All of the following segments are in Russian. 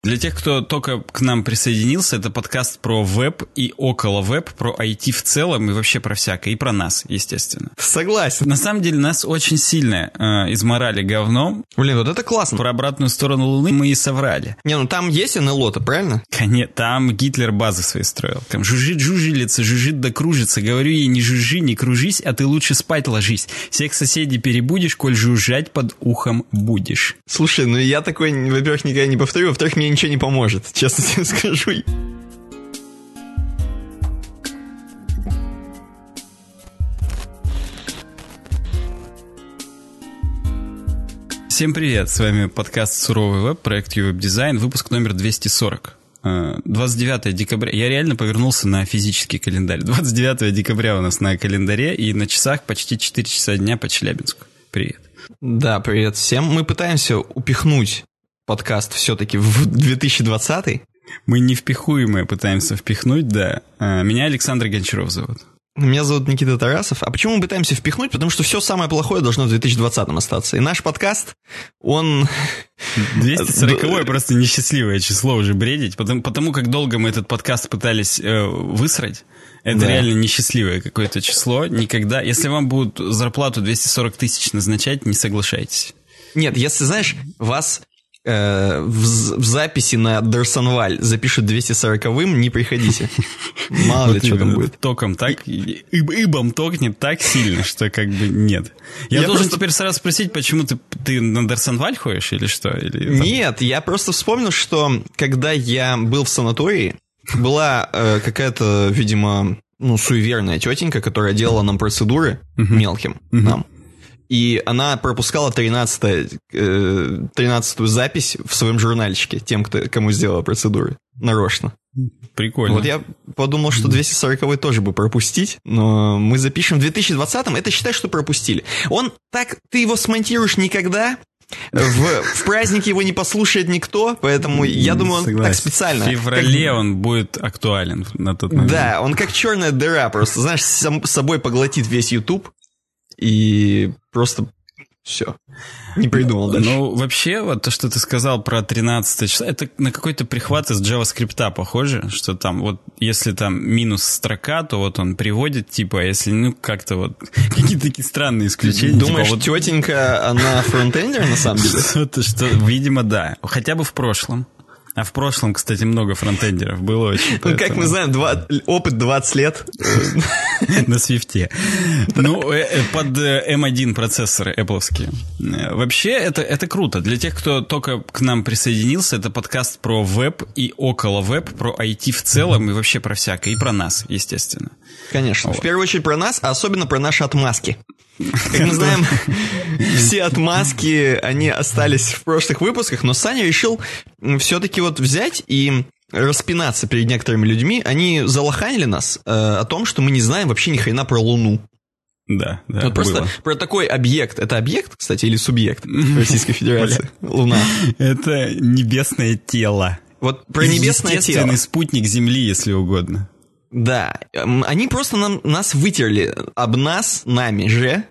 Для тех, кто только к нам присоединился, это подкаст про веб и около веб, про IT в целом и вообще про всякое, и про нас, естественно. Согласен. На самом деле нас очень сильно изморали говном. Блин, вот это классно. Про обратную сторону Луны мы и соврали. Не, ну там есть НЛО-то, правильно? Конечно, там Гитлер базы свои строил. Там жужжит жужжилица, жужжит да кружится. Говорю ей, не жужжи, не кружись, а ты лучше спать ложись. Всех соседей перебудешь, коль жужжать под ухом будешь. Слушай, ну я такой, во-первых, никогда не повторю, во-вторых, мне ничего не поможет, честно тебе скажу. Всем привет, с вами подкаст «Суровый веб», проект «Ювеб-дизайн», выпуск номер 240. 29 декабря. Я реально повернулся на физический календарь. 29 декабря у нас на календаре, и на часах почти 4 часа дня по Челябинску. Привет. Да, привет всем. Мы пытаемся упихнуть подкаст все-таки в 2020. Мы невпихуемые пытаемся впихнуть, да. Меня Александр Гончаров зовут. Меня зовут Никита Тарасов. А почему мы пытаемся впихнуть? Потому что все самое плохое должно в 2020-м остаться. И наш подкаст, он... 240-е просто несчастливое число уже бредить, потому как долго мы этот подкаст пытались высрать. Это реально несчастливое какое-то число. Никогда... Если вам будут зарплату 240 тысяч назначать, не соглашайтесь. Нет, если, знаешь, вас... в записи на Дарсонваль запишут 240-м, не приходите. Мало ли, что там будет. Током так, ибом токнет так сильно, что как бы нет. Я должен теперь сразу спросить, почему ты на Дарсонваль ходишь или что? Нет, я просто вспомнил, что когда я был в санатории, была какая-то, видимо, суеверная тетенька, которая делала нам процедуры мелким нам. И она пропускала 13-ю запись в своем журнальчике тем, кому сделала процедуры. Нарочно. Прикольно. Вот я подумал, что 240-й тоже бы пропустить, но мы запишем в 2020-м. Это считай, что пропустили. Ты его смонтируешь никогда, в празднике его не послушает никто, поэтому я думаю, он так специально. В феврале он будет актуален на тот момент. Да, он как черная дыра просто, знаешь, сам собой поглотит весь YouTube. И просто все. Не придумал дальше. Ну, вообще, вот то, что ты сказал про 13 число, это на какой-то прихват из JavaScript похоже, что там вот, если там минус строка, то вот он приводит, типа, а если, как-то вот, какие-то такие странные исключения. Думаешь, типа, вот... тетенька, она фронтендер на самом деле? Что, видимо, да. Хотя бы в прошлом. А в прошлом, кстати, много фронтендеров было очень. Ну, как мы знаем, опыт 20 лет. На свифте. Ну, под M1 процессоры Apple'овские. Вообще, это круто. Для тех, кто только к нам присоединился, это подкаст про веб и около веб, про IT в целом и вообще про всякое. И про нас, естественно. Конечно. Вот. В первую очередь про нас, а особенно про наши отмазки. Как мы знаем, все отмазки, они остались в прошлых выпусках, но Саня решил все-таки вот взять и распинаться перед некоторыми людьми. Они залоханили нас о том, что мы не знаем вообще ни хрена про Луну. Да, вот просто про такой объект. Это объект, кстати, или субъект Российской Федерации? Луна. Это небесное тело. Вот про небесное тело. Естественный спутник Земли, если угодно. Да, они просто нас вытерли об нас, нами же.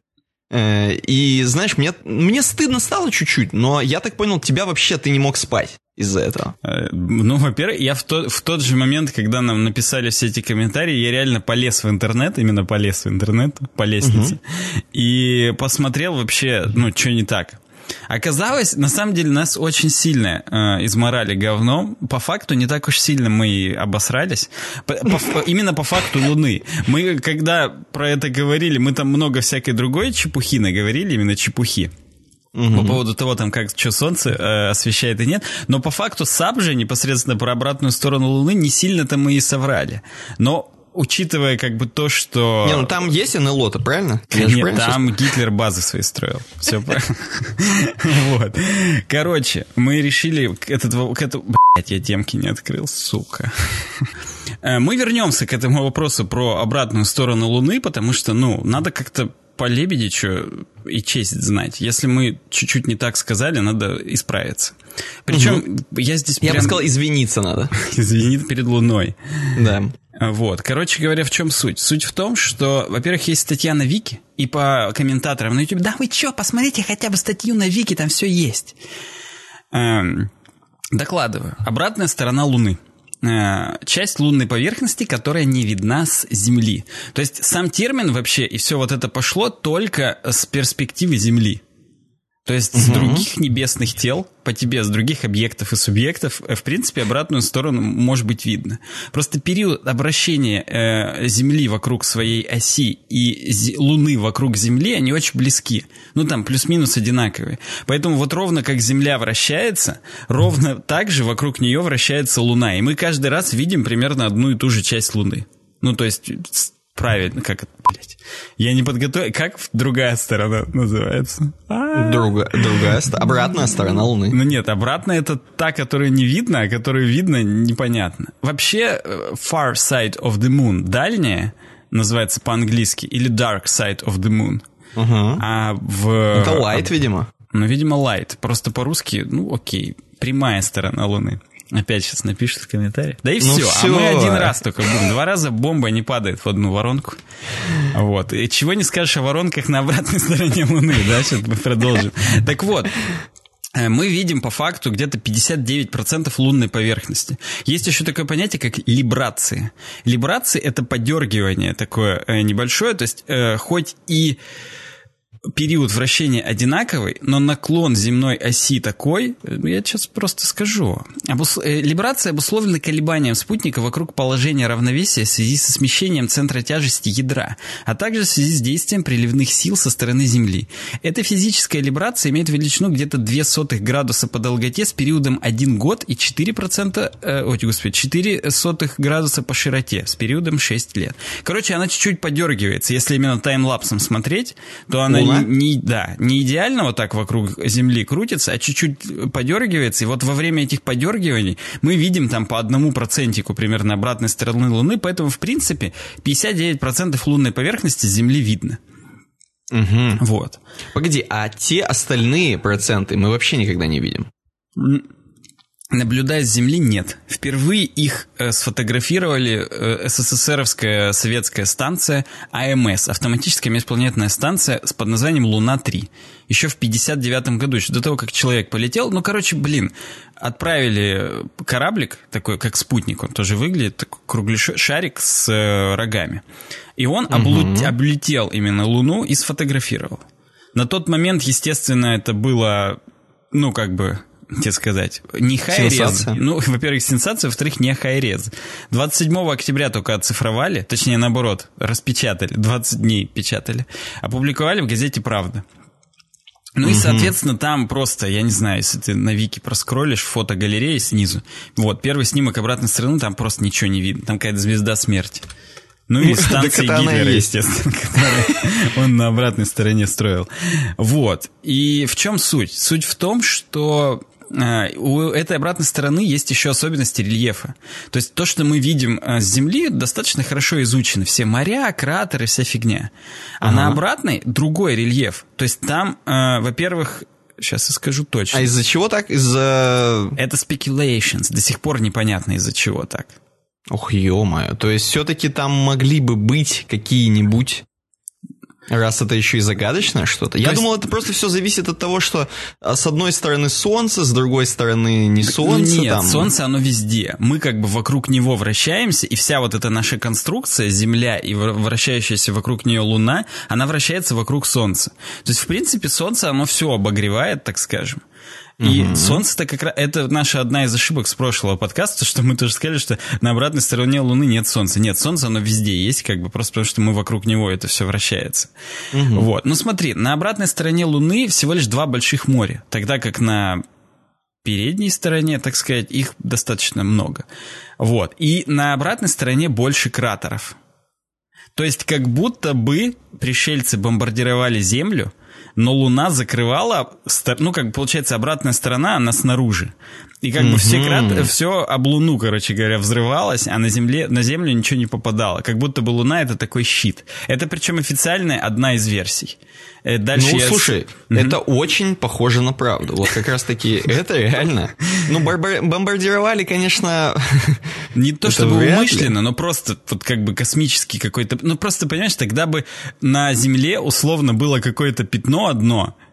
И, знаешь, мне стыдно стало чуть-чуть, но я так понял, ты не мог спать из-за этого. Ну, во-первых, я в тот же момент, когда нам написали все эти комментарии, я реально полез в интернет, по лестнице, и посмотрел вообще, что не так. Оказалось, на самом деле нас очень сильно изморали говном. По факту не так уж сильно мы обосрались. Именно по факту Луны. Мы, когда про это говорили, мы там много всякой другой чепухи наговорили, именно чепухи. По поводу того, там, как что солнце освещает и нет. Но по факту САП же непосредственно про обратную сторону Луны не сильно-то мы и соврали. Но... Учитывая как бы то, что... Не, там есть НЛО-то, правильно? Нет, там Гитлер базы свои строил. Все правильно. Вот. Короче, мы решили... Блять, я темки не открыл, сука. Мы вернемся к этому вопросу про обратную сторону Луны, потому что, надо как-то по Лебедичу и честь знать. Если мы чуть-чуть не так сказали, надо исправиться. Причем я здесь Я бы сказал, извиниться надо. Извиниться перед Луной. Да. Вот, короче говоря, в чем суть? Суть в том, что, во-первых, есть статья на Вики, и по комментаторам на YouTube, да вы чё, посмотрите хотя бы статью на Вики, там все есть. Докладываю. Обратная сторона Луны. Часть лунной поверхности, которая не видна с Земли. То есть сам термин вообще, и все вот это пошло только с перспективы Земли. То есть с других небесных тел, по тебе, с других объектов и субъектов, в принципе, обратную сторону может быть видно. Просто период обращения Земли вокруг своей оси и Луны вокруг Земли, они очень близки. Ну, там, плюс-минус одинаковые. Поэтому вот ровно как Земля вращается, ровно так же вокруг нее вращается Луна. И мы каждый раз видим примерно одну и ту же часть Луны. Ну, то есть... Правильно, как это, блядь. Я не подготовил. Как другая сторона называется? Другая сторона. Обратная сторона Луны. Ну нет, обратная это та, которую не видно, а которую видно, непонятно. Вообще, far side of the moon, дальняя, называется по-английски, или dark side of the moon. А в... Это light, видимо. Ну, видимо, light. Просто по-русски, ну, окей, прямая сторона Луны. Опять сейчас напишут в комментариях. Да и все. А мы один раз только будем. 2 раза бомба не падает в одну воронку. Вот. И чего не скажешь о воронках на обратной стороне Луны, да? Сейчас мы продолжим. Так вот. Мы видим по факту где-то 59% лунной поверхности. Есть еще такое понятие, как либрации. Либрации — это подергивание такое небольшое. То есть хоть и... период вращения одинаковый, но наклон земной оси такой, я сейчас просто скажу. Либрация обусловлена колебанием спутника вокруг положения равновесия в связи со смещением центра тяжести ядра, а также в связи с действием приливных сил со стороны Земли. Эта физическая либрация имеет величину где-то 0,02 градуса по долготе с периодом 1 год и 4 градуса по широте с периодом 6 лет. Короче, она чуть-чуть подергивается. Если именно таймлапсом смотреть, то она не идеально вот так вокруг Земли крутится, а чуть-чуть подергивается. И вот во время этих подергиваний мы видим там по 1% примерно обратной стороны Луны, поэтому, в принципе, 59% лунной поверхности с Земли видно. Вот. Погоди, а те остальные проценты мы вообще никогда не видим? Наблюдая с Земли, нет. Впервые их сфотографировали СССРовская советская станция АМС, автоматическая межпланетная станция под названием Луна-3. Еще в 1959 году, еще до того, как человек полетел. Ну, короче, отправили кораблик, такой, как спутник, он тоже выглядит, такой круглый шарик с рогами. И он облетел именно Луну и сфотографировал. На тот момент, естественно, это было, ну, как бы... тебе сказать, не хай-рез. Ну, во-первых, сенсация, во-вторых, не хай-рез. 27 октября только оцифровали, точнее, наоборот, распечатали, 20 дней печатали, опубликовали в газете «Правда». Ну и, соответственно, там просто, я не знаю, если ты на Вики проскроллишь, фотогалереи снизу, вот, первый снимок обратной стороны, там просто ничего не видно, там какая-то звезда смерти. Ну и станции Гитлера, естественно, которую он на обратной стороне строил. Вот. И в чем суть? Суть в том, что у этой обратной стороны есть еще особенности рельефа. То есть то, что мы видим с Земли, достаточно хорошо изучено. Все моря, кратеры, вся фигня. А на обратной другой рельеф. То есть там, во-первых... Сейчас я скажу точно. А из-за чего так? Из-за... Это speculations. До сих пор непонятно, из-за чего так. Ох, ё-моё. То есть все-таки там могли бы быть какие-нибудь... Раз это еще и загадочное что-то. Я думал, это просто все зависит от того, что с одной стороны Солнце, с другой стороны не Солнце. Нет, там... Солнце, оно везде. Мы как бы вокруг него вращаемся, и вся вот эта наша конструкция, Земля и вращающаяся вокруг нее Луна, она вращается вокруг Солнца. То есть, в принципе, Солнце, оно все обогревает, так скажем. И Солнце-то как раз... Это наша одна из ошибок с прошлого подкаста, что мы тоже сказали, что на обратной стороне Луны нет Солнца. Нет, Солнце, оно везде есть, как бы просто потому, что мы вокруг него, это все вращается. Вот. Ну смотри, на обратной стороне Луны всего лишь 2 больших моря, тогда как на передней стороне, так сказать, их достаточно много. Вот. И на обратной стороне больше кратеров. То есть как будто бы пришельцы бомбардировали Землю, но Луна закрывала, ну, как получается, обратная сторона, она снаружи. И как бы все об Луну, короче говоря, взрывалось, а на Землю ничего не попадало. Как будто бы Луна — это такой щит. Это причем официальная одна из версий. Дальше слушай, это очень похоже на правду. Вот как раз-таки это реально. Ну, бомбардировали, конечно... Не то чтобы умышленно, но просто вот как бы космический какой-то... Ну, просто, понимаешь, тогда бы на Земле условно было какое-то пятно одно,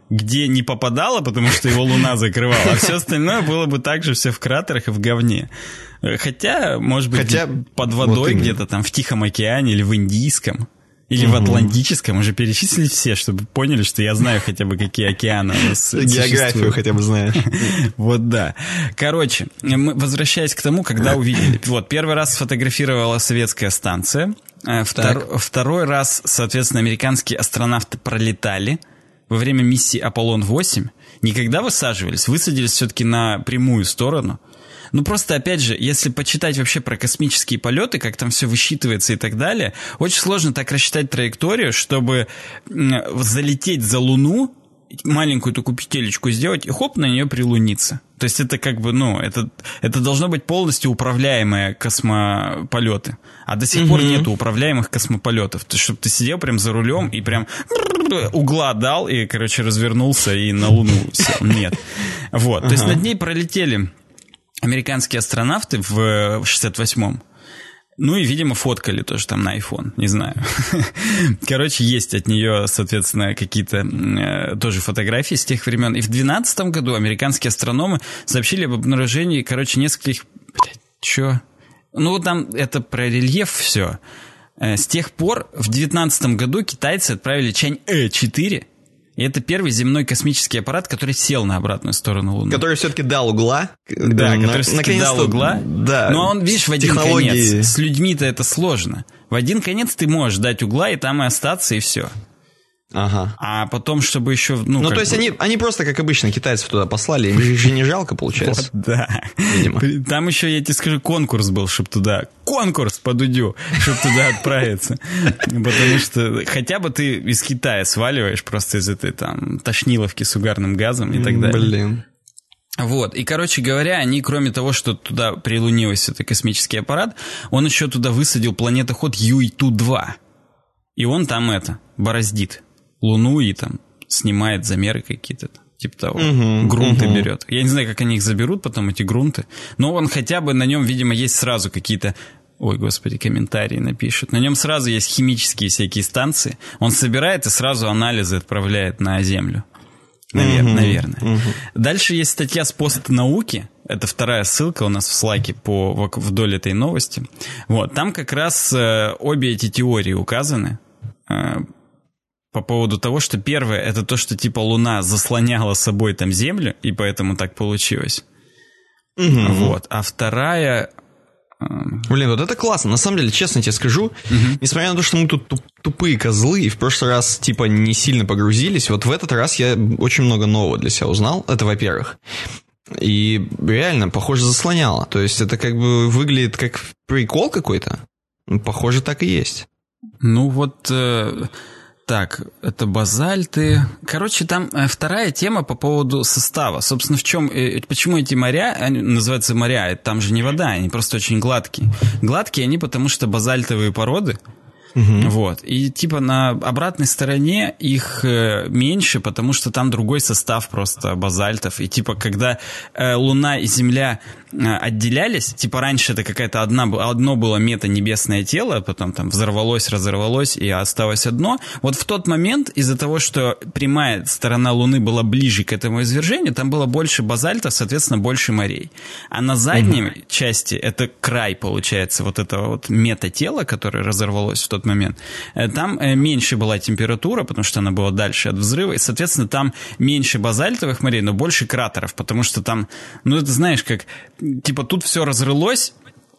где не попадало, потому что его Луна закрывала, а все остальное было бы также все в кратерах и в говне. Хотя, может быть, под водой вот где-то там в Тихом океане или в Индийском, или в Атлантическом уже перечислить все, чтобы поняли, что я знаю хотя бы, какие океаны у нас существуют. Географию хотя бы знаешь. Вот да. Короче, мы, возвращаясь к тому, когда увидели. Вот, первый раз сфотографировала советская станция. Второй раз, соответственно, американские астронавты пролетали во время миссии Аполлон-8. Никогда высаживались, высадились все-таки на прямую сторону. Ну, просто, опять же, если почитать вообще про космические полеты, как там все высчитывается и так далее, очень сложно так рассчитать траекторию, чтобы залететь за Луну, маленькую такую петелечку сделать и хоп, на нее прилуниться. То есть это как бы, ну, это должно быть полностью управляемые космополеты. А до сих пор нету управляемых космополетов. То есть, чтобы ты сидел прям за рулем и прям угла дал и, короче, развернулся и на Луну сел. Нет. Вот. То есть над ней пролетели американские астронавты в 68-м. Ну и, видимо, фоткали тоже там на iPhone, не знаю. Короче, есть от нее, соответственно, какие-то тоже фотографии с тех времен. И в 2012 году американские астрономы сообщили об обнаружении, короче, нескольких... Ну, вот там это про рельеф все. С тех пор в 2019 году китайцы отправили Чань-4, и это первый земной космический аппарат, который сел на обратную сторону Луны. Который все-таки дал угла. Да, который все-таки дал угла. Да. Но он, видишь, в один конец. С людьми-то это сложно. В один конец ты можешь дать угла, и там и остаться, и все. Ага. А потом, чтобы еще... Ну то есть они просто, как обычно, китайцев туда послали, им же не жалко, получается. Вот, да. Видимо. Там еще, я тебе скажу, конкурс был, чтобы туда... Конкурс по Дудю, чтобы туда отправиться. Потому что хотя бы ты из Китая сваливаешь просто из этой там тошниловки с угарным газом и так далее. Блин. Вот, и, короче говоря, они, кроме того, что туда прилунился этот космический аппарат, он еще туда высадил планетоход Юйту-2. И он там бороздит Луну и там снимает замеры какие-то, типа того. Грунты берет. Я не знаю, как они их заберут потом, эти грунты. Но он хотя бы, на нем, видимо, есть сразу какие-то... Ой, господи, комментарии напишут. На нем сразу есть химические всякие станции. Он собирает и сразу анализы отправляет на Землю. Наверное. Дальше есть статья с постнауки. Это вторая ссылка у нас в слайке вдоль этой новости. Вот, там как раз обе эти теории указаны. По поводу того, что первое, это то, что типа Луна заслоняла собой там Землю, и поэтому так получилось. Вот. А вторая... Блин, вот это классно. На самом деле, честно тебе скажу, несмотря на то, что мы тут тупые козлы, и в прошлый раз типа не сильно погрузились, вот в этот раз я очень много нового для себя узнал. Это во-первых. И реально, похоже, заслоняло. То есть это как бы выглядит как прикол какой-то. Похоже, так и есть. Ну вот... Так, это базальты. Короче, там вторая тема по поводу состава. Собственно, в чем, почему эти моря, они называются моря, там же не вода, они просто очень гладкие. Гладкие они, потому что базальтовые породы. Вот. И типа на обратной стороне их меньше, потому что там другой состав просто базальтов. И типа когда Луна и Земля отделялись, типа раньше это какая-то одно было метанебесное тело, потом там взорвалось, разорвалось и осталось одно. Вот в тот момент из-за того, что прямая сторона Луны была ближе к этому извержению, там было больше базальта, соответственно, больше морей. А на задней части, это край, получается, вот этого вот метатела, которое разорвалось в тот момент, там меньше была температура, потому что она была дальше от взрыва, и, соответственно, там меньше базальтовых морей, но больше кратеров, потому что там, ну, это знаешь, как, типа, тут все разорвалось,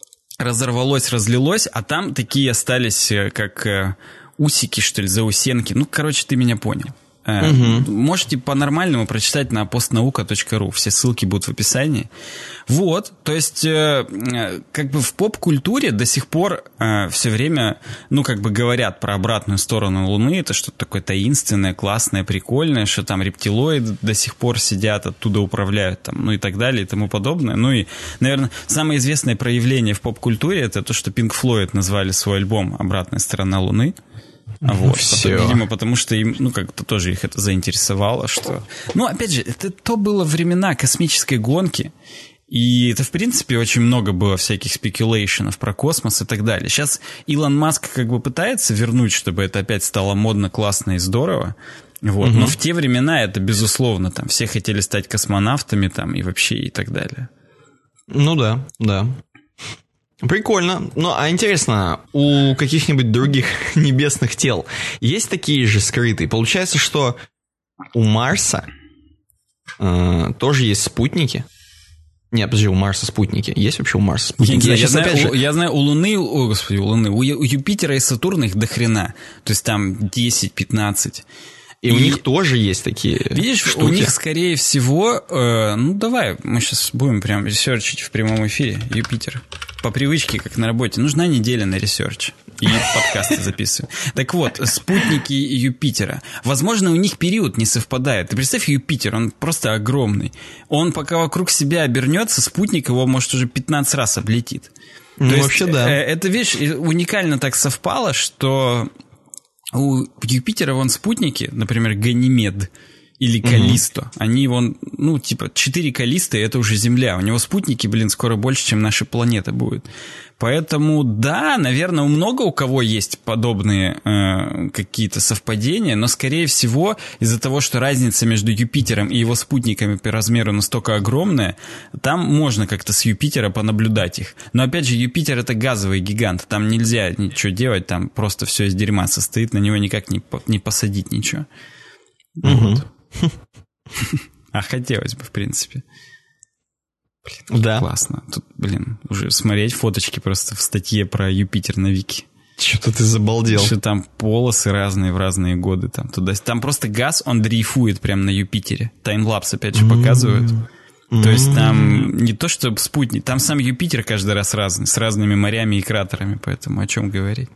разлилось, а там такие остались, как усики, что ли, заусенки. Ну, короче, ты меня понял. Можете по-нормальному прочитать на постнаука.ру. Все ссылки будут в описании. Вот, то есть, как бы в поп-культуре до сих пор все время, ну, как бы говорят про обратную сторону Луны. Это что-то такое таинственное, классное, прикольное, что там рептилоиды до сих пор сидят, оттуда управляют, там, ну и так далее, и тому подобное. Ну и, наверное, самое известное проявление в поп-культуре — это то, что Pink Floyd назвали свой альбом «Обратная сторона Луны». Вот, потом, видимо, потому что им, ну, как-то тоже их это заинтересовало, что... Ну, опять же, это то было времена космической гонки, И это, в принципе, очень много было всяких спекулейшенов про космос и так далее. Сейчас Илон Маск как бы пытается вернуть, чтобы это опять стало модно, классно и здорово. Вот. Но в те времена это, безусловно, там все хотели стать космонавтами там, и вообще и так далее. Ну да, да. Прикольно. Ну, а интересно, у каких-нибудь других небесных тел есть такие же скрытые? Получается, что у Марса тоже есть спутники? Нет, подожди, у Марса спутники. Есть вообще у Марса спутники? Я знаю, у Луны, у Юпитера и Сатурна их дохрена. То есть там 10-15. И у них тоже есть такие видишь, штуки. У них, скорее всего... давай, мы сейчас будем прям ресерчить в прямом эфире Юпитер. По привычке, как на работе. Нужна неделя на ресерч. И подкасты записываем. Так вот, спутники Юпитера. Возможно, у них период не совпадает. Ты представь, Юпитер, он просто огромный. Он пока вокруг себя обернется, спутник его, может, уже 15 раз облетит. Ну, вообще, да. Эта вещь уникально так совпала, что у Юпитера вон спутники, например, Ганимед или Каллисто, они вон, 4 Каллисто, это уже Земля. У него спутники, скоро больше, чем наша планета будет. Поэтому, да, наверное, много у кого есть подобные какие-то совпадения, но, скорее всего, из-за того, что разница между Юпитером и его спутниками по размеру настолько огромная, там можно как-то с Юпитера понаблюдать их. Но, опять же, Юпитер — это газовый гигант, там нельзя ничего делать, там просто все из дерьма состоит, на него никак не посадить ничего. Вот. А хотелось бы, в принципе. Да. Классно. Тут, уже смотреть фоточки просто в статье про Юпитер на Вики. Что-то ты забалдел. Что там полосы разные в разные годы. Там просто газ, он дрейфует прямо на Юпитере. Таймлапс опять же показывают. То есть там не то, что спутник, там сам Юпитер каждый раз разный, с разными морями и кратерами, поэтому о чем говорить.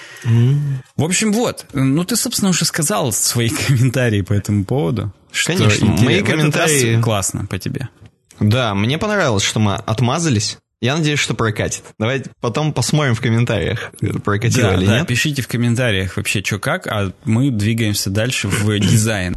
В общем, вот. Ты, собственно, уже сказал свои комментарии по этому поводу. Конечно, мои комментарии... Классно по тебе. Да, мне понравилось, что мы отмазались. Я надеюсь, что прокатит. Давайте потом посмотрим в комментариях, прокатило или нет. Да, пишите в комментариях вообще, что как, а мы двигаемся дальше в дизайн.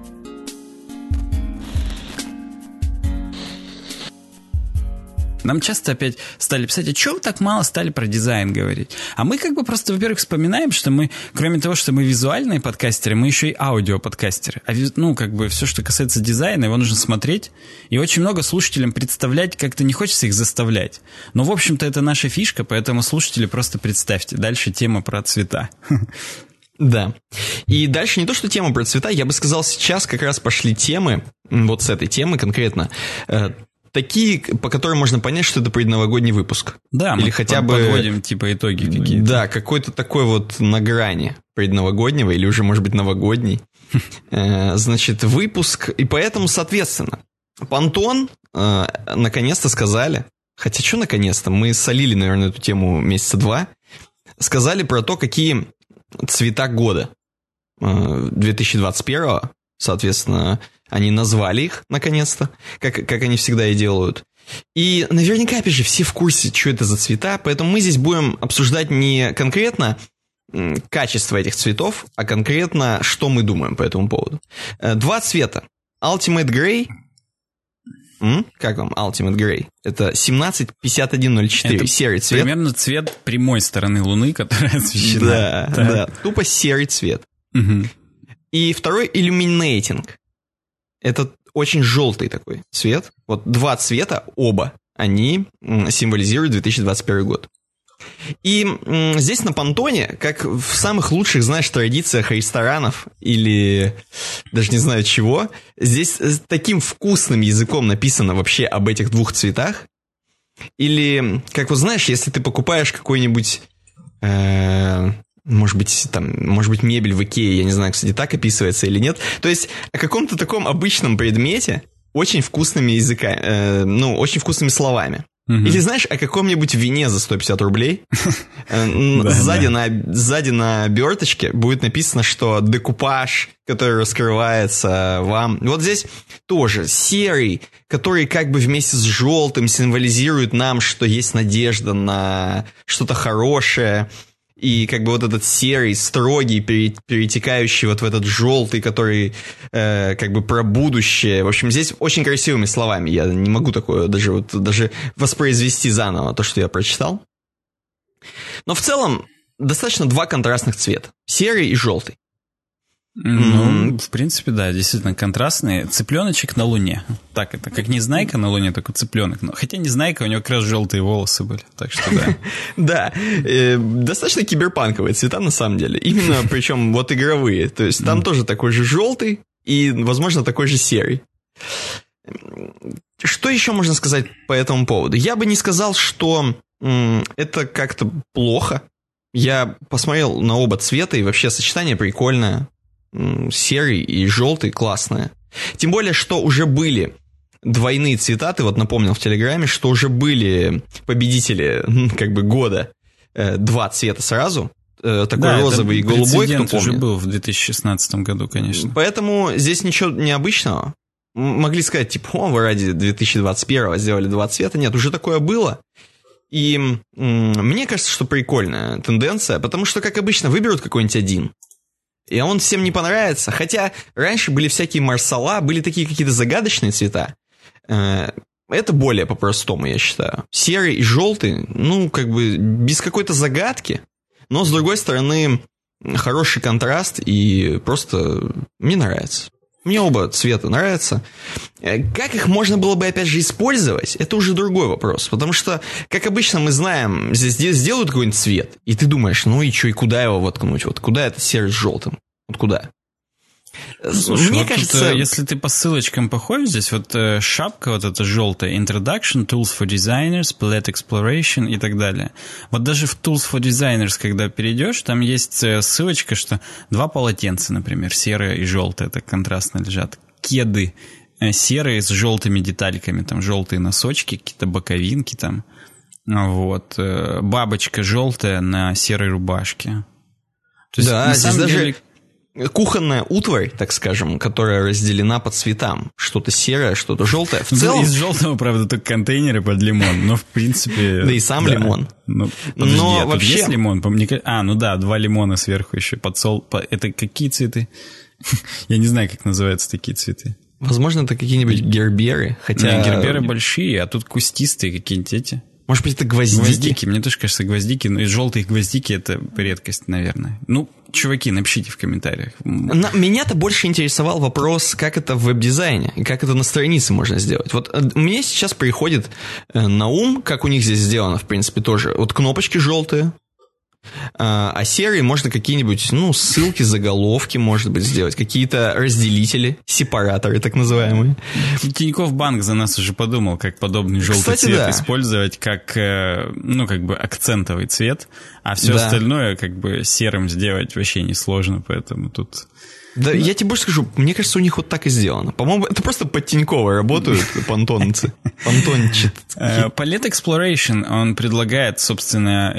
Нам часто опять стали писать, а чего вы так мало стали про дизайн говорить? А мы как бы просто, во-первых, вспоминаем, что мы, кроме того, что мы визуальные подкастеры, мы еще и аудиоподкастеры. А все, что касается дизайна, его нужно смотреть. И очень много слушателям представлять, как-то не хочется их заставлять. Но, в общем-то, это наша фишка, поэтому слушатели просто представьте. Дальше тема про цвета. Да. И дальше не то, что тема про цвета, я бы сказал, сейчас как раз пошли темы, вот с этой темы конкретно, такие, по которым можно понять, что это предновогодний выпуск. Да, или мы хотя бы подводим итоги какие-то. Да, какой-то такой вот на грани предновогоднего, или уже, может быть, новогодний. Значит, выпуск. И поэтому, соответственно, Pantone наконец-то сказали, хотя что наконец-то, мы солили, наверное, эту тему месяца 2, сказали про то, какие цвета года 2021, соответственно, они назвали их, наконец-то, как они всегда и делают. И наверняка, опять же, все в курсе, что это за цвета, поэтому мы здесь будем обсуждать не конкретно качество этих цветов, а конкретно, что мы думаем по этому поводу. 2 цвета. Ultimate Grey. Как вам Ultimate Grey? Это 175104, это серый цвет. Примерно цвет прямой стороны Луны, которая освещена. Да. Тупо серый цвет. Угу. И второй Illuminating. Это очень желтый такой цвет. Вот 2 цвета, оба, они символизируют 2021 год. И здесь на Pantone, как в самых лучших, знаешь, традициях ресторанов или даже не знаю чего, здесь таким вкусным языком написано вообще об этих 2 цветах. Или, как вот знаешь, если ты покупаешь какой-нибудь... Может быть, мебель в Икее, я не знаю, кстати, так описывается или нет. То есть о каком-то таком обычном предмете очень вкусными очень вкусными словами. Или, знаешь, о каком-нибудь вине за 150 рублей. Сзади на оберточке будет написано, что декупаж, который раскрывается вам. Вот здесь тоже серый, который как бы вместе с желтым символизирует нам, что есть надежда на что-то хорошее. и как бы вот этот серый, строгий, перетекающий вот в этот желтый, который как бы про будущее. В общем, здесь очень красивыми словами. Я не могу такое даже воспроизвести заново, то, что я прочитал. Но в целом достаточно два контрастных цвета. Серый и желтый. Ну, в принципе, да, действительно контрастные. Цыпленочек на Луне. Так это, как Незнайка на Луне, только цыпленок. Хотя Незнайка, у него как раз желтые волосы были, так что да. Да, достаточно киберпанковые цвета на самом деле. Именно, причем вот игровые. То есть там тоже такой же желтый и, возможно, такой же серый. Что еще можно сказать по этому поводу? Я бы не сказал, что это как-то плохо. Я посмотрел на оба цвета, и вообще сочетание прикольное. Серый и желтый классное. Тем более, что уже были двойные цвета. Ты вот напомнил в Телеграме, что уже были победители как бы года. Два цвета сразу. Такой да, розовый и голубой, кто помнит. Уже был в 2016 году, конечно. Поэтому здесь ничего необычного. Могли сказать, типа, вы ради 2021 сделали два цвета. Нет, уже такое было. И мне кажется, что прикольная тенденция, потому что, как обычно, выберут какой-нибудь один, и он всем не понравится. Хотя раньше были всякие марсала, были такие какие-то загадочные цвета. Это более по-простому, я считаю. Серый и желтый, ну, как бы без какой-то загадки, но, с другой стороны, хороший контраст, и просто мне нравится. Мне оба цвета нравятся. Как их можно было бы, опять же, использовать, это уже другой вопрос. Потому что, как обычно мы знаем, здесь сделают какой-нибудь цвет, и ты думаешь, ну и что, и куда его воткнуть? Вот куда это серый с желтым? Вот куда? Слушай, мне кажется... если ты по ссылочкам походишь, здесь вот шапка вот эта желтая, Introduction, Tools for Designers, Palette Exploration и так далее. Вот даже в Tools for Designers, когда перейдешь, там есть ссылочка, что два полотенца, например, серое и желтое, так контрастно лежат. Кеды серые с желтыми детальками, там желтые носочки, какие-то боковинки там. Вот. Бабочка желтая на серой рубашке. То есть, да, здесь даже... Кухонная утварь, так скажем, которая разделена по цветам. Что-то серое, что-то желтое. В целом... Из желтого, правда, только контейнеры под лимон, но в принципе... Да и сам лимон. Ну, подожди, но вообще... есть лимон? Ну да, два лимона сверху еще. Это какие цветы? Я не знаю, как называются такие цветы. Возможно, это какие-нибудь герберы. Хотя... Герберы большие, а тут кустистые какие-нибудь эти. Может быть, это гвоздики? Мне тоже кажется, гвоздики. Но и желтые гвоздики — это редкость, наверное. Ну, чуваки, напишите в комментариях. Меня-то больше интересовал вопрос, как это в веб-дизайне, и как это на странице можно сделать. Вот мне сейчас приходит на ум, как у них здесь сделано, в принципе, тоже. Вот кнопочки желтые, а серые можно какие-нибудь, ссылки, заголовки, может быть, сделать. Какие-то разделители, сепараторы так называемые. Тинькофф Банк за нас уже подумал, как подобный желтый цвет использовать как, как бы акцентовый цвет, а все остальное как бы серым сделать вообще несложно, поэтому тут... Да, я тебе больше скажу, мне кажется, у них вот так и сделано. По-моему, это просто под Тиньково работают понтонцы. Palette Exploration, он предлагает, собственно,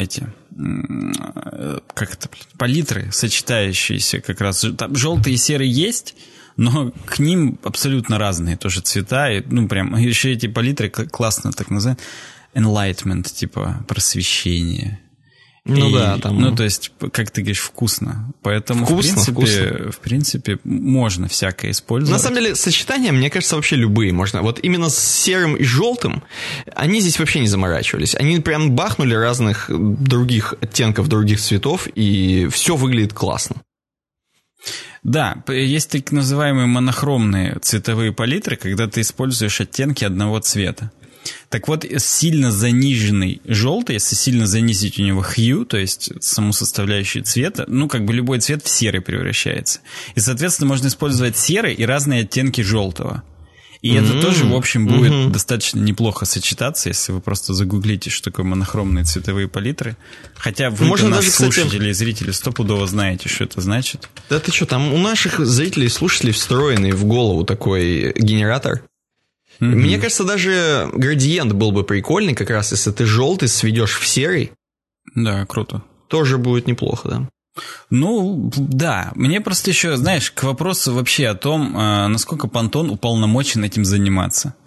палитры, сочетающиеся как раз. Там желтый и серый есть, но к ним абсолютно разные тоже цвета. И, прям еще эти палитры классно так называют. Enlightenment, типа просвещение. То есть, как ты говоришь, вкусно. Поэтому, в принципе, можно всякое использовать. На самом деле, сочетания, мне кажется, вообще любые можно. Вот именно с серым и желтым они здесь вообще не заморачивались. Они прям бахнули разных других оттенков, других цветов, и все выглядит классно. Да, есть так называемые монохромные цветовые палитры, когда ты используешь оттенки одного цвета. Так вот, сильно заниженный желтый, если сильно занизить у него hue, то есть саму составляющую цвета, любой цвет в серый превращается. И, соответственно, можно использовать серый и разные оттенки желтого. И это тоже, в общем, будет достаточно неплохо сочетаться, если вы просто загуглите, что такое монохромные цветовые палитры. Хотя вы, наши слушатели и зрители, стопудово знаете, что это значит. Да ты что, там у наших зрителей и слушателей встроенный в голову такой генератор. Мне кажется, даже градиент был бы прикольный, как раз если ты желтый сведешь в серый. Да, круто. Тоже будет неплохо, да. Да. Мне просто еще, знаешь, к вопросу вообще о том, насколько Pantone уполномочен этим заниматься.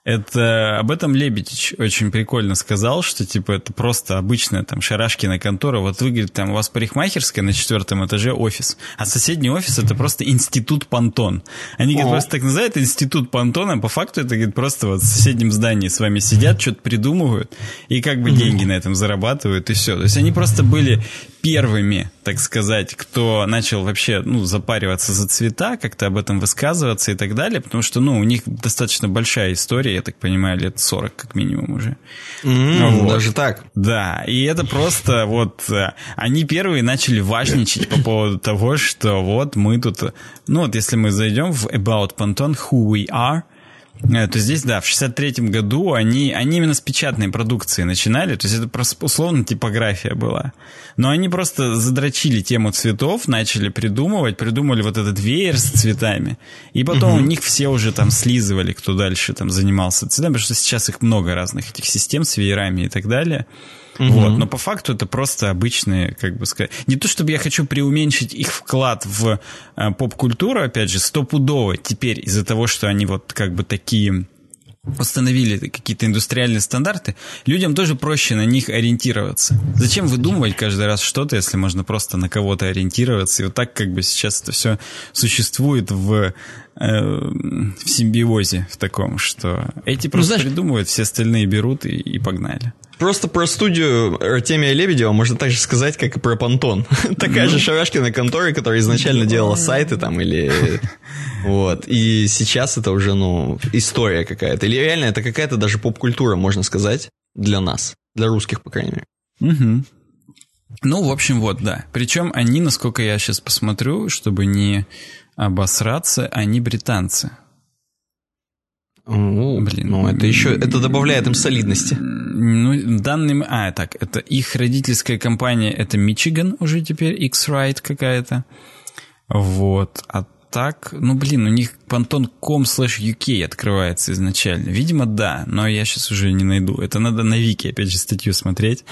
Это об этом Лебедич очень прикольно сказал, что типа это просто обычная там Шарашкина контора. Вот вы, говорит, там у вас парикмахерская на 4-м этаже офис, а соседний офис это просто институт Пантон. Они, говорит, просто так называют институт Пантона, а по факту это, говорит, просто вот в соседнем здании с вами сидят, что-то придумывают и как бы деньги на этом зарабатывают и все. То есть они просто были первыми, так сказать, кто начал вообще, запариваться за цвета, как-то об этом высказываться и так далее, потому что, у них достаточно большая история, я так понимаю, лет 40 как минимум уже. Даже так? Да, и это просто вот, они первые начали важничать по поводу того, что вот мы тут, если мы зайдем в About Pantone, Who We Are, то здесь, да, в 63-м году они именно с печатной продукции начинали, то есть это просто условно типография была. Но они просто задрочили тему цветов, начали придумали вот этот веер с цветами, и потом у них все уже там слизывали, кто дальше там занимался цветами, потому что сейчас их много разных этих систем с веерами и так далее. Вот, но по факту это просто обычные, как бы сказать... Не то, чтобы я хочу преуменьшить их вклад в поп-культуру, опять же, стопудово теперь из-за того, что они вот как бы такие... установили какие-то индустриальные стандарты, людям тоже проще на них ориентироваться. Зачем выдумывать каждый раз что-то, если можно просто на кого-то ориентироваться? И вот так как бы сейчас это все существует в симбиозе в таком, что эти просто придумывают, все остальные берут и погнали. Просто про студию Артемия Лебедева можно так же сказать, как и про Пантон. Такая же Шарашкина контора, которая изначально делала сайты там или... Вот. И сейчас это уже, история какая-то. Или реально это какая-то даже поп-культура, можно сказать, для нас. Для русских, по крайней мере. В общем, вот, да. Причем они, насколько я сейчас посмотрю, чтобы не обосраться, они британцы. Это еще, это добавляет им солидности. Это их родительская компания, это Мичиган уже теперь, X-Rite какая-то. Вот, а так, у них Pantone.com/UK открывается изначально. Видимо, да, но я сейчас уже не найду. Это надо на Вики, опять же, статью смотреть.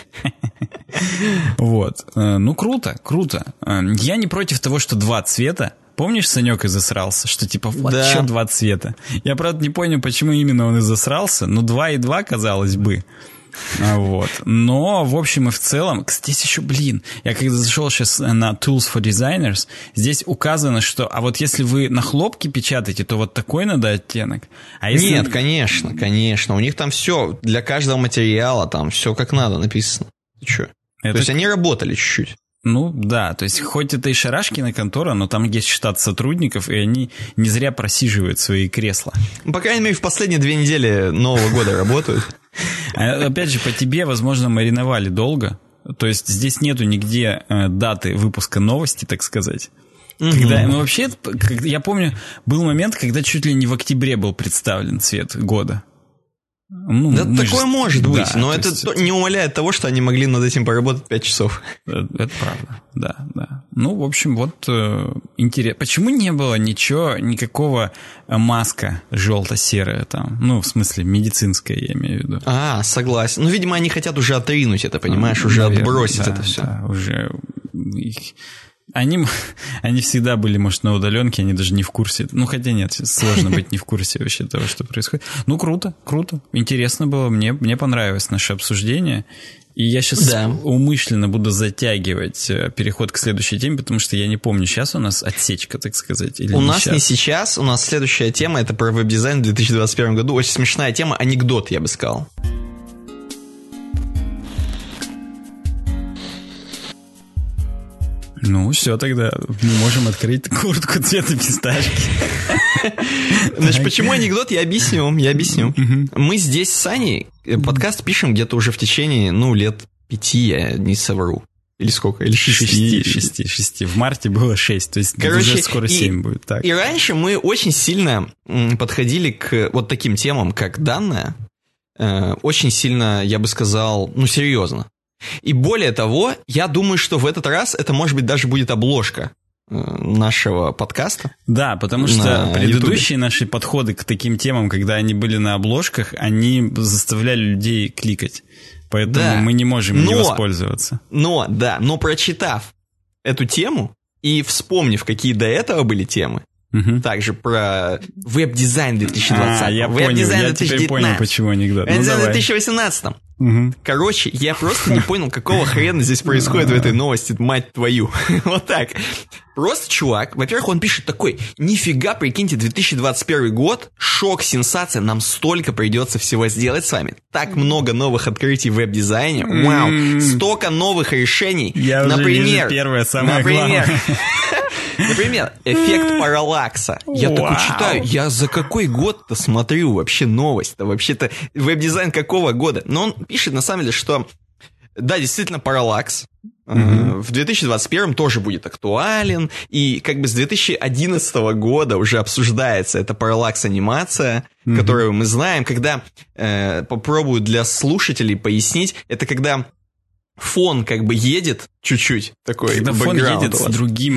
Вот. Круто. Я не против того, что 2 цвета. Помнишь, Санек и засрался, что типа, что 2 цвета? Я, правда, не понял, почему именно он и засрался, 2 и 2, казалось бы. Вот. Но, в общем и в целом, здесь еще, я когда зашел сейчас на Tools for Designers, здесь указано, что, а вот если вы на хлопке печатаете, то вот такой надо оттенок. А если... Нет, конечно. У них там все, для каждого материала там все как надо написано. Ты что? То есть они работали чуть-чуть. Да, то есть хоть это и Шарашкина контора, но там есть штат сотрудников, и они не зря просиживают свои кресла. По крайней мере, в последние 2 недели Нового года работают. Опять же, по тебе, возможно, мариновали долго. То есть здесь нету нигде даты выпуска новости, так сказать. Когда, я помню, был момент, когда чуть ли не в октябре был представлен цвет года. Такое может быть, но это не умаляет того, что они могли над этим поработать 5 часов. Это правда, да. В общем, вот интересно. Почему не было никакого маска желто-серая там? В смысле, медицинская, я имею в виду. Согласен. Видимо, они хотят уже отринуть это, понимаешь, уже отбросить это все. Да, уже... Они всегда были, может, на удаленке, они даже не в курсе. Хотя нет, сложно быть не в курсе вообще того, что происходит. Круто. Интересно было, мне понравилось наше обсуждение. И я сейчас умышленно буду затягивать переход к следующей теме, потому что я не помню, сейчас у нас отсечка, так сказать, или у нас не сейчас, у нас следующая тема, это про веб-дизайн в 2021 году. Очень смешная тема, анекдот, я бы сказал. Все, тогда мы можем открыть куртку цвета фисташки. Значит, почему анекдот, я объясню. Мы здесь с Саней подкаст пишем где-то уже в течение, лет 5, я не совру. Или сколько? Или 6. В марте было 6, то есть уже скоро 7 будет. Так. И раньше мы очень сильно подходили к вот таким темам, как данное. Очень сильно, я бы сказал, серьезно. И более того, я думаю, что в этот раз это, может быть, даже будет обложка нашего подкаста. Да, потому что предыдущие наши подходы к таким темам, когда они были на обложках, они заставляли людей кликать. Поэтому мы не можем не воспользоваться. Но прочитав эту тему и вспомнив, какие до этого были темы, Также про веб-дизайн 2020. Я понял, я теперь понял, почему анекдот. Веб-дизайн в 2018. Короче, я просто не понял, какого хрена здесь происходит в этой новости, мать твою. Вот так. Просто чувак, во-первых, он пишет такой: нифига, прикиньте, 2021 год, шок, сенсация, нам столько придется всего сделать с вами. Так много новых открытий в веб-дизайне. Вау, столько новых решений. Я уже вижу первое, самое главное. Например, эффект параллакса. Я такой читаю, я за какой год-то смотрю вообще новость-то? Вообще-то веб-дизайн какого года? Но он пишет на самом деле, что да, действительно параллакс в 2021 тоже будет актуален. И как бы с 2011 года уже обсуждается эта параллакс-анимация, которую мы знаем. Когда, попробую для слушателей пояснить, это когда фон как бы едет чуть-чуть такой. Когда фон едет с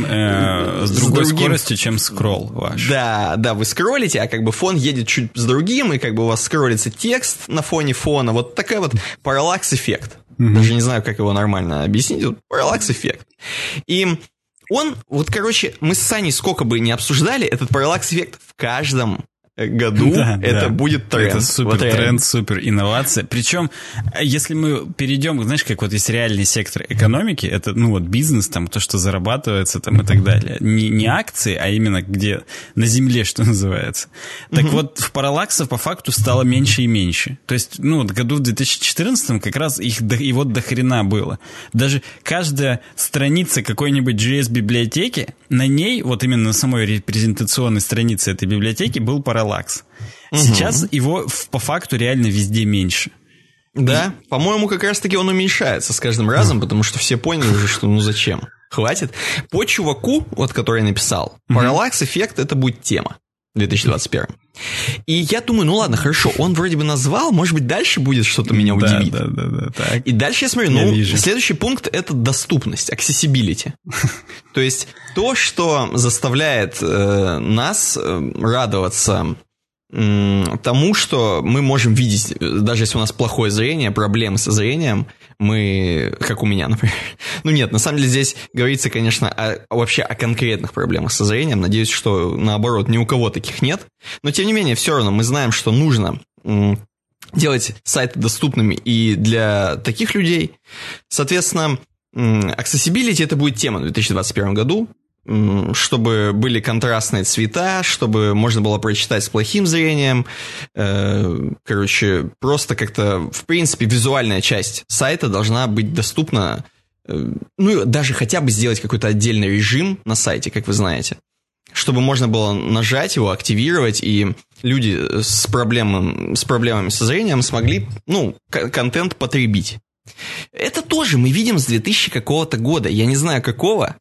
другой скоростью, чем скролл ваш. Да, вы скроллите, а как бы фон едет чуть с другим, и как бы у вас скроллится текст на фоне фона. Вот такой вот параллакс-эффект. Даже не знаю, как его нормально объяснить. Вот параллакс-эффект. И он, вот, короче, мы с Саней сколько бы не обсуждали, этот параллакс-эффект в каждом году это будет тренд. Это супер тренд, супер инновация. Причем, если мы перейдем, знаешь, как вот есть реальный сектор экономики, это, ну вот бизнес, там, то, что зарабатывается, там, и так далее. Не акции, а именно где на земле, что называется. Так вот, в параллаксов по факту стало меньше и меньше. То есть, ну, вот году в 2014 как раз его до хрена было. Даже каждая страница какой-нибудь JS-библиотеки, на ней, вот именно на самой репрезентационной странице этой библиотеки был параллакс. Сейчас его по факту реально везде меньше. Да, по-моему, как раз-таки он уменьшается с каждым разом, потому что все поняли уже, что ну зачем. Хватит. По чуваку, вот который я написал, параллакс-эффект это будет тема в 2021. И я думаю, ну ладно, хорошо, он вроде бы назвал, может быть, дальше будет что-то меня удивит. Да. Так. И дальше я смотрю, следующий пункт — это доступность, accessibility. То есть то, что заставляет нас радоваться тому, что мы можем видеть, даже если у нас плохое зрение, проблемы со зрением, мы, как у меня, например. Ну нет, на самом деле здесь говорится, конечно, вообще о конкретных проблемах со зрением. Надеюсь, что наоборот, ни у кого таких нет. Но тем не менее, все равно мы знаем, что нужно делать сайты доступными и для таких людей. Соответственно, accessibility — это будет тема в 2021 году. Чтобы были контрастные цвета, чтобы можно было прочитать с плохим зрением. Короче, просто как-то, в принципе, визуальная часть сайта должна быть доступна. Ну, даже хотя бы сделать какой-то отдельный режим на сайте, как вы знаете, чтобы можно было нажать его, активировать, и люди с проблемами со зрением смогли, ну, контент потребить. Это тоже мы видим с 2000 какого-то года. Я не знаю, какого.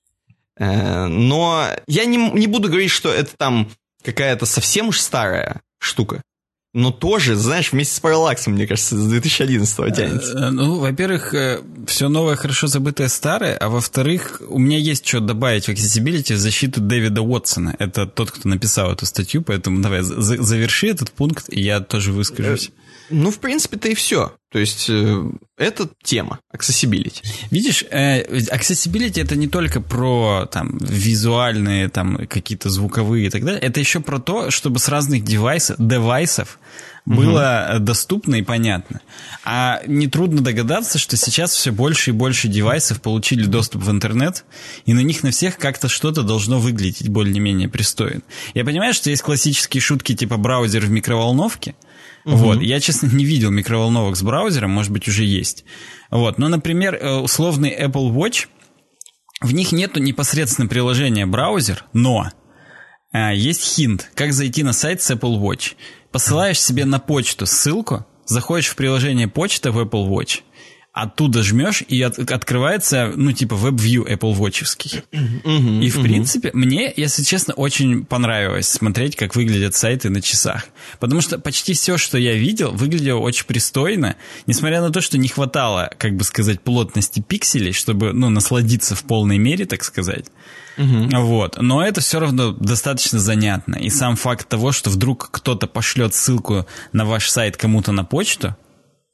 Но я не буду говорить, что это там какая-то совсем уж старая штука. Но тоже, знаешь, вместе с параллаксом, мне кажется, с 2011-го тянется. Ну, во-первых, все новое, хорошо забытое старое, а во-вторых, у меня есть что добавить в accessibility в защиту Дэвида Уотсона. Это тот, кто написал эту статью, поэтому давай заверши этот пункт, и я тоже выскажусь. Ну, в принципе-то и все. То есть, это тема, accessibility. Видишь, accessibility — это не только про там визуальные, там, какие-то звуковые и так далее. Это еще про то, чтобы с разных девайсов было доступно и понятно. А нетрудно догадаться, что сейчас все больше и больше девайсов получили доступ в интернет, и на них на всех как-то что-то должно выглядеть более-менее пристойно. Я понимаю, что есть классические шутки типа браузер в микроволновке. Вот. Я, честно, не видел микроволновок с браузером, может быть, уже есть. Вот. Но, например, условный Apple Watch, в них нету непосредственно приложения браузер, но есть хинт, как зайти на сайт с Apple Watch. Посылаешь себе на почту ссылку, заходишь в приложение почта в Apple Watch, оттуда жмешь, и открывается, ну, типа, WebView Apple Watch'евский. И, в принципе, мне, если честно, очень понравилось смотреть, как выглядят сайты на часах. Потому что почти все, что я видел, выглядело очень пристойно, несмотря на то, что не хватало, как бы сказать, плотности пикселей, чтобы, ну, насладиться в полной мере, так сказать. Вот. Но это все равно достаточно занятно. И сам факт того, что вдруг кто-то пошлет ссылку на ваш сайт кому-то на почту,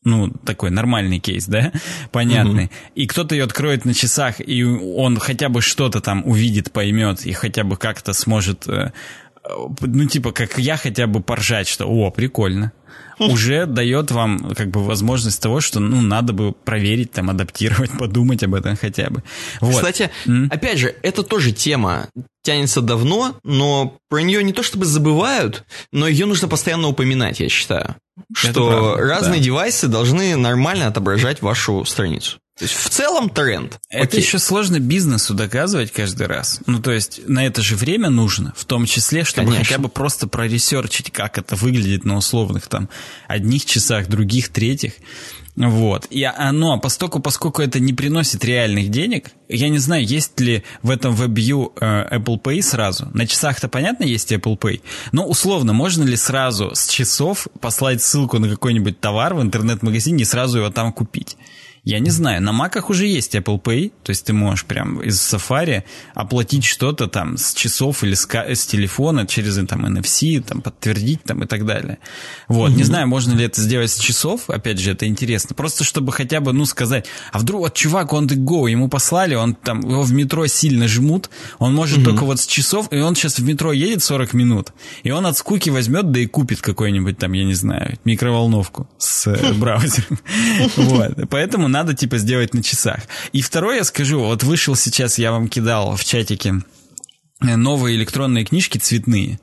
ну, такой нормальный кейс, да, понятный, и кто-то ее откроет на часах, и он хотя бы что-то там увидит, поймет, и хотя бы как-то сможет, ну, типа, как я, хотя бы поржать, что, о, прикольно, уже дает вам, как бы, возможность того, что, ну, надо бы проверить, там, адаптировать, подумать об этом хотя бы. Вот. Кстати, опять же, это тоже тема тянется давно, но про нее не то чтобы забывают, но ее нужно постоянно упоминать, я считаю. Что правда, разные девайсы должны нормально отображать вашу страницу. То есть в целом тренд. Это еще сложно бизнесу доказывать каждый раз. Ну, то есть на это же время нужно, в том числе, чтобы хотя бы просто проресерчить, как это выглядит на условных там одних часах, других, третьих. Вот. И оно, поскольку это не приносит реальных денег, я не знаю, есть ли в этом WebView Apple Pay сразу. На часах-то, понятно, есть Apple Pay, но условно, можно ли сразу с часов послать ссылку на какой-нибудь товар в интернет-магазине и сразу его там купить? Я не знаю, на Mac'ах уже есть Apple Pay, то есть ты можешь прям из Safari оплатить что-то там с часов или с телефона через там NFC, там подтвердить там и так далее. Вот, не знаю, можно ли это сделать с часов, опять же, это интересно, просто чтобы хотя бы, ну, сказать, а вдруг вот чувак, он go, ему послали, он там, его в метро сильно жмут, он может только вот с часов, и он сейчас в метро едет 40 минут, и он от скуки возьмет, да и купит какой-нибудь там, я не знаю, микроволновку с браузером. Вот, поэтому надо типа сделать на часах. И второе я скажу, вот вышел сейчас, я вам кидал в чатике новые электронные книжки цветные.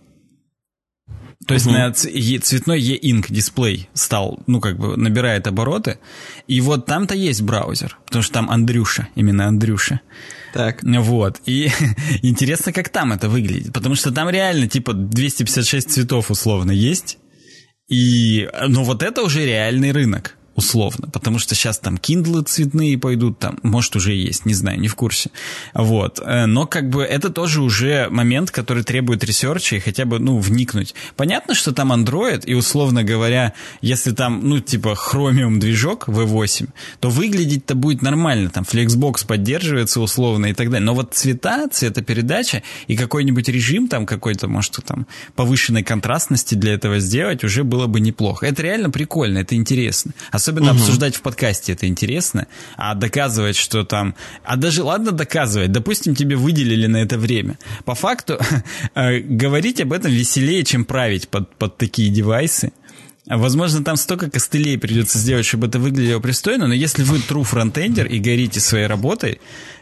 То есть на цветной E-Ink дисплей стал, ну как бы набирает обороты. И вот там-то есть браузер, потому что там Андрюша, именно Андрюша. Так. Вот. И интересно, как там это выглядит. Потому что там реально типа 256 цветов условно есть. И, ну вот это уже реальный рынок. Условно, потому что сейчас там Kindle цветные пойдут, там, может, уже есть, не знаю, не в курсе. Вот. Но как бы это тоже уже момент, который требует ресерча и хотя бы, ну, вникнуть. Понятно, что там Android, и, условно говоря, если там, ну, типа Chromium движок V8, то выглядеть-то будет нормально, там Flexbox поддерживается условно и так далее. Но вот цветопередача и какой-нибудь режим там какой-то, может, там повышенной контрастности для этого сделать уже было бы неплохо. Это реально прикольно, это интересно. Особенно обсуждать в подкасте это интересно, а доказывать, что там... А даже, ладно доказывать, допустим, тебе выделили на это время. По факту, говорить об этом веселее, чем править под такие девайсы. Возможно, там столько костылей придется сделать, чтобы это выглядело пристойно, но если вы true фронтендер и горите своей работой,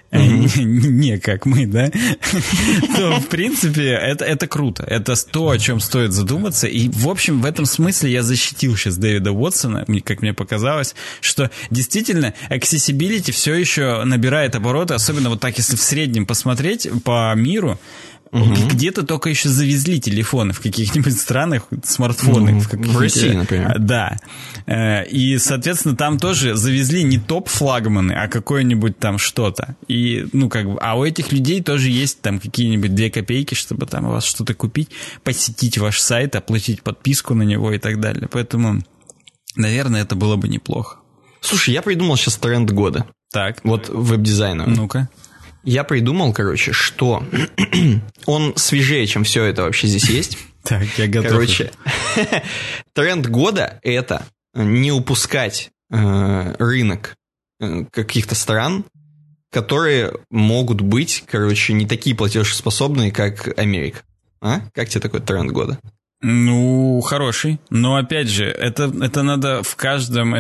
не как мы, да, то, в принципе, это круто. Это то, о чем стоит задуматься. И, в общем, в этом смысле я защитил сейчас Дэвида Уотсона, как мне показалось, что действительно accessibility все еще набирает обороты, особенно вот так, если в среднем посмотреть по миру, где-то только еще завезли телефоны в каких-нибудь странах, смартфоны. В России, например. Да. И, соответственно, там тоже завезли не топ-флагманы, а какое-нибудь там что-то. И, ну, как бы, а у этих людей тоже есть там какие-нибудь 2 копейки, чтобы там у вас что-то купить, посетить ваш сайт, оплатить подписку на него и так далее. Поэтому, наверное, это было бы неплохо. Слушай, я придумал сейчас тренд года. Так. Вот веб-дизайну. Ну-ка. Я придумал, короче, что он свежее, чем все это вообще здесь есть. Так, я готов. Короче, тренд года – это не упускать рынок каких-то стран, которые могут быть, короче, не такие платежеспособные, как Америка. А? Как тебе такой тренд года? Ну, хороший. Но, опять же, это надо в каждом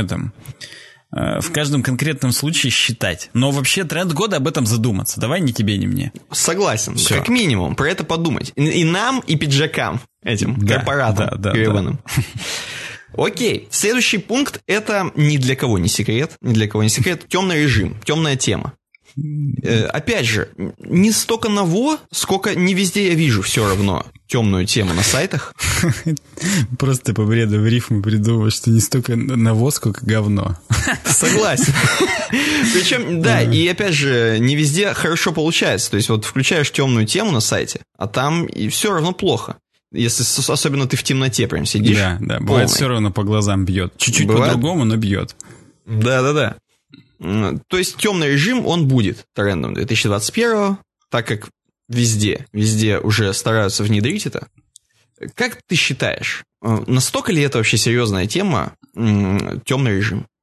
конкретном случае считать. Но вообще тренд года об этом задуматься. Давай ни тебе, ни мне. Согласен. Всё. Как минимум про это подумать. И нам, и пиджакам этим, корпоратам гребаным. Окей. Следующий пункт – это ни для кого не секрет. Темный режим, темная тема. Опять же, не столько ново, сколько не везде я вижу все равно темную тему на сайтах. Просто по бреду в рифму придумал, что не столько навоз, сколько говно. Согласен. Причем, да, и опять же, не везде хорошо получается. То есть вот включаешь темную тему на сайте, а там и все равно плохо. Если особенно ты в темноте прям сидишь. Да, бывает все равно по глазам бьет. Чуть-чуть по-другому, но бьет. Да. То есть темный режим, он будет трендом 2021, так как везде уже стараются внедрить это. Как ты считаешь, настолько ли это вообще серьезная тема, темный режим?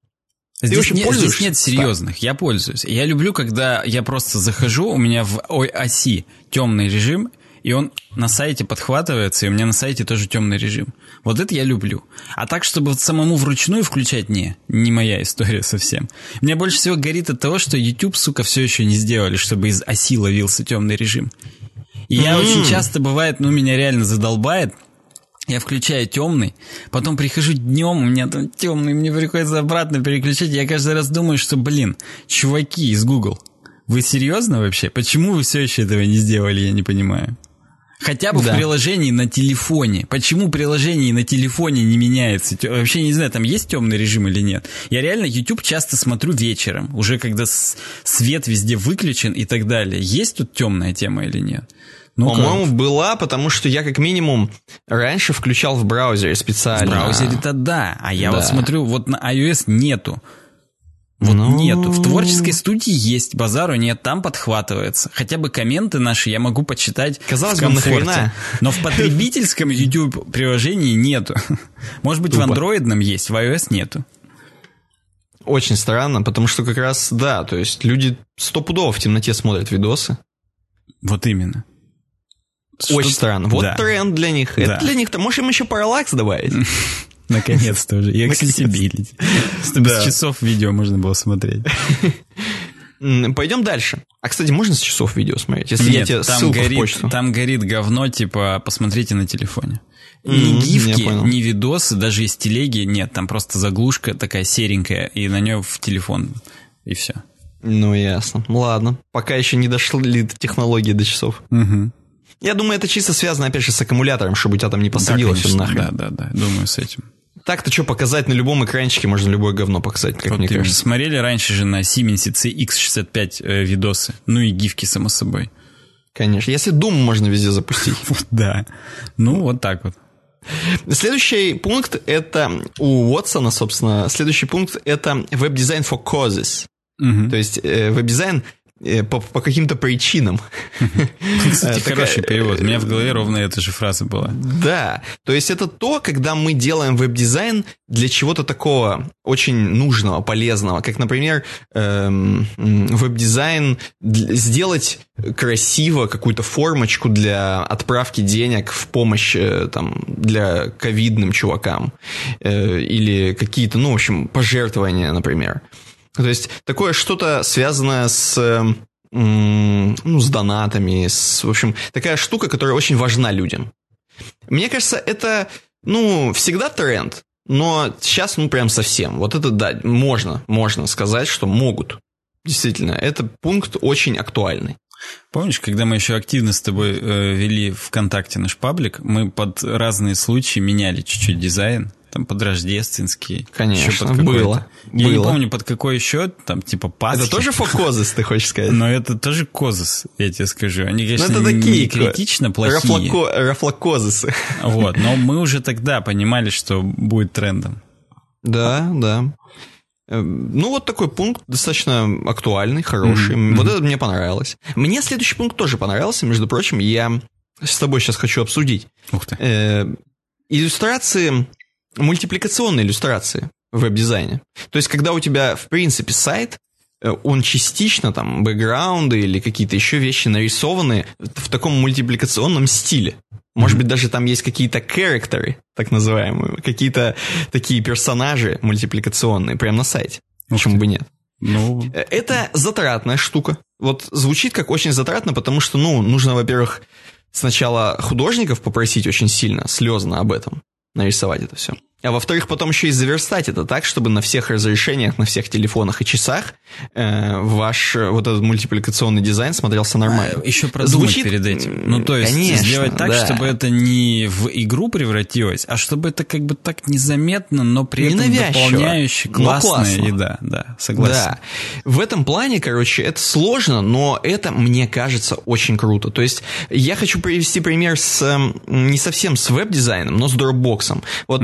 Здесь нет серьезных, я пользуюсь. Я люблю, когда я просто захожу, у меня в оси темный режим, и он на сайте подхватывается, и у меня на сайте тоже темный режим. Вот это я люблю. А так, чтобы вот самому вручную включать, не моя история совсем. Мне больше всего горит от того, что YouTube, сука, все еще не сделали, чтобы из оси ловился темный режим. И я очень часто, бывает, меня реально задолбает. Я включаю темный, потом прихожу днем, у меня там темный, мне приходится обратно переключать. Я каждый раз думаю, что, чуваки из Google, вы серьезно вообще? Почему вы все еще этого не сделали, я не понимаю. Хотя бы в приложении на телефоне. Почему приложение на телефоне не меняется? Вообще не знаю, там есть темный режим или нет. Я реально YouTube часто смотрю вечером, уже когда свет везде выключен и так далее. Есть тут темная тема или нет? По-моему, была, потому что я как минимум раньше включал в браузере специально. В браузере-то да, а я вот смотрю, вот на iOS нету. Нету. В творческой студии есть, базару нет, там подхватывается. Хотя бы комменты наши я могу почитать казалось в комфорте. Бы, нахрена? Но в потребительском YouTube приложении нету. Может быть, в андроидном есть, в iOS нету. Очень странно, потому что как раз, то есть люди стопудово в темноте смотрят видосы. Вот именно. Очень странно. Вот тренд для них. Да. Это для них-то. Может, им еще параллакс добавить? Наконец-то уже. И accessibility. Чтобы с часов видео можно было смотреть. Пойдем дальше. А, кстати, можно с часов видео смотреть? Если я тебе ссылку в почту. Там горит говно, типа, посмотрите на телефоне. Ни гифки, ни видосы, даже из телеги. Нет, там просто заглушка такая серенькая, и на нее в телефон. И все. Ну, ясно. Ладно. Пока еще не дошли технологии до часов. Угу. Я думаю, это чисто связано, опять же, с аккумулятором, чтобы у тебя там не посадило все нахрен. Да, думаю, с этим. Так-то что показать на любом экранчике, можно любое говно показать, как мне кажется. Смотрели раньше же на Siemens CX65 видосы, и гифки, само собой. Конечно, если Doom можно везде запустить. Да, вот так вот. Следующий пункт это у Уотсона, собственно, следующий пункт это веб-дизайн for causes. То есть веб-дизайн по каким-то причинам. Кстати, хороший перевод. У меня в голове ровно эта же фраза была. Да, то есть это то, когда мы делаем веб-дизайн для чего-то такого очень нужного, полезного, как, например, веб-дизайн сделать красиво какую-то формочку для отправки денег в помощь для ковидным чувакам или какие-то, в общем, пожертвования, например. То есть такое что-то связанное с донатами, в общем, такая штука, которая очень важна людям. Мне кажется, это, всегда тренд, но сейчас, прям совсем. Вот это, да, можно сказать, что могут. Действительно, это пункт очень актуальный. Помнишь, когда мы еще активно с тобой вели ВКонтакте наш паблик, мы под разные случаи меняли чуть-чуть дизайн? Там под рождественский. Конечно, было. Я не помню, под какой еще, там, типа Пасхи. Это тоже фокозис, ты хочешь сказать? Но это тоже козис, я тебе скажу. Они, конечно, не критично плохие. Рафлокозисы. Но мы уже тогда понимали, что будет трендом. Да. Вот такой пункт достаточно актуальный, хороший. Вот это мне понравилось. Мне следующий пункт тоже понравился. Между прочим, я с тобой сейчас хочу обсудить. Ух ты. Иллюстрации... Мультипликационные иллюстрации в веб-дизайне. То есть, когда у тебя, в принципе, сайт, он частично, там, бэкграунды или какие-то еще вещи нарисованы в таком мультипликационном стиле. Может быть, даже там есть какие-то character'ы, так называемые, какие-то такие персонажи мультипликационные прямо на сайте. Почему бы нет? Это затратная штука. Вот звучит как очень затратно, потому что, нужно, во-первых, сначала художников попросить очень сильно, слезно об этом. Нарисовать это все. А во-вторых, потом еще и заверстать это так, чтобы на всех разрешениях, на всех телефонах и часах ваш вот этот мультипликационный дизайн смотрелся нормально. Еще продумать перед этим. То есть конечно, сделать так, чтобы это не в игру превратилось, а чтобы это как бы так незаметно, но при этом дополняюще, классно. И да, согласен. Да. В этом плане, это сложно, но это, мне кажется, очень круто. То есть я хочу привести пример не совсем с веб-дизайном, но с Dropbox. Вот они любят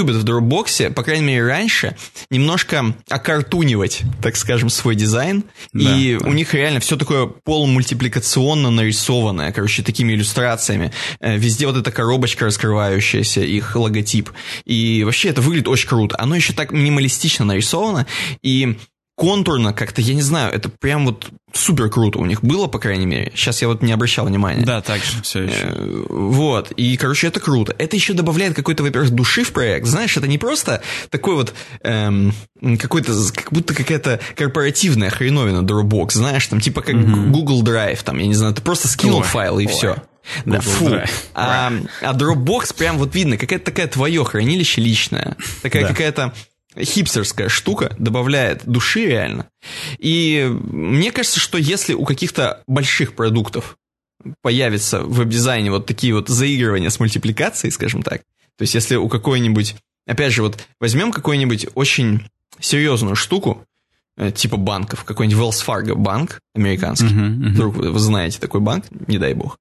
любят в Dropbox, по крайней мере, раньше, немножко окартунивать, так скажем, свой дизайн. И у них реально все такое полумультипликационно нарисованное, короче, такими иллюстрациями. Везде вот эта коробочка раскрывающаяся, их логотип. И вообще это выглядит очень круто. Оно еще так минималистично нарисовано, и контурно как-то, я не знаю, это прям вот супер круто у них было, по крайней мере. Сейчас я вот не обращал внимания. Да, так же все еще. Вот, и, короче, это круто. Это еще добавляет какой-то, во-первых, души в проект. Знаешь, это не просто такой вот какой-то, как будто какая-то корпоративная хреновина Dropbox, знаешь, там типа как Google Drive, там, я не знаю, ты просто скинул файл и все. Да, фу. А Dropbox прям вот видно, какая-то такая твое хранилище личное. Такая какая-то хипстерская штука, добавляет души реально. И мне кажется, что если у каких-то больших продуктов появятся в веб-дизайне вот такие вот заигрывания с мультипликацией, скажем так, то есть если у какой-нибудь, опять же, вот возьмем какую-нибудь очень серьезную штуку, типа банков, какой-нибудь Wells Fargo банк американский, вдруг вы знаете такой банк, не дай бог,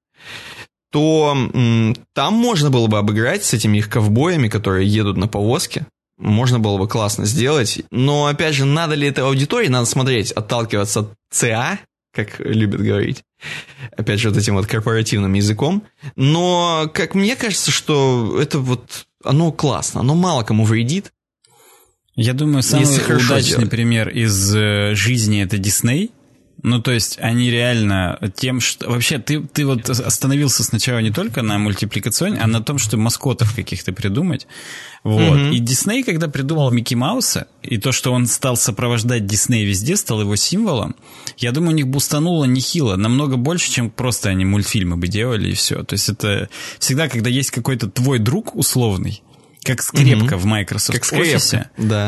то там можно было бы обыграть с этими их ковбоями, которые едут на повозке. Можно было бы классно сделать. Но, опять же, надо ли это аудитории? Надо смотреть, отталкиваться от ЦА, как любят говорить. Опять же, вот этим вот корпоративным языком. Но, как мне кажется, что это вот, оно классно. Оно мало кому вредит. Я думаю, самый удачный пример из жизни — это Disney. Ну, то есть, они реально тем, что... Вообще, ты вот остановился сначала не только на мультипликационе, а на том, что маскотов каких-то придумать. Вот. И Дисней, когда придумал Микки Мауса, и то, что он стал сопровождать Дисней везде, стал его символом, я думаю, у них бустануло нехило, намного больше, чем просто они мультфильмы бы делали, и все. То есть, это всегда, когда есть какой-то твой друг условный, как скрепка в Microsoft Office,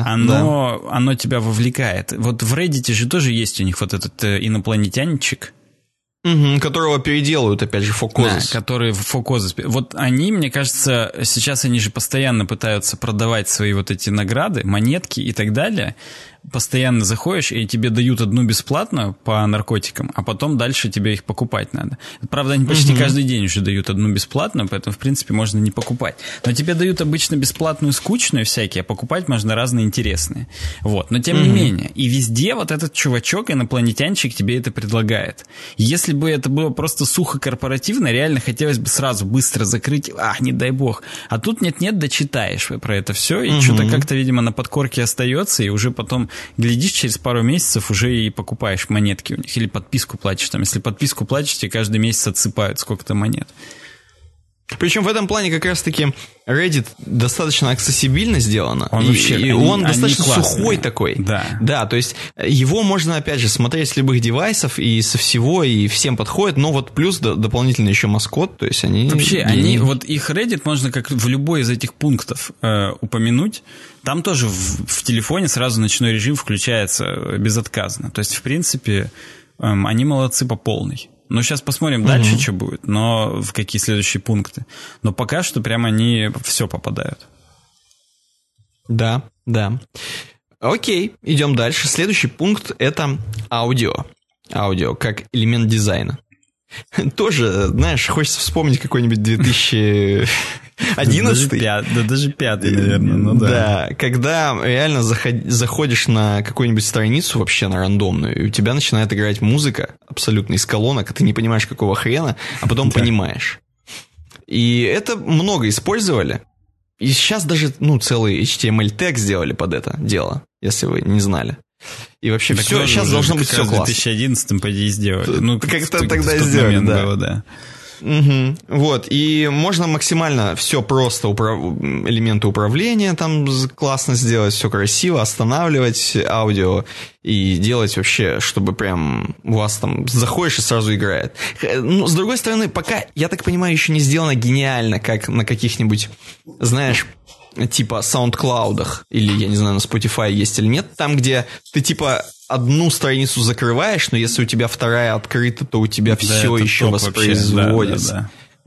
оно тебя вовлекает. Вот в Reddit же тоже есть у них вот этот инопланетянчик. Которого переделывают, опять же, Фокозис. Да, который Фокозис. Вот они, мне кажется, сейчас они же постоянно пытаются продавать свои вот эти награды, монетки и так далее. Постоянно заходишь, и тебе дают одну бесплатную по наркотикам, а потом дальше тебе их покупать надо. Правда, они почти каждый день уже дают одну бесплатную, поэтому, в принципе, можно не покупать. Но тебе дают обычно бесплатную скучную всякие, а покупать можно разные интересные. Вот. Но тем не менее, и везде вот этот чувачок, инопланетянчик, тебе это предлагает. Если бы это было просто сухо корпоративно, реально хотелось бы сразу быстро закрыть, не дай бог. А тут нет-нет, дочитаешь про это все, и что-то как-то, видимо, на подкорке остается, и уже потом глядишь, через пару месяцев уже и покупаешь монетки у них. Или подписку платишь. Там, если подписку платишь, тебе каждый месяц отсыпают сколько-то монет. Причем в этом плане как раз-таки Reddit достаточно аксессибильно сделано. Он достаточно сухой такой. Да, то есть его можно, опять же, смотреть с любых девайсов и со всего, и всем подходит. Но вот плюс дополнительно еще маскот, то есть они... Вообще, вот их Reddit можно как в любой из этих пунктов упомянуть. Там тоже в телефоне сразу ночной режим включается безотказно. То есть, в принципе, они молодцы по полной. Ну, сейчас посмотрим дальше, что будет, но в какие следующие пункты. Но пока что прям они все попадают. Да. Окей, идем дальше. Следующий пункт — это аудио. Аудио как элемент дизайна. Тоже, знаешь, хочется вспомнить какой-нибудь 2011. Даже пятый, наверное. Да, когда реально заходишь на какую-нибудь страницу вообще на рандомную, и у тебя начинает играть музыка абсолютно из колонок, и ты не понимаешь, какого хрена, а потом понимаешь. И это много использовали. И сейчас даже, целый HTML-тег сделали под это дело, если вы не знали. И вообще так все, сейчас должно быть все классно. В 2011-м, по идее, сделали. Как-то тогда сделали, да. Было, да. Вот, и можно максимально все просто, элементы управления там классно сделать, все красиво, останавливать аудио и делать вообще, чтобы прям у вас там заходишь и сразу играет. Ну, с другой стороны, пока, я так понимаю, еще не сделано гениально, как на каких-нибудь, знаешь, типа SoundCloud'ах, или, я не знаю, на Spotify есть или нет, там, где ты типа одну страницу закрываешь, но если у тебя вторая открыта, то у тебя все еще воспроизводится. Да.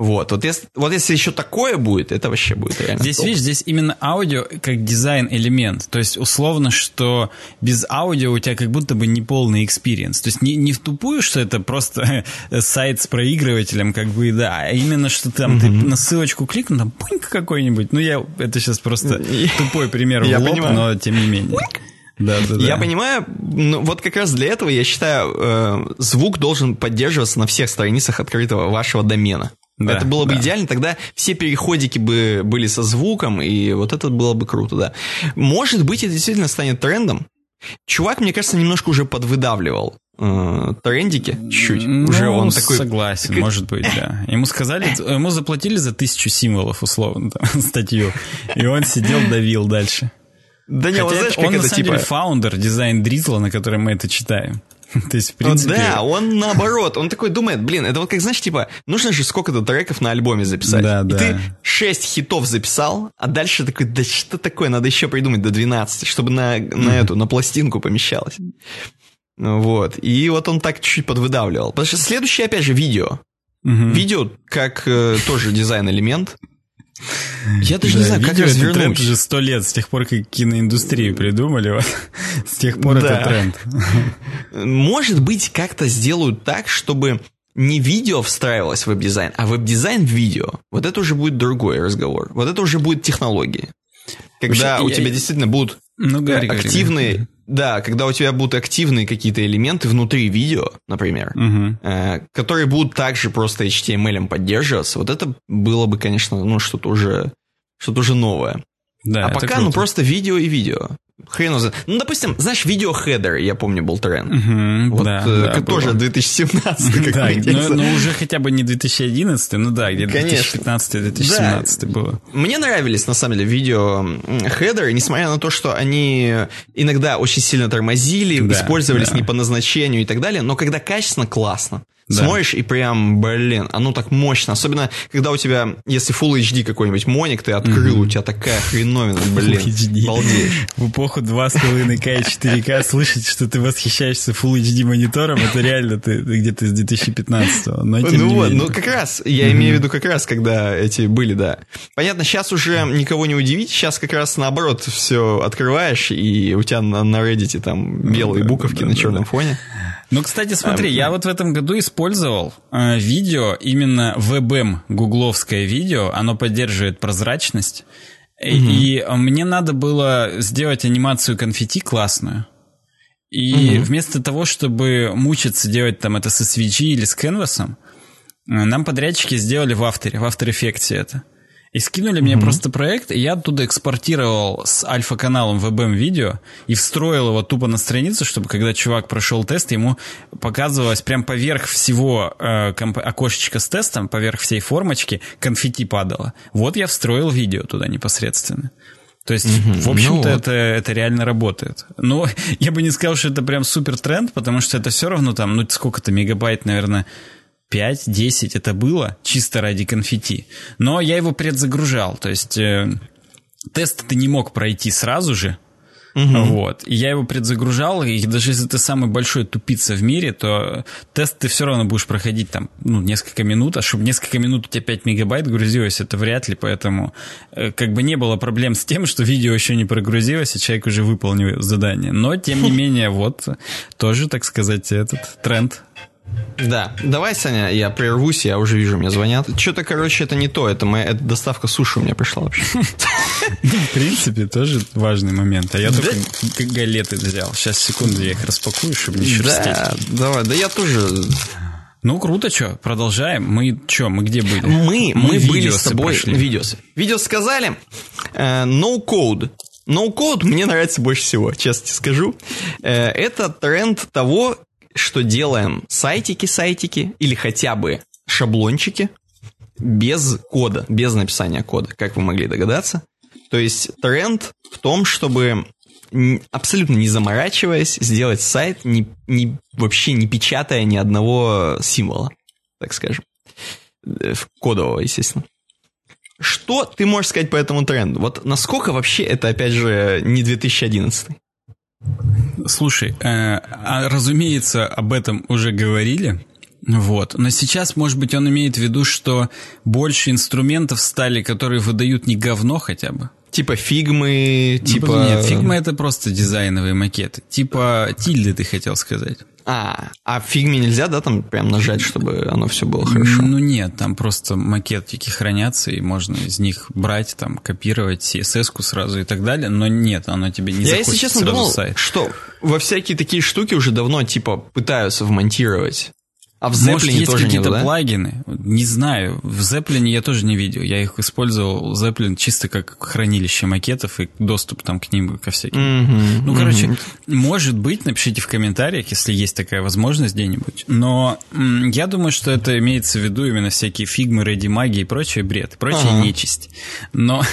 Вот если еще такое будет, это вообще будет реально. Здесь, видишь, здесь именно аудио как дизайн-элемент. То есть, условно, что без аудио у тебя как будто бы не полный экспириенс. То есть, не в тупую, что это просто сайт с проигрывателем, как бы, да, а именно, что там ты на ссылочку кликнул, там пуньк какой-нибудь. Это сейчас просто тупой пример в лоб, но тем не менее. Да. Я понимаю, вот как раз для этого, я считаю, звук должен поддерживаться на всех страницах открытого вашего домена. Да, это было бы идеально, тогда все переходики бы были со звуком, и вот это было бы круто, да. Может быть, это действительно станет трендом. Чувак, мне кажется, немножко уже подвыдавливал трендики чуть-чуть. Уже он такой... Согласен, может быть, да. Ему заплатили за 1000 символов, условно, там, статью, и он сидел, давил дальше. Да не, вот знаешь, как он это на самом деле фаундер дизайн Дризла, на котором мы это читаем. То есть, в принципе... Да, он наоборот, он такой думает, это вот как, знаешь, типа, нужно же сколько-то треков на альбоме записать. Да, и ты 6 хитов записал, а дальше такой, да что такое, надо еще придумать до 12, чтобы на пластинку помещалось. Вот, и вот он так чуть-чуть подвыдавливал. Потому что следующее, опять же, видео. Видео как тоже дизайн-элемент. Я даже не знаю, как развернуть. Тренд уже 100 лет, с тех пор, как киноиндустрию придумали, с тех пор это тренд. Может быть, как-то сделают так, чтобы не видео встраивалось в веб-дизайн, а веб-дизайн в видео. Вот это уже будет другой разговор. Вот это уже будет технологии. Когда у тебя действительно будут активные... Да, когда у тебя будут активные какие-то элементы внутри видео, например, которые будут также просто HTML поддерживаться, вот это было бы, конечно, что-то уже новое. Да, а пока, круто. Просто видео и видео. Хрен знает. Допустим, знаешь, видео-хедер, я помню, был тренд. Тоже 2017 какой-то. Но уже хотя бы не 2011, где-то 2015-2017 было. Мне нравились, на самом деле, видео-хедеры, несмотря на то, что они иногда очень сильно тормозили, использовались не по назначению и так далее, но когда качественно, классно. Смотришь и прям, оно так мощно. Особенно, когда у тебя, если Full HD какой-нибудь моник ты открыл, у тебя такая хреновина, балдеешь. В эпоху 2,5К и 4К слышать, что ты восхищаешься Full HD монитором, это реально ты где-то из 2015-го. Как раз, я имею в виду как раз, когда эти были, да. Понятно, сейчас уже никого не удивить, сейчас как раз наоборот все открываешь, и у тебя на Reddit там белые буковки на черном фоне. Ну, кстати, смотри, я вот в этом году использовал видео, именно WebM, гугловское видео, оно поддерживает прозрачность, и мне надо было сделать анимацию конфетти классную. И вместо того, чтобы мучиться делать там это с SVG или с Canvas, нам подрядчики сделали в After Effects это. И скинули мне просто проект, и я оттуда экспортировал с альфа-каналом WebM видео и встроил его тупо на страницу, чтобы когда чувак прошел тест, ему показывалось прям поверх всего окошечка с тестом, поверх всей формочки конфетти падало. Вот я встроил видео туда непосредственно. То есть, в общем-то, это реально работает. Но я бы не сказал, что это прям супер тренд, потому что это все равно там, сколько-то мегабайт, наверное, 5-10 это было, чисто ради конфетти. Но я его предзагружал, то есть тест ты не мог пройти сразу же. Вот. И я его предзагружал, и даже если ты самый большой тупица в мире, то тест ты все равно будешь проходить там несколько минут, а чтобы несколько минут у тебя 5 мегабайт грузилось, это вряд ли, поэтому как бы не было проблем с тем, что видео еще не прогрузилось, и человек уже выполнил задание. Но, тем не менее, вот тоже, так сказать, этот тренд. Да, давай, Саня, я прервусь, я уже вижу, мне звонят. Что-то, это не то, это доставка суши у меня пришла вообще. В принципе, тоже важный момент. А я только галеты взял. Сейчас, секунду, я их распакую, чтобы не шерстить. Да, давай, да я тоже... Круто, что, продолжаем. Мы где были? Мы были с тобой видеосы. Видео сказали, no code. No-code мне нравится больше всего, честно тебе скажу. Это тренд того, что делаем сайтики или хотя бы шаблончики без кода, без написания кода, как вы могли догадаться. То есть тренд в том, чтобы абсолютно не заморачиваясь сделать сайт, вообще не печатая ни одного символа, так скажем, кодового, естественно. Что ты можешь сказать по этому тренду? Вот насколько вообще это, опять же, не 2011? Слушай, разумеется, об этом уже говорили. Вот. Но сейчас, может быть, он имеет в виду, что больше инструментов стали, которые выдают не говно хотя бы. Типа фигмы, типа... Нет, фигма это просто дизайновые макеты. Типа тильды, ты хотел сказать. А в фигме нельзя, да, там прям нажать, чтобы оно все было хорошо? Ну нет, там просто макетики хранятся, и можно из них брать, там, копировать CSS-ку сразу и так далее, но нет, оно тебе не захочет. Я, если честно, думал, что во всякие такие штуки уже давно, типа, пытаются вмонтировать. А в Zeppelin есть тоже какие-то нет, да? плагины? Не знаю. В Zeppelin я тоже не видел. Я их использовал, Zeppelin, чисто как хранилище макетов и доступ там к ним ко всяким. Короче, может быть, напишите в комментариях, если есть такая возможность где-нибудь. Но я думаю, что это имеется в виду именно всякие фигмы, редимаги и прочее бред, прочая нечисть. Но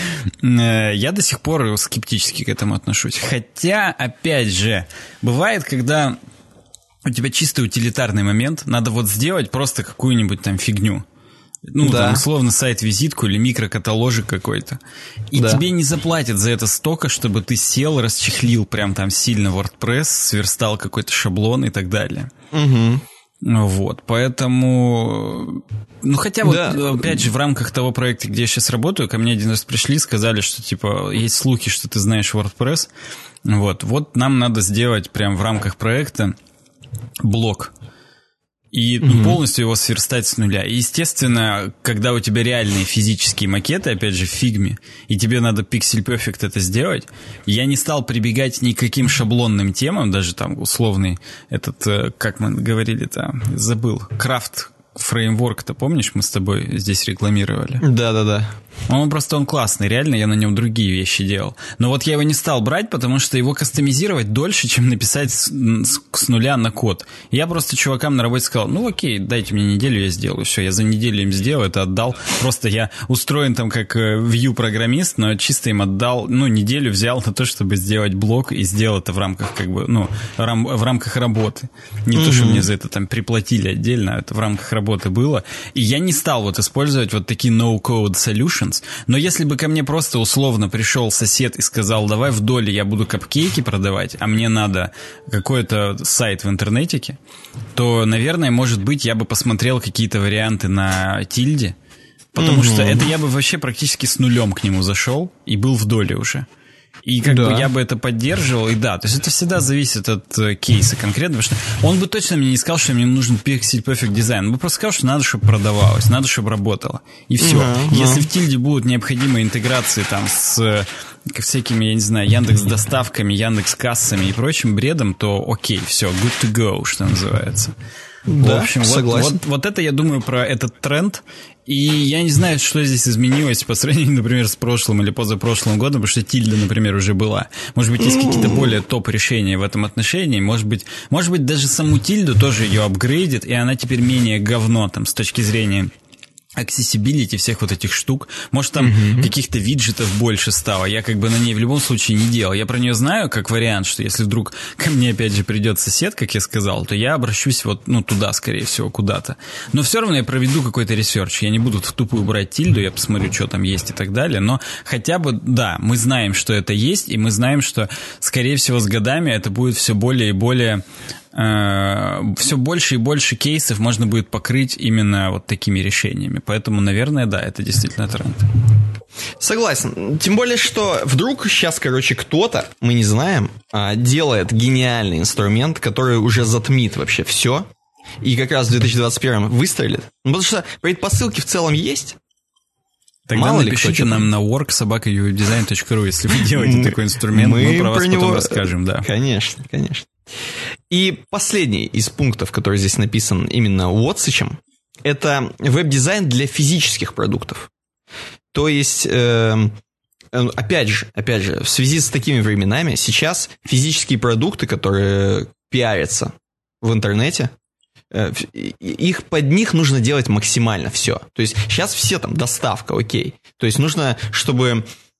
я до сих пор скептически к этому отношусь. Хотя, опять же, бывает, когда... У тебя чисто утилитарный момент, надо вот сделать просто какую-нибудь там фигню. Ну, да. Там, условно, сайт-визитку или микрокаталожик какой-то. И тебе не заплатят за это столько, чтобы ты сел, расчехлил прям там сильно WordPress, сверстал какой-то шаблон и так далее. Вот, поэтому... Ну, хотя вот, опять же, в рамках того проекта, где я сейчас работаю, ко мне один раз пришли, сказали, что, типа, есть слухи, что ты знаешь WordPress. Вот нам надо сделать прям в рамках проекта блок и полностью его сверстать с нуля. И, естественно, когда у тебя реальные физические макеты, опять же, в фигме, и тебе надо Pixel Perfect это сделать, я не стал прибегать ни к каким шаблонным темам, даже там условный этот, как мы говорили-то, забыл, Craft фреймворк-то, помнишь, мы с тобой здесь рекламировали? Да. Он классный, реально, я на нем другие вещи делал. Но вот я его не стал брать, потому что его кастомизировать дольше, чем написать с нуля на код. Я просто чувакам на работе сказал, ну окей, дайте мне неделю, я сделаю. Все, я за неделю им сделал, это отдал. Просто я устроен там как Vue-программист, но чисто им отдал, неделю взял на то, чтобы сделать блок, и сделал это в рамках в рамках работы. Не то, что мне за это там приплатили отдельно, это в рамках работы было. И я не стал использовать такие no-code solutions. Но если бы ко мне просто условно пришел сосед и сказал, давай в доле я буду капкейки продавать, а мне надо какой-то сайт в интернетике, то, наверное, может быть, я бы посмотрел какие-то варианты на тильде, потому что это я бы вообще практически с нулем к нему зашел и был в доле уже. И как бы я бы это поддерживал, и то есть это всегда зависит от кейса конкретно, потому что он бы точно мне не сказал, что мне нужен Pixel Perfect дизайн, он бы просто сказал, что надо, чтобы продавалось, надо, чтобы работало, и все. Если в тильде будут необходимые интеграции там с всякими, я не знаю, Яндекс.Доставками, Яндекс.Кассами и прочим бредом, то окей, все, good to go, что называется. Да, в общем, согласен. Вот это я думаю про этот тренд. И я не знаю, что здесь изменилось по сравнению, например, с прошлым или позапрошлым годом, потому что тильда, например, уже была. Может быть, есть какие-то более топ-решения в этом отношении. Может быть, даже саму тильду тоже ее апгрейдит, и она теперь менее говно там с точки зрения accessibility всех этих штук. Может, там каких-то виджетов больше стало. Я как бы на ней в любом случае не делал. Я про нее знаю как вариант, что если вдруг ко мне опять же придет сосед, как я сказал, то я обращусь туда, скорее всего, куда-то. Но все равно я проведу какой-то ресерч. Я не буду в тупую брать тильду, я посмотрю, что там есть и так далее. Но хотя бы, да, мы знаем, что это есть, и мы знаем, что, скорее всего, с годами это будет все более и более... все больше и больше кейсов можно будет покрыть именно такими решениями. Поэтому, наверное, да, это действительно тренд. Согласен. Тем более, что вдруг сейчас, кто-то, мы не знаем, делает гениальный инструмент, который уже затмит вообще все, и как раз в 2021 выстрелит. Потому что предпосылки в целом есть. Тогда мало напишите нам на work@uwebdesign.ru, если вы делаете такой инструмент, мы про вас потом расскажем, да. Конечно. И последний из пунктов, который здесь написан именно Уотсичем, это веб-дизайн для физических продуктов. То есть, опять же, в связи с такими временами, сейчас физические продукты, которые пиарятся в интернете, под них нужно делать максимально все. То есть сейчас все там доставка, окей. То есть нужно, чтобы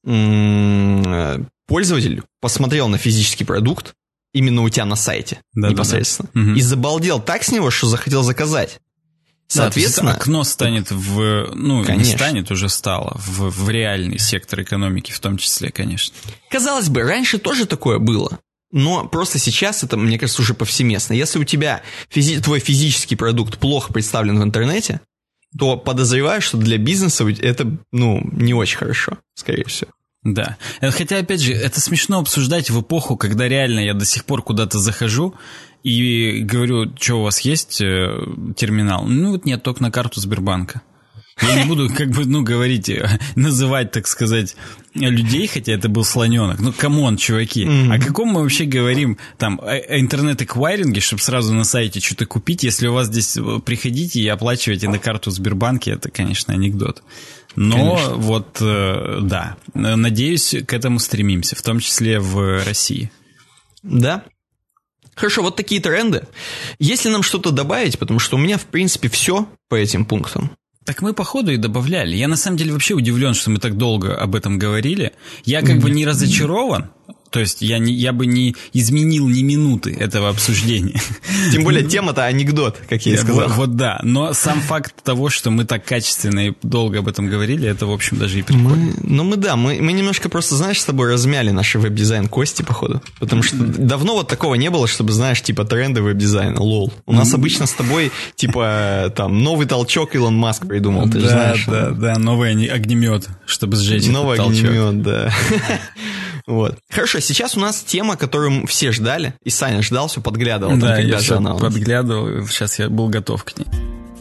пользователь посмотрел на физический продукт именно у тебя на сайте непосредственно. И забалдел так с него, что захотел заказать. Соответственно, окно станет не станет, уже стало в реальный сектор экономики в том числе, конечно. Казалось бы, раньше тоже такое было. но просто сейчас это, мне кажется, уже повсеместно. Если у тебя твой физический продукт плохо представлен в интернете, то подозреваю, что для бизнеса это, не очень хорошо, скорее всего. Да. Хотя, опять же, это смешно обсуждать в эпоху, когда реально я до сих пор куда-то захожу и говорю, что у вас есть терминал? Нет, только на карту Сбербанка. Я не буду, говорить, называть, так сказать, людей, хотя это был слоненок. Камон, чуваки. О каком мы вообще говорим, там, о интернет-эквайринге, чтобы сразу на сайте что-то купить, если у вас здесь приходите и оплачиваете на карту Сбербанка, это, конечно, анекдот. Но конечно. Да, надеюсь, к этому стремимся, в том числе в России. Да. Хорошо, вот такие тренды. Если нам что-то добавить, потому что у меня, в принципе, все по этим пунктам. Так мы, походу, и добавляли. Я, на самом деле, вообще удивлен, что мы так долго об этом говорили. Я бы не разочарован. То есть я бы не изменил ни минуты этого обсуждения. Тем более тема-то анекдот, как я и сказал. Вот да, но сам факт того, что мы так качественно и долго об этом говорили, это, в общем, даже и прикольно. Мы немножко просто, знаешь, с тобой размяли наши веб-дизайн кости, походу. Потому что давно вот такого не было, чтобы, знаешь, типа тренды веб-дизайна, лол. У нас обычно с тобой, типа, там, новый толчок Илон Маск придумал, ты же знаешь. Да, новый огнемет, чтобы сжечь этот толчок. Новый огнемет, да. Вот. Хорошо, сейчас у нас тема, которую все ждали, и Саня ждал, все подглядывал. Да, я все подглядывал, сейчас я был готов к ней.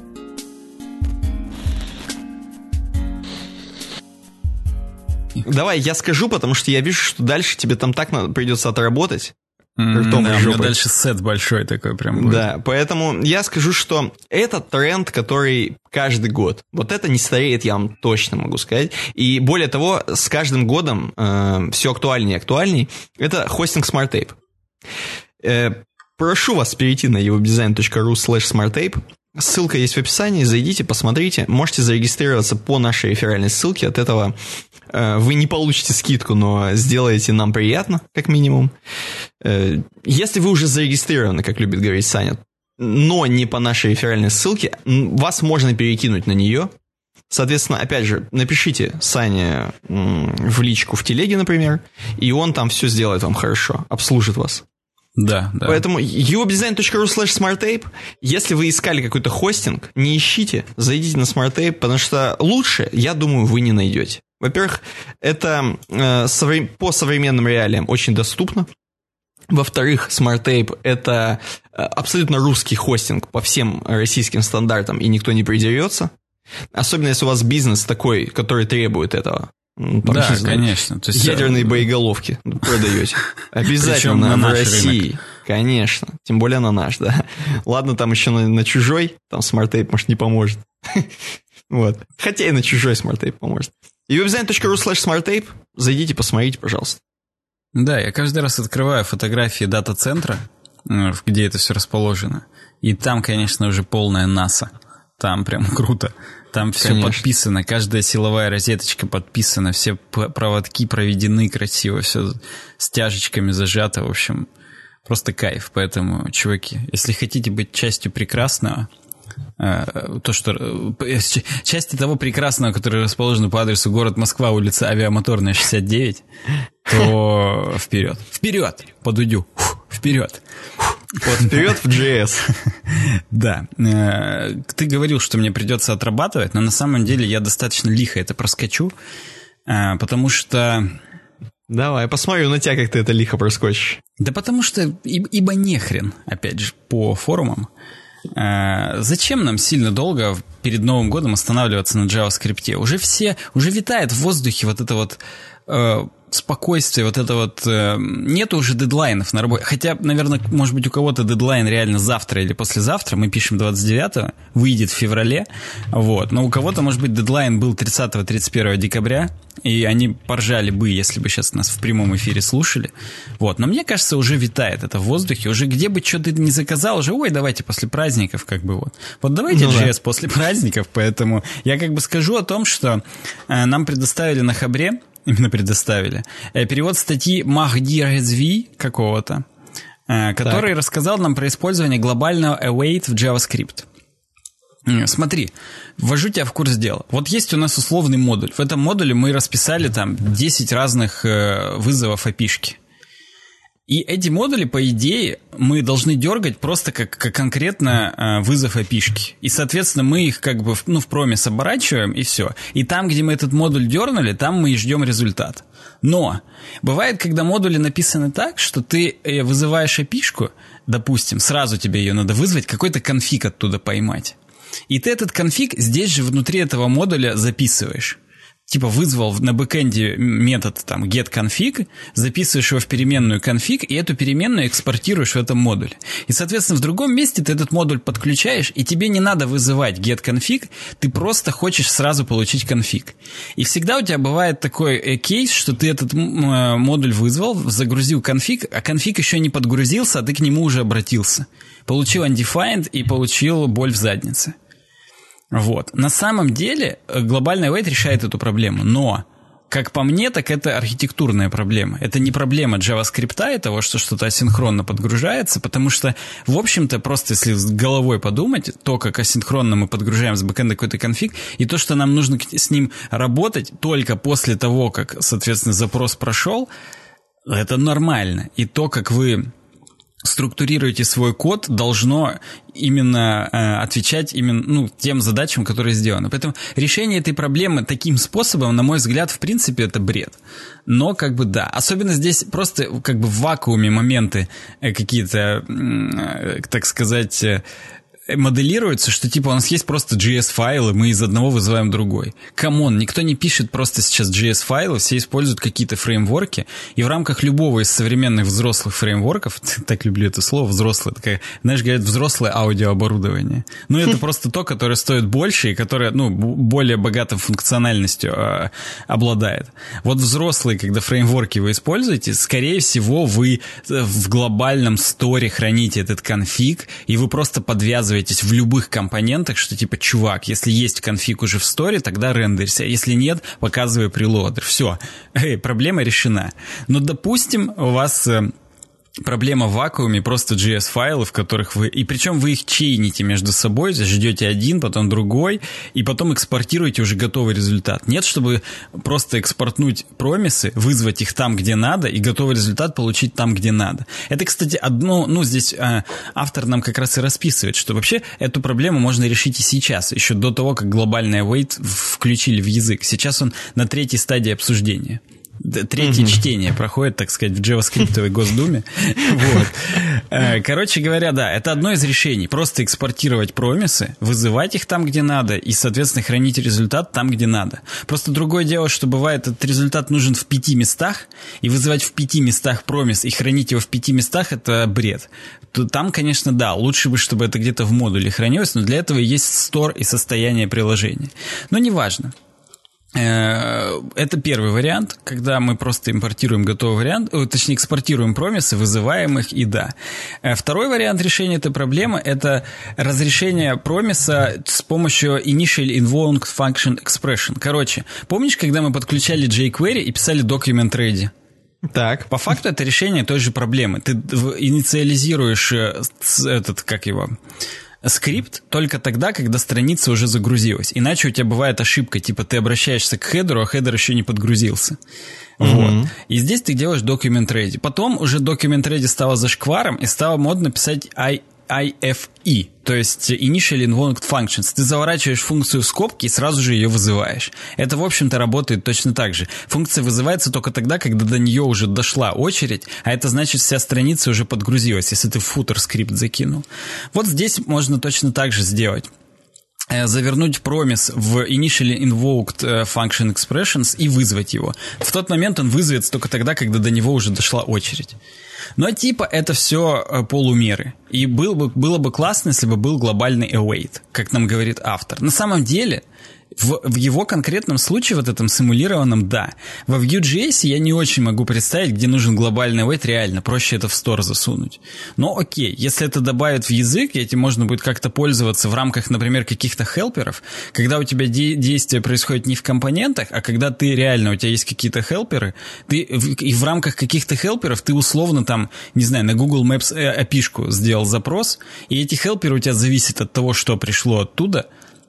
Давай, я скажу, потому что я вижу, что дальше тебе там так придется отработать. У меня дальше сет большой такой прям будет. Да, поэтому я скажу, что это тренд, который каждый год. Вот это не стареет, я вам точно могу сказать. И более того, с каждым годом все актуальнее и актуальнее. Это хостинг SmartTape. Прошу вас перейти на webdesign.ru/smarttape. Ссылка есть в описании, зайдите, посмотрите. Можете зарегистрироваться по нашей реферальной ссылке. От этого вы не получите скидку, но сделаете нам приятно, как минимум. Если вы уже зарегистрированы, как любит говорить Саня, но не по нашей реферальной ссылке, вас можно перекинуть на нее. Соответственно, опять же, напишите Сане в личку в телеге, например, и он там все сделает вам хорошо, обслужит вас. Да. Поэтому webdesign.ru/smarttape. Если вы искали какой-то хостинг, не ищите, зайдите на SmartTape, потому что лучше, я думаю, вы не найдете. Во-первых, это по современным реалиям очень доступно. Во-вторых, SmartTape – это абсолютно русский хостинг по всем российским стандартам, и никто не придерется. Особенно, если у вас бизнес такой, который требует этого. Да, конечно. То есть ядерные боеголовки продаете. Обязательно в России. Рынок. Конечно. Тем более на наш, да. Ладно, там еще на чужой, там SmartTape, может, не поможет. Вот. Хотя и на чужой SmartTape поможет. И webdesign.ru/smarttape. Зайдите, посмотрите, пожалуйста. Да, я каждый раз открываю фотографии дата-центра, где это все расположено. И там, конечно, уже полная НАСА. Там прям круто. Там все конечно. Подписано, каждая силовая розеточка подписана, все проводки проведены красиво, все стяжечками зажато, в общем, просто кайф. Поэтому, чуваки, если хотите быть частью прекрасного, части того прекрасного, которое расположено по адресу город Москва, улица Авиамоторная, 69, то вперед, подудю, вперед. Вот вперед в JS. Да. Ты говорил, что мне придется отрабатывать, но на самом деле я достаточно лихо это проскочу, потому что... Давай, посмотрю на тебя, как ты это лихо проскочишь. Да потому что, ибо нехрен, опять же, по форумам. Зачем нам сильно долго перед Новым годом останавливаться на JavaScript? Уже витает в воздухе вот это вот спокойствие, вот это вот... Нету уже дедлайнов на работе. Хотя, наверное, может быть, у кого-то дедлайн реально завтра или послезавтра. Мы пишем 29-го, выйдет в феврале. Вот. Но у кого-то, может быть, дедлайн был 30-31 декабря. И они поржали бы, если бы сейчас нас в прямом эфире слушали. Вот. Но мне кажется, уже витает это в воздухе. Уже где бы что ты не заказал, уже, давайте после праздников, как бы вот. Вот давайте JS после праздников. Поэтому я как бы скажу о том, что нам предоставили на Хабре, именно предоставили, перевод статьи Махди Резви какого-то, который рассказал нам про использование глобального await в JavaScript. Смотри, ввожу тебя в курс дела. Вот есть у нас условный модуль. В этом модуле мы расписали там 10 разных вызовов API-шки. И эти модули, по идее, мы должны дергать просто как конкретно вызов API-шки. И, соответственно, мы их как бы в промис оборачиваем, и все. И там, где мы этот модуль дернули, там мы и ждем результат. Но бывает, когда модули написаны так, что ты вызываешь API-шку, допустим, сразу тебе ее надо вызвать, какой-то конфиг оттуда поймать. И ты этот конфиг здесь же внутри этого модуля записываешь. Типа вызвал на бэкэнде метод там getConfig, записываешь его в переменную config, и эту переменную экспортируешь в этом модуле. И, соответственно, в другом месте ты этот модуль подключаешь, и тебе не надо вызывать getConfig, ты просто хочешь сразу получить конфиг. И всегда у тебя бывает такой кейс, что ты этот модуль вызвал, загрузил конфиг, а конфиг еще не подгрузился, а ты к нему уже обратился. Получил undefined и получил боль в заднице. Вот. На самом деле глобальный await решает эту проблему, но, как по мне, так это архитектурная проблема. Это не проблема JavaScript и того, что что-то асинхронно подгружается, потому что, в общем-то, просто если с головой подумать, то, как асинхронно мы подгружаем с бэкэнда какой-то конфиг, и то, что нам нужно с ним работать только после того, как, соответственно, запрос прошел, это нормально. И то, как вы структурируете свой код, должно именно отвечать именно тем задачам, которые сделаны. Поэтому решение этой проблемы таким способом, на мой взгляд, в принципе, это бред. Но как бы да. Особенно здесь просто как бы в вакууме моменты какие-то, так сказать, моделируется, что типа у нас есть просто JS-файлы, мы из одного вызываем другой. Камон, никто не пишет просто сейчас JS-файлы, все используют какие-то фреймворки, и в рамках любого из современных взрослых фреймворков, так люблю это слово, взрослое, такая, знаешь, говорят, взрослое аудиооборудование. Ну, это просто то, которое стоит больше и которое, более богатой функциональностью обладает. Вот взрослые, когда фреймворки вы используете, скорее всего, вы в глобальном сторе храните этот конфиг, и вы просто подвязываете в любых компонентах, что типа, чувак, если есть конфиг уже в сторе, тогда рендерься. Если нет, показывай прелодер. Все, проблема решена. Но, допустим, у вас проблема в вакууме, просто JS-файлы, в которых вы... И причем вы их чейните между собой, ждете один, потом другой, и потом экспортируете уже готовый результат. Нет, чтобы просто экспортнуть промисы, вызвать их там, где надо, и готовый результат получить там, где надо. Это, кстати, здесь автор нам как раз и расписывает, что вообще эту проблему можно решить и сейчас, еще до того, как глобальный await включили в язык. Сейчас он на 3-й стадии обсуждения. Третье чтение проходит, так сказать, в JavaScript-овой Госдуме. Вот. Короче говоря, да, это одно из решений. Просто экспортировать промисы, вызывать их там, где надо, и, соответственно, хранить результат там, где надо. Просто другое дело, что бывает, этот результат нужен в 5 местах, и вызывать в 5 местах промис и хранить его в 5 местах – это бред. Там, конечно, да, лучше бы, чтобы это где-то в модуле хранилось, но для этого есть стор и состояние приложения. Но неважно. Это первый вариант, когда мы просто импортируем готовый вариант, точнее, экспортируем промисы, вызываем их, и да. Второй вариант решения этой проблемы – это разрешение промиса с помощью Initial Invoked Function Expression. Короче, помнишь, когда мы подключали jQuery и писали document ready? Так. По факту это решение той же проблемы. Ты инициализируешь скрипт только тогда, когда страница уже загрузилась. Иначе у тебя бывает ошибка, типа ты обращаешься к хедеру, а хедер еще не подгрузился. Вот. И здесь ты делаешь document ready. Потом уже document ready стало зашкваром, и стало модно писать IFE, то есть Initial Invoked Functions. Ты заворачиваешь функцию в скобки и сразу же ее вызываешь. Это, в общем-то, работает точно так же. Функция вызывается только тогда, когда до нее уже дошла очередь, а это значит, вся страница уже подгрузилась, если ты в футер скрипт закинул. Вот здесь можно точно так же сделать. Завернуть промис в Initially Invoked Function Expressions и вызвать его. В тот момент он вызовется только тогда, когда до него уже дошла очередь. Но типа это все полумеры. И было бы классно, если бы был глобальный await, как нам говорит автор. На самом деле, в его конкретном случае, вот этом симулированном, да. Во Vue.js я не очень могу представить, где нужен глобальный await реально. Проще это в стор засунуть. Но окей, если это добавят в язык, этим можно будет как-то пользоваться в рамках, например, каких-то хелперов, когда у тебя действие происходит не в компонентах, а когда у тебя есть какие-то хелперы, и в рамках каких-то хелперов ты условно там, не знаю, на Google Maps API-шку сделал запрос, и эти хелперы у тебя зависят от того, что пришло оттуда.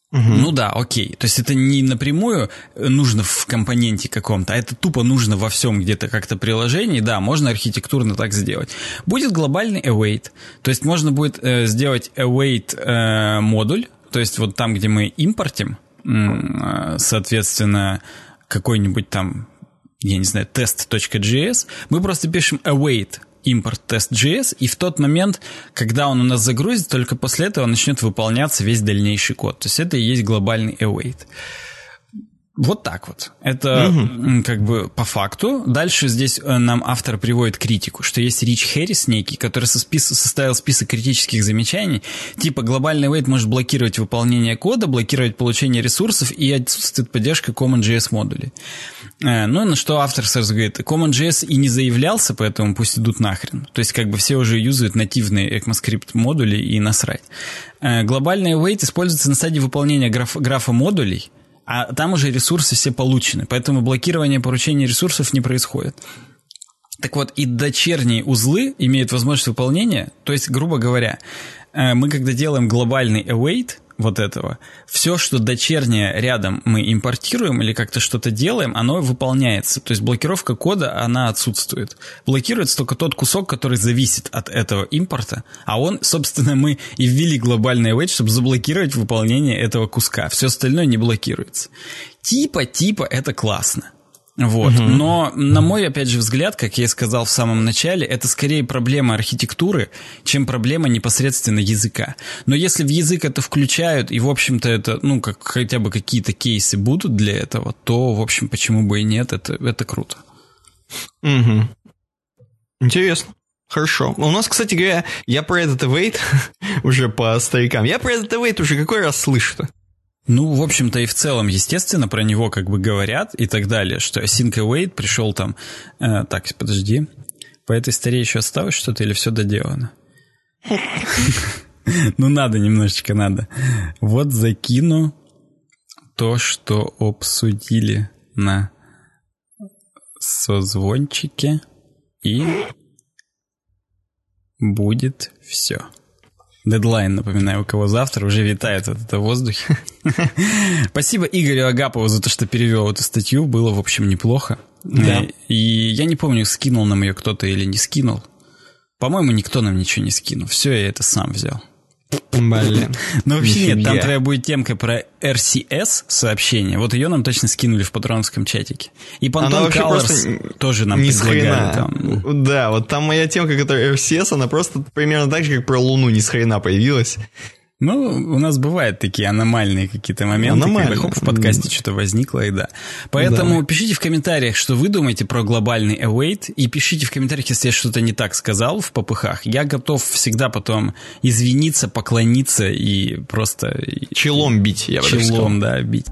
Ну да, окей. То есть это не напрямую нужно в компоненте каком-то, а это тупо нужно во всем где-то как-то приложении. Да, можно архитектурно так сделать. Будет глобальный await. То есть можно будет сделать await модуль, то есть вот там, где мы импортим, соответственно, какой-нибудь там, я не знаю, test.js, мы просто пишем await import test.js, и в тот момент, когда он у нас загрузит, только после этого начнет выполняться весь дальнейший код. То есть это и есть глобальный await. Вот так вот. Это как бы по факту. Дальше здесь нам автор приводит критику, что есть Рич Хэррис некий, который составил список критических замечаний. Типа глобальный await может блокировать выполнение кода, блокировать получение ресурсов и отсутствует поддержка CommonJS модулей. Ну, на что автор сразу говорит, CommonJS и не заявлялся, поэтому пусть идут нахрен. То есть как бы все уже юзают нативные ECMAScript модули и насрать. Глобальный await используется на стадии выполнения графа модулей, а там уже ресурсы все получены, поэтому блокирование поручения ресурсов не происходит. Так вот, и дочерние узлы имеют возможность выполнения, то есть, грубо говоря, мы когда делаем глобальный await вот этого, все, что дочернее рядом мы импортируем или как-то что-то делаем, оно выполняется. То есть блокировка кода, она отсутствует. Блокируется только тот кусок, который зависит от этого импорта, а он, собственно, мы и ввели глобальный await, чтобы заблокировать выполнение этого куска. Все остальное не блокируется. Типа это классно. Вот. Но, на мой, опять же, взгляд, как я и сказал в самом начале, это скорее проблема архитектуры, чем проблема непосредственно языка. Но если в язык это включают, и, в общем-то, это, ну, как хотя бы какие-то кейсы будут для этого, то, в общем, почему бы и нет, это круто. Интересно. Хорошо. У нас, кстати говоря, я про этот await уже по старикам, я про этот await уже какой раз слышу-то? Ну, в общем-то, и в целом, естественно, про него как бы говорят и так далее, что async await пришел там... так, подожди. По этой старе еще осталось что-то или все доделано? Ну, надо, немножечко надо. Вот закину то, что обсудили на созвончике, и будет все. Дедлайн, напоминаю, у кого завтра уже витает вот это в воздухе. Спасибо Игорю Агапову за то, что перевел эту статью. Было, в общем, неплохо. Да. И я не помню, скинул нам ее кто-то или не скинул. По-моему, никто нам ничего не скинул. Все, я это сам взял. Блин. Ну, вообще нет, там твоя будет темка про RCS сообщение. Вот ее нам точно скинули в патроновском чатике. И Pantone Colors тоже нам предлагали там. Да, вот там моя темка, которая RCS, она просто примерно так же, как про Луну, ни с хрена появилась. Ну, у нас бывают такие аномальные какие-то моменты, когда хоп, в подкасте что-то возникло, и да. Поэтому пишите в комментариях, что вы думаете про глобальный await, и пишите в комментариях, если я что-то не так сказал в попыхах. Я готов всегда потом извиниться, поклониться и просто... Челом бить, я бы сказал. Челом, да, бить.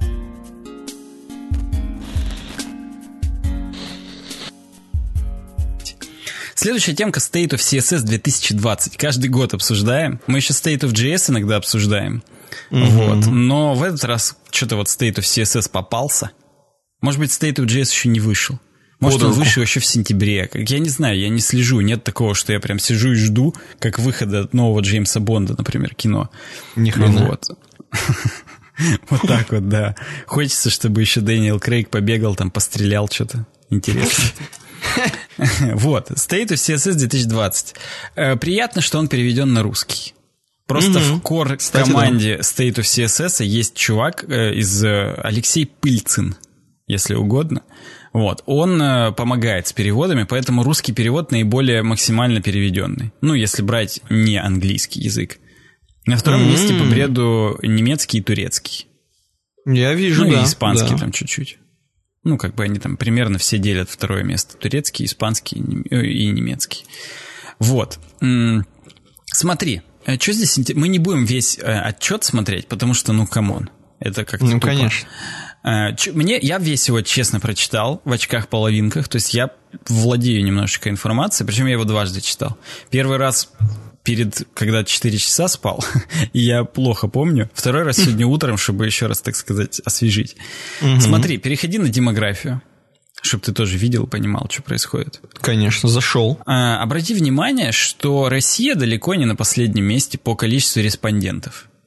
Следующая темка State of CSS 2020. Каждый год обсуждаем. Мы еще State of JS иногда обсуждаем. Вот. Но в этот раз что-то вот State of CSS попался. Может быть, State of JS еще не вышел. Может, он вышел еще в сентябре. Я не знаю, я не слежу. Нет такого, что я прям сижу и жду, как выхода нового Джеймса Бонда, например, кино. Ни хрена. Вот. Вот так вот, да. Хочется, чтобы еще Дэниел Крейг побегал, там, пострелял что-то. Интересно. Вот, State of CSS 2020. Приятно, что он переведен на русский. Просто в core команде State of CSS есть чувак из Алексей Пыльцин, если угодно. Вот, он помогает с переводами, поэтому русский перевод наиболее максимально переведенный. Ну, если брать не английский язык. На втором месте по бреду немецкий и турецкий. Я вижу, ну, да. И испанский да. там чуть-чуть. Ну, как бы они там примерно все делят второе место. Турецкий, испанский и немецкий. Вот. Смотри, что здесь... Мы не будем весь отчет смотреть, потому что, ну, камон. Это как-то Ну, тупо. конечно. Я весь его честно прочитал в очках-половинках. То есть я владею немножечко информацией, причем я его дважды читал. Первый раз... когда 4 часа спал, и я плохо помню. Второй раз сегодня утром, чтобы еще раз, так сказать, освежить. Смотри, переходи на демографию, чтобы ты тоже видел и понимал, что происходит. Конечно, зашел. Обрати внимание, что Россия далеко не на последнем месте по количеству респондентов.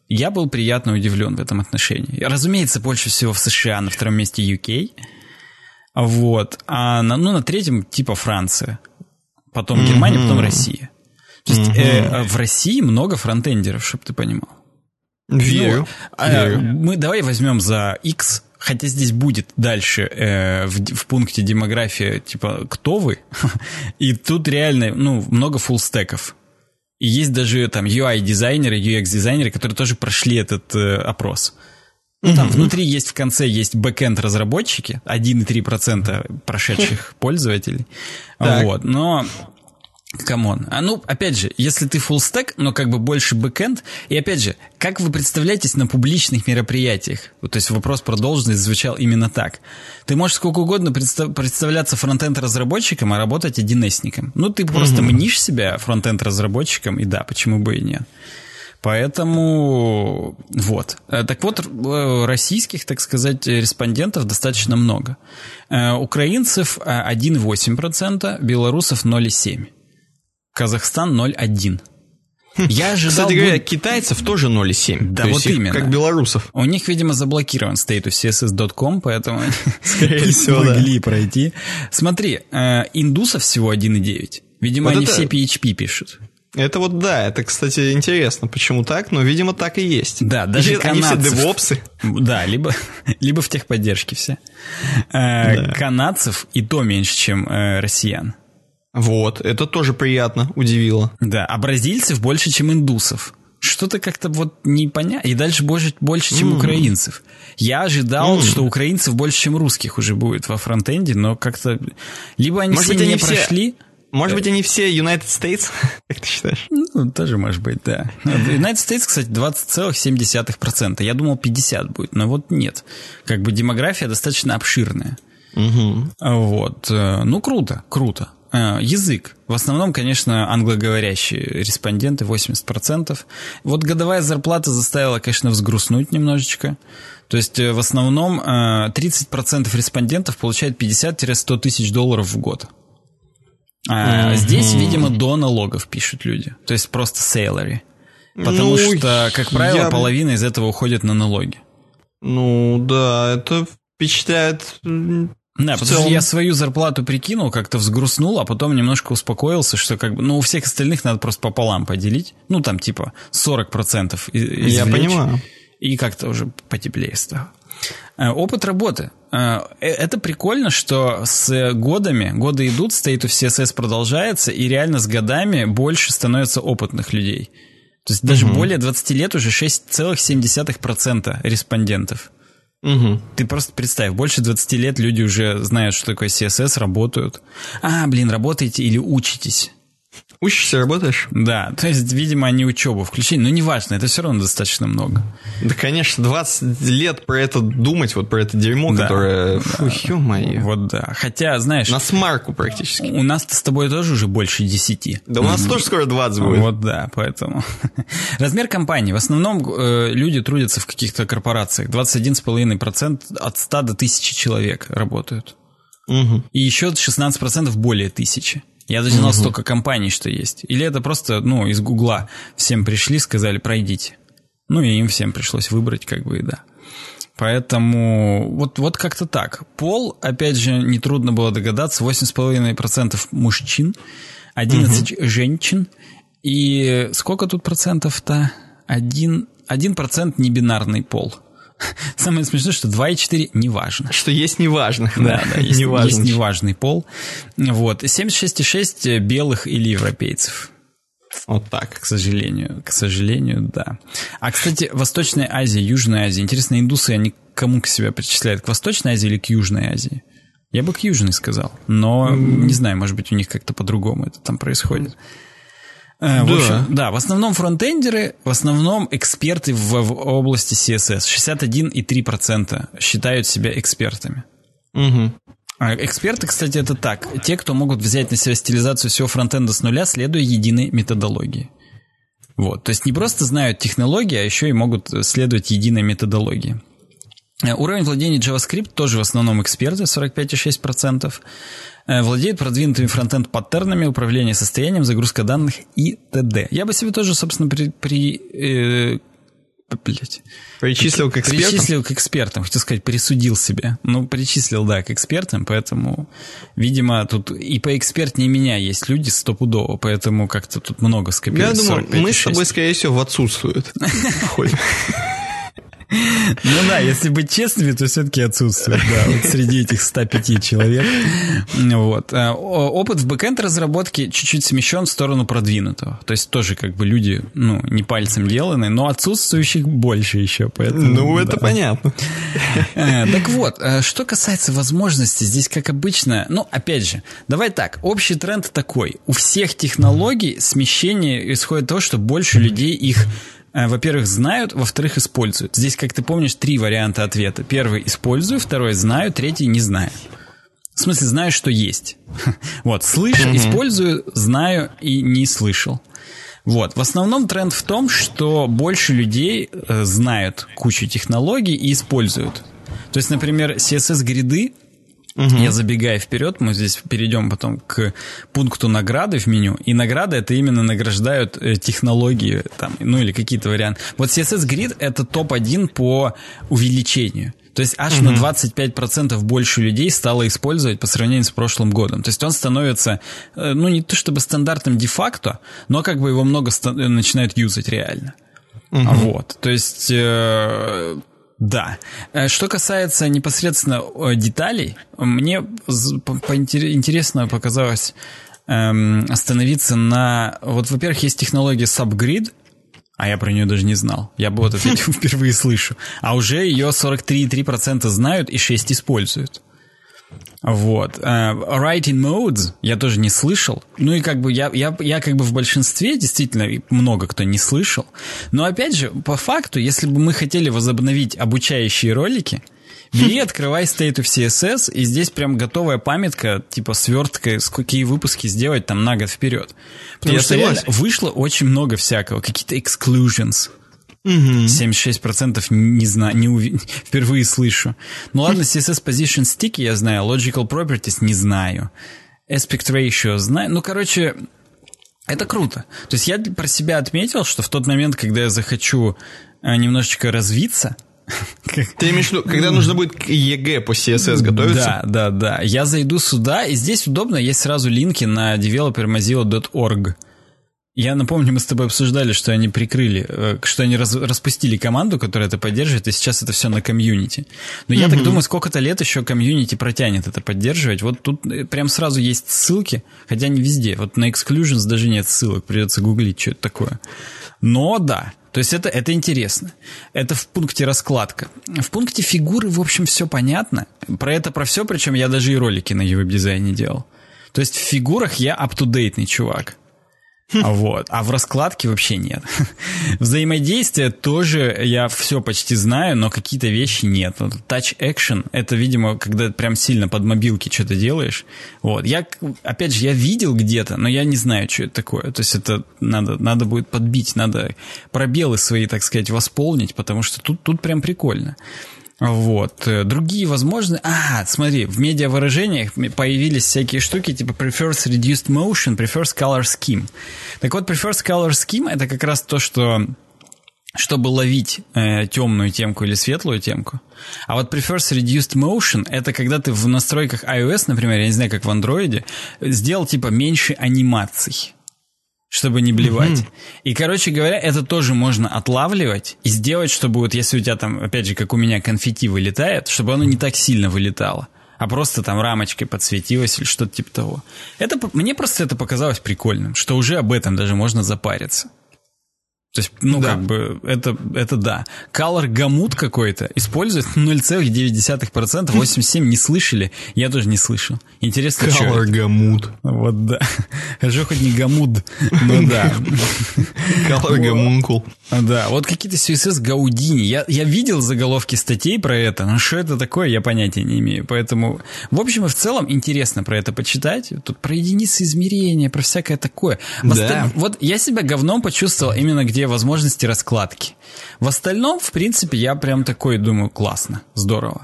Я был приятно удивлен в этом отношении. Разумеется, больше всего в США, на втором месте UK. Вот. А на третьем типа Франция. Потом Германия, потом Россия. То есть в России много фронтендеров, чтобы ты понимал. Верю. Мы давай возьмем за X, хотя здесь будет дальше в пункте демография, типа, кто вы? И тут реально, много фуллстеков. И есть даже там UI-дизайнеры, UX-дизайнеры, которые тоже прошли этот опрос. Там внутри есть, в конце есть бэкэнд-разработчики, 1,3% прошедших пользователей. Вот, но... Камон. Опять же, если ты фуллстек, но как бы больше бэкэнд, и опять же, как вы представляетесь на публичных мероприятиях? То есть вопрос про должность звучал именно так. Ты можешь сколько угодно представляться фронтенд-разработчиком, а работать 1С-ником. Ты просто мнишь себя фронтенд-разработчиком, и да, почему бы и нет. Поэтому вот. Так вот, российских, так сказать, респондентов достаточно много. Украинцев 1,8%, белорусов 0,7%. Казахстан 0,1. Я ожидал... Кстати говоря, китайцев тоже 0,7. Да, вот именно. Как белорусов. У них, видимо, заблокирован status css.com, поэтому скорее всего, могли пройти. Смотри, индусов всего 1,9. Видимо, они все PHP пишут. Это это, кстати, интересно, почему так, но, видимо, так и есть. Да, даже они все девопсы. Да, либо в техподдержке все. Канадцев и то меньше, чем россиян. Вот, это тоже приятно, удивило. Да, а бразильцев больше, чем индусов. Что-то как-то непонятно. И дальше больше, чем украинцев. Я ожидал, что украинцев больше, чем русских уже будет во фронтенде, но как-то... Либо они все не прошли... Может быть, они все United States, как ты считаешь? Тоже может быть, да. United States, кстати, 20,7%. Я думал, 50 будет, но вот нет. Как бы демография достаточно обширная. Вот. Круто. Язык. В основном, конечно, англоговорящие респонденты, 80%. Вот годовая зарплата заставила, конечно, взгрустнуть немножечко. То есть, в основном, 30% респондентов получают 50-100 тысяч долларов в год. Здесь, видимо, до налогов пишут люди. То есть, просто salary. Потому что, как правило, половина из этого уходит на налоги. Да, это впечатляет... Да, потому что я свою зарплату прикинул, как-то взгрустнул, а потом немножко успокоился, что как бы, у всех остальных надо просто пополам поделить. типа 40% извлечь. Я понимаю. И как-то уже потеплее стало. Опыт работы. Это прикольно, что с годы идут, State of CSS продолжается, и реально с годами больше становится опытных людей. То есть даже более 20 лет уже 6,7% респондентов. Ты просто представь, больше 20 лет люди уже знают, что такое CSS, работают. Работаете или учитесь. Учишься, работаешь? Да, то есть, видимо, они учебу включили, но неважно, это все равно достаточно много. Да, конечно, 20 лет про это думать, вот про это дерьмо, которое... ё-моё. Вот да, хотя, знаешь... На смарку практически. У нас-то с тобой тоже уже больше 10. Да у нас тоже скоро 20 будет. Вот да, поэтому... Размер компании. В основном люди трудятся в каких-то корпорациях. 21,5% от 100 до 1000 человек работают. И еще 16% более 1000. Я даже знал столько компаний, что есть. Или это просто, из Гугла всем пришли, сказали, пройдите. И им всем пришлось выбрать, как бы, и да. Поэтому вот как-то так. Пол, опять же, нетрудно было догадаться, 8,5% мужчин, 11% женщин. И сколько тут процентов-то? 1% небинарный пол. Самое смешное, что 2,4 неважно. Что есть неважных, да. Есть неважный пол. Вот. 76,6 белых или европейцев. Вот так. К сожалению, да. А, кстати, Восточная Азия, Южная Азия. Интересно, индусы, они кому к себя причисляют? К Восточной Азии или к Южной Азии? Я бы к Южной сказал. Но, не знаю, может быть, у них как-то по-другому это там происходит. В общем, в основном фронтендеры, в основном эксперты в области CSS. 61,3% считают себя экспертами. Эксперты, кстати, это так. Те, кто могут взять на себя стилизацию всего фронтенда с нуля, следуя единой методологии. Вот. То есть не просто знают технологии, а еще и могут следовать единой методологии. Уровень владения JavaScript тоже в основном эксперты, 45,6%. Владеют продвинутыми фронтенд-паттернами, управление состоянием, загрузка данных и т.д. Я бы себе тоже, собственно, Причислил к экспертам? Причислил к экспертам, хотел сказать, присудил себе. Ну, причислил, да, к экспертам, поэтому, видимо, тут и поэкспертнее меня есть люди стопудово, поэтому как-то тут много скопилось. Я думаю, мы с тобой, скорее всего, в отсутствует. Ну да, если быть честными, то все-таки отсутствует, да, вот среди этих 105 человек. Вот. Опыт в бэкэнд разработке чуть-чуть смещен в сторону продвинутого. То есть тоже как бы люди, ну, не пальцем деланы, но отсутствующих больше еще. Поэтому, ну, это понятно. Так вот, что касается возможностей, здесь, как обычно, ну, опять же, давай так, общий тренд такой. У всех технологий смещение исходит от того, что больше людей их, во-первых, знают, во-вторых, используют. Здесь, как ты помнишь, 3 варианта ответа. Первый – использую, второй – знаю, третий – не знаю. В смысле, знаю, что есть. Вот, слышу, использую, знаю и не слышал. Вот, в основном тренд в том, что больше людей знают кучу технологий и используют. То есть, например, CSS-гриды, я забегаю вперед, мы здесь перейдем потом к пункту награды в меню, и награды это именно награждают технологии, там, ну или какие-то варианты. Вот CSS Grid это топ-1 по увеличению. То есть аж на 25% больше людей стало использовать по сравнению с прошлым годом. То есть он становится, ну не то чтобы стандартом де-факто, но как бы его много начинают юзать реально. Вот, то есть... Да. Что касается непосредственно деталей, мне интересно показалось остановиться на... Вот, во-первых, есть технология Subgrid, а я про нее даже не знал. Я бы вот это впервые слышу. А уже ее 43,3% знают и 6% используют. Вот. Writing modes я тоже не слышал. Ну и как бы я как бы в большинстве действительно много кто не слышал. Но опять же, по факту, если бы мы хотели возобновить обучающие ролики, бери, открывай State of CSS, и здесь прям готовая памятка, типа свертка, какие выпуски сделать там на год вперед. Потому что реально вышло очень много всякого. Какие-то exclusions. 76% не знаю, впервые слышу. Ну ладно, CSS Position Stick я знаю, Logical Properties не знаю, Aspect Ratio знаю. Ну, короче, это круто. То есть я про себя отметил, что в тот момент, когда я захочу немножечко развиться... Ты имеешь в виду, когда нужно будет к ЕГЭ по CSS готовиться? Да. Я зайду сюда, и здесь удобно, есть сразу линки на developermozilla.org. Я напомню, мы с тобой обсуждали, что они прикрыли, что они распустили команду, которая это поддерживает, и сейчас это все на комьюнити. Но я так думаю, сколько-то лет еще комьюнити протянет это поддерживать. Вот тут прям сразу есть ссылки, хотя не везде. Вот на Exclusions даже нет ссылок, придется гуглить, что это такое. Но да, то есть это интересно. Это в пункте раскладка. В пункте фигуры, в общем, все понятно. Про все, причем я даже и ролики на веб-дизайне делал. То есть в фигурах я up-to-date чувак. Вот. А в раскладке вообще нет. Взаимодействие тоже я все почти знаю, но какие-то вещи нет. Touch Action — это, видимо, когда прям сильно под мобилки что-то делаешь. Вот. Опять же, я видел где-то, но я не знаю, что это такое. То есть это надо будет подбить, надо пробелы свои, так сказать, восполнить, потому что тут прям прикольно. Вот. Другие возможные... смотри, в медиавыражениях появились всякие штуки типа Prefers Reduced Motion, Prefers Color Scheme. Так вот, Prefers Color Scheme — это как раз то, чтобы ловить темную темку или светлую темку. А вот Prefers Reduced Motion — это когда ты в настройках iOS, например, я не знаю, как в Android, сделал типа меньше анимаций, чтобы не блевать. И, короче говоря, это тоже можно отлавливать и сделать, чтобы вот если у тебя там, опять же, как у меня, конфетти вылетает, чтобы оно не так сильно вылетало, а просто там рамочкой подсветилось или что-то типа того. Мне просто это показалось прикольным, что уже об этом даже можно запариться. То есть, как бы, это да. Color Gamut какой-то использует 0,9%, 87% не слышали, я тоже не слышал. Интересно, что Color Gamut. Вот да. Хорошо, хоть не Гамуд, но да. Color Gamuncul. Да, вот какие-то CSS Gaudini. Я видел заголовки статей про это, но что это такое, я понятия не имею. Поэтому, в общем и в целом, интересно про это почитать. Тут про единицы измерения, про всякое такое. Вот я себя говном почувствовал именно где возможности раскладки. В остальном, в принципе, я прям такой думаю, классно, здорово.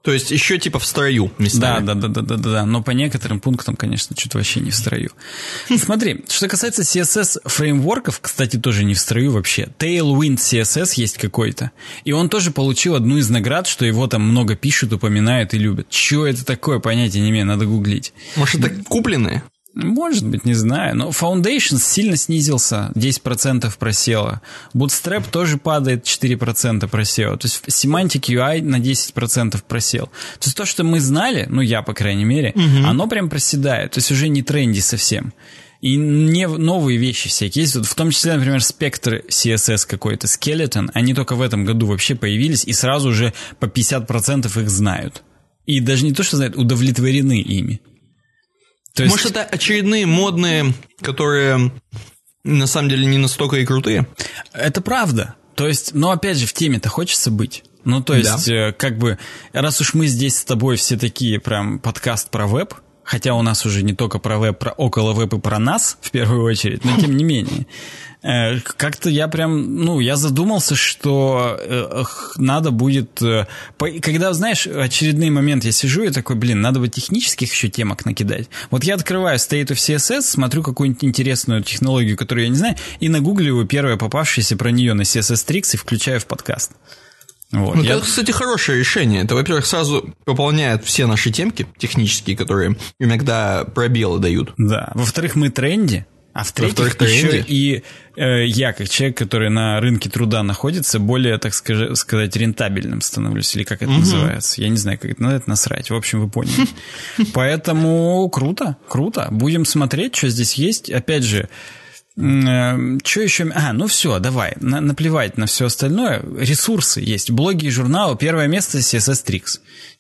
То есть еще типа в строю местами. Да. Но по некоторым пунктам, конечно, что-то вообще не в строю. Смотри, что касается CSS-фреймворков, кстати, тоже не в строю вообще. Tailwind CSS есть какой-то. И он тоже получил одну из наград, что его там много пишут, упоминают и любят. Что это такое, понятия не имею, надо гуглить. Может, это купленные? Может быть, не знаю. Но Foundations сильно снизился, 10% просело. Bootstrap тоже падает, 4% просело. То есть Semantic UI на 10% просел. То есть то, что мы знали, ну я, по крайней мере, оно прям проседает. То есть уже не тренди совсем. И не новые вещи всякие есть. Вот в том числе, например, Spectre CSS какой-то, Skeleton, они только в этом году вообще появились, и сразу уже по 50% их знают. И даже не то, что знают, удовлетворены ими. То есть... Может, это очередные модные, которые на самом деле не настолько и крутые? Это правда. То есть, но опять же, в теме-то хочется быть. Ну, то есть, как бы, раз уж мы здесь с тобой все такие прям подкаст про веб, хотя у нас уже не только про веб, про около веб и про нас, в первую очередь, но тем не менее. Как-то я прям, я задумался, что надо будет... Когда, знаешь, очередной момент я сижу и такой, надо бы технических еще темок накидать. Вот я открываю State of CSS, смотрю какую-нибудь интересную технологию, которую я не знаю, и нагугливаю первое попавшееся про нее на CSS Tricks и включаю в подкаст. Вот. Это, кстати, хорошее решение. Это, во-первых, сразу пополняет все наши темки технические, которые иногда пробелы дают. Да. Во-вторых, мы тренди. А в-третьих, еще и я, как человек, который на рынке труда находится, более, так сказать, рентабельным становлюсь. Или как это называется. Я не знаю, как это, но это насрать. В общем, вы поняли. Поэтому круто. Будем смотреть, что здесь есть. Опять же, что еще? Все, давай. Наплевать на все остальное. Ресурсы есть. Блоги и журналы. Первое место CSS Tricks.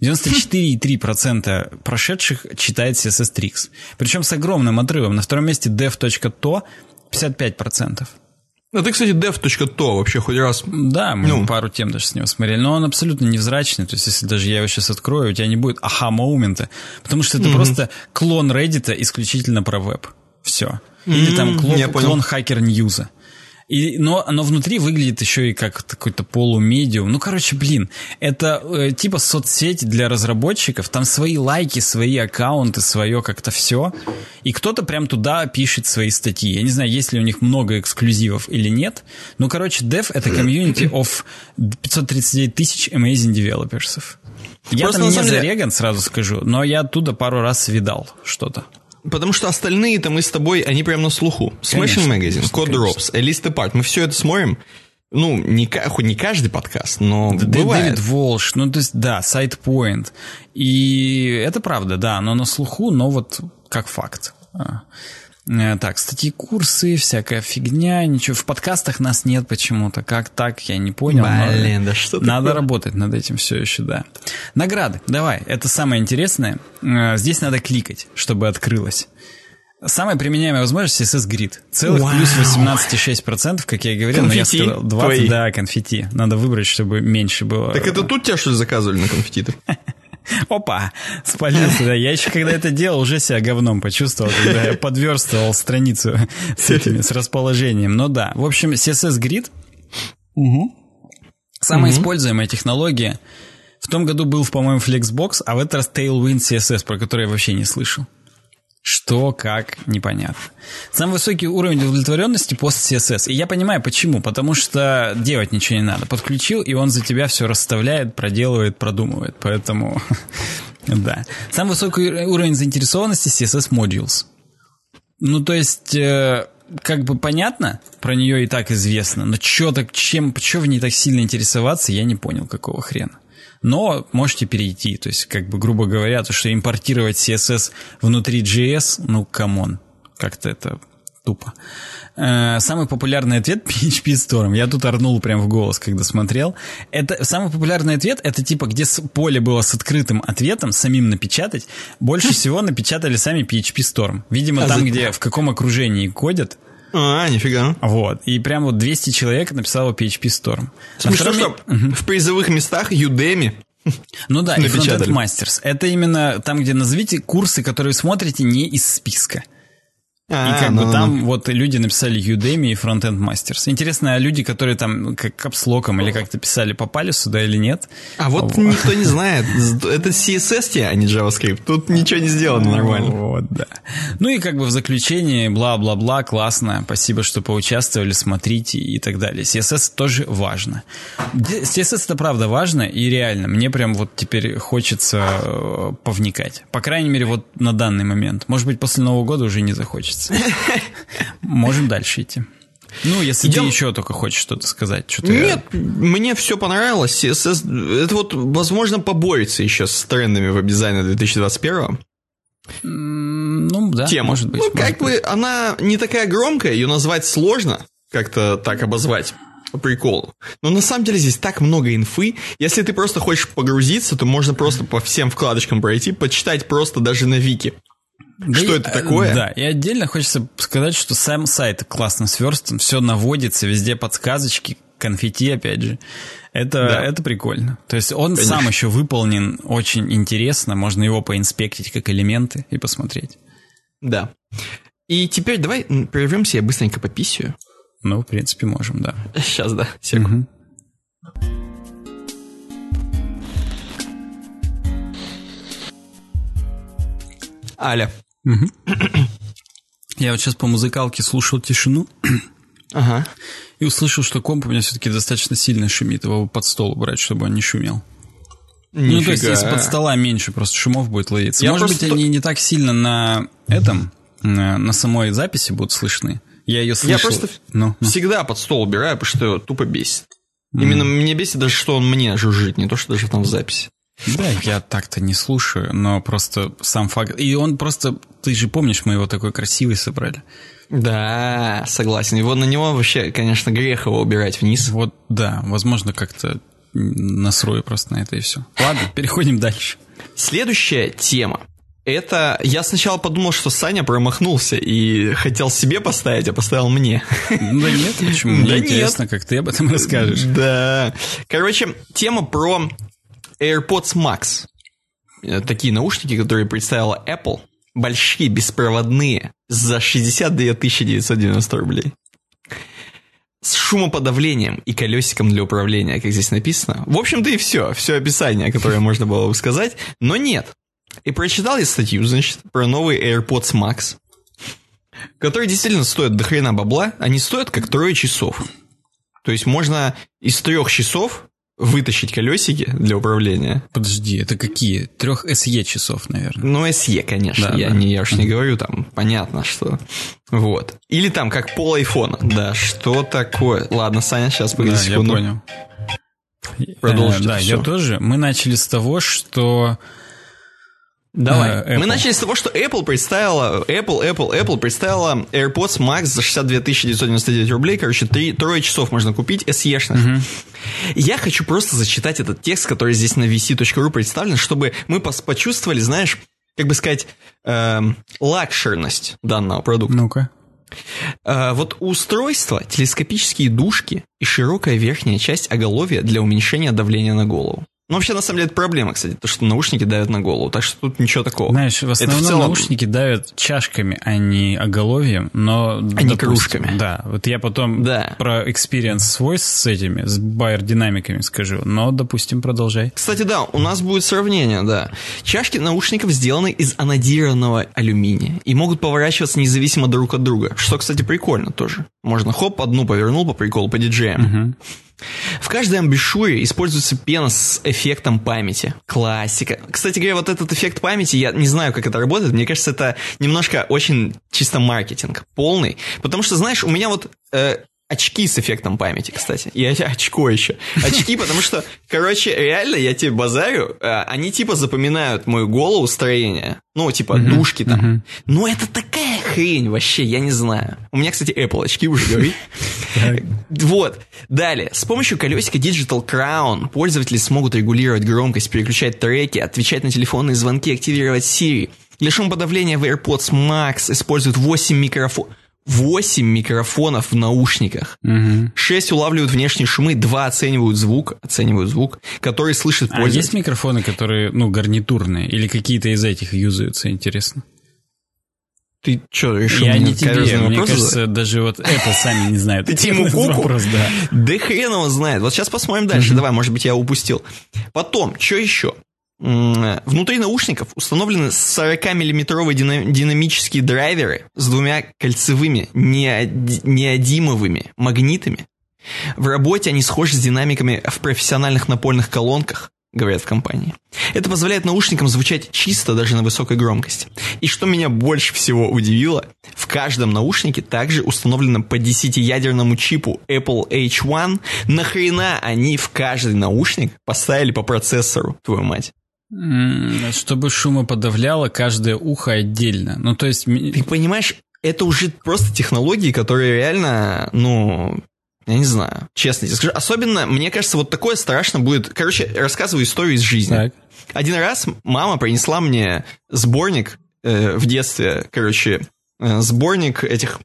94,3% прошедших читает CSS Tricks. Причем с огромным отрывом. На втором месте dev.to 55%. А ты, кстати, dev.to вообще хоть раз... Да, мы пару тем даже с него смотрели. Но он абсолютно невзрачный. То есть, если даже я его сейчас открою, у тебя не будет аха-моумента. Потому что это просто клон Reddit исключительно про веб. Все. Или там клон Hacker News. Но внутри выглядит еще и как какой-то полумедиум. Это типа соцсеть для разработчиков. Там свои лайки, свои аккаунты, свое как-то все. И кто-то прям туда пишет свои статьи. Я не знаю, есть ли у них много эксклюзивов или нет. Dev — это комьюнити of 539 тысяч amazing developers. Я там не зареган, сразу скажу, но я оттуда пару раз видал что-то. Потому что остальные-то мы с тобой, они прям на слуху. Smashing Magazine, Code Drops, Elist Apart. Мы все это смотрим. Хоть не каждый подкаст, но бывает. Дэвид Волш, то есть, да, SidePoint. И это правда, да, оно на слуху, но вот как факт. Так, статьи, курсы, всякая фигня, ничего. В подкастах нас нет почему-то. Как так, я не понял. Да что надо работать над этим все еще, да. Награды, давай, это самое интересное. Здесь надо кликать, чтобы открылось. Самая применяемая возможность CSS Grid. Целых плюс 18,6%, как я и говорил, конфетти, но я сказал 20, твои. Да, конфетти. Надо выбрать, чтобы меньше было. Так это тут тебя, что ли, заказывали на конфетти-то? Опа, спалился, да. Я еще, когда это делал, уже себя говном почувствовал, когда я подверстывал страницу с расположением. Но да, в общем, CSS Grid самая используемая технология. В том году был, по-моему, Flexbox, а в этот раз Tailwind CSS, про который я вообще не слышал. Что, как, непонятно. Самый высокий уровень удовлетворенности пост CSS. И я понимаю, почему. Потому что делать ничего не надо. Подключил, и он за тебя все расставляет, проделывает, продумывает. Поэтому, да. Самый высокий уровень заинтересованности CSS Modules. То есть, как бы понятно, про нее и так известно. Но что в ней так сильно интересоваться, я не понял, какого хрена. Но можете перейти, то есть, как бы, грубо говоря, то, что импортировать CSS внутри JS, камон, как-то это тупо. Самый популярный ответ — PHP Storm. Я тут орнул прям в голос, когда смотрел. Самый популярный ответ — это типа, где поле было с открытым ответом, самим напечатать. Больше всего напечатали сами PHP Storm. Видимо, там, где в каком окружении кодят. Нифига. Вот. И прям 200 человек написало PHP Storm. Что в призовых местах Udemy. Да, и Frontend Masters. Это именно там, где назовите курсы, которые смотрите не из списка. И как бы там вот люди написали Udemy и Frontend Masters. Интересно, а люди, которые там как капслоком или как-то писали, попали сюда или нет? А вот никто не знает. Это CSS, а не JavaScript. Тут ничего не сделано нормально. Вот, да. Ну и как бы в заключение, бла-бла-бла, классно. Спасибо, что поучаствовали, смотрите и так далее. CSS тоже важно. CSS это правда важно и реально. Мне прям вот теперь хочется повникать. По крайней мере, вот на данный момент. Может быть, после Нового года уже не захочется. Можем дальше идти. Ну, если ты еще только хочешь что-то сказать. Нет, мне все понравилось. CSS, это вот, возможно, поборется еще с трендами веб-дизайна 2021. Ну, да, тема. Может быть. Ну, как бы она не такая громкая, ее назвать сложно, как-то так обозвать. По приколу. Но на самом деле здесь так много инфы. Если ты просто хочешь погрузиться, то можно просто по всем вкладочкам пройти, почитать просто даже на вики. Да что это такое? Да, и отдельно хочется сказать, что сам сайт классно сверстан, все наводится, везде подсказочки, конфетти, опять же. Это прикольно. То есть он сам еще выполнен очень интересно, можно его поинспектить как элементы и посмотреть. Да. И теперь давай прервемся, я быстренько пописью. Ну, в принципе, можем, да. Сейчас, да. Секунду. Аля. Я вот сейчас по музыкалке слушал тишину. Ага. И услышал, что комп у меня все-таки достаточно сильно шумит. Его под стол убрать, чтобы он не шумел. Нифига. Ну, то есть, если под стола меньше просто шумов будет ловиться. Может быть, они не так сильно на этом, на самой записи будут слышны. Я ее слышал. Я просто всегда под стол убираю, потому что тупо бесит. Именно меня бесит даже, что он мне жужжит, не то, что даже там в записи. Да, я так-то не слушаю, но просто сам факт... И он просто... Ты же помнишь, мы его такой красивый собрали. Да, согласен. И вот на него вообще, конечно, грех его убирать вниз. Вот, да, возможно, как-то насрою просто на это и все. Ладно, переходим дальше. Следующая тема. Это... Я сначала подумал, что Саня промахнулся и хотел себе поставить, а поставил мне. Да нет, почему? Мне интересно, как ты об этом расскажешь. Да. Короче, тема про AirPods Max. Такие наушники, которые представила Apple. Большие, беспроводные. За 62 990 рублей. С шумоподавлением и колесиком для управления, как здесь написано. В общем-то и все. Все описание, которое можно было бы сказать. Но нет. И прочитал я статью, значит, про новые AirPods Max, которые действительно стоят до хрена бабла. Они стоят как 3 часов. То есть можно из 3 часов вытащить колесики для управления. Подожди, это какие? 3 SE часов, наверное. Ну, SE, конечно. Да, я уж не говорю, там, понятно, что... Вот. Или там, как пол айфона. Да, что такое? Ладно, Саня, сейчас, погоди секунду. Я понял. Продолжите. Да, я тоже. Мы начали с того, что... Давай. Мы начали с того, что Apple представила AirPods Max за 62 999 рублей. Короче, 3 часов можно купить, SE-шных. Я хочу просто зачитать этот текст, который здесь на vc.ru представлен, чтобы мы почувствовали, знаешь, как бы сказать, лакшерность данного продукта. Ну-ка. Вот у устройства телескопические дужки и широкая верхняя часть оголовья для уменьшения давления на голову. Ну, вообще, на самом деле, это проблема, кстати, то, что наушники давят на голову, так что тут ничего такого. Знаешь, в основном наушники давят чашками, а не оголовьем, но... А не кружками. Да, вот я потом про experience свой с этими, с Bayer-динамиками скажу, но, допустим, продолжай. Кстати, да, у нас будет сравнение, да. Чашки наушников сделаны из анодированного алюминия и могут поворачиваться независимо друг от друга, что, кстати, прикольно тоже. Можно, хоп, одну повернул по приколу, по диджеям. В каждой амбушюре используется пена с эффектом памяти. Классика. Кстати говоря, вот этот эффект памяти, я не знаю, как это работает. Мне кажется, это немножко очень чисто маркетинг. Полный. Потому что, знаешь, у меня вот... очки с эффектом памяти, кстати. И очко еще. Очки, потому что, короче, реально, я тебе базарю, они типа запоминают мою голову, строение. Ну, типа, дужки там. Ну, это такая хрень вообще, я не знаю. У меня, кстати, Apple очки уже говорит. Вот. Далее. С помощью колесика Digital Crown пользователи смогут регулировать громкость, переключать треки, отвечать на телефонные звонки, активировать Siri. Для шумоподавления в AirPods Max используют 8 микрофонов в наушниках. 6 улавливают внешние шумы, 2 оценивают звук, который слышит пользователь. А есть микрофоны, которые, гарнитурные, или какие-то из этих юзаются, интересно? Ты что, решил Я мне не тебе, каверзный мне вопрос кажется, задать? даже вот это сами не знают. Ты Тиму Куку? Вопрос, да. Да хрен его знает. Вот сейчас посмотрим дальше. Давай, может быть, я упустил. Потом, что еще? Внутри наушников установлены 40-миллиметровые динамические драйверы с двумя кольцевыми неодимовыми магнитами. В работе они схожи с динамиками в профессиональных напольных колонках, говорят в компании. Это позволяет наушникам звучать чисто даже на высокой громкости. И что меня больше всего удивило, в каждом наушнике также установлено по 10-ядерному чипу Apple H1. Нахрена они в каждый наушник поставили по процессору, твою мать? Чтобы шумоподавляло каждое ухо отдельно. Ну, то есть... Ты понимаешь, это уже просто технологии, которые реально, я не знаю, честно тебе скажу. Особенно, мне кажется, вот такое страшно будет. Короче, рассказываю историю из жизни. Так. Один раз мама принесла мне сборник в детстве, сборник этих...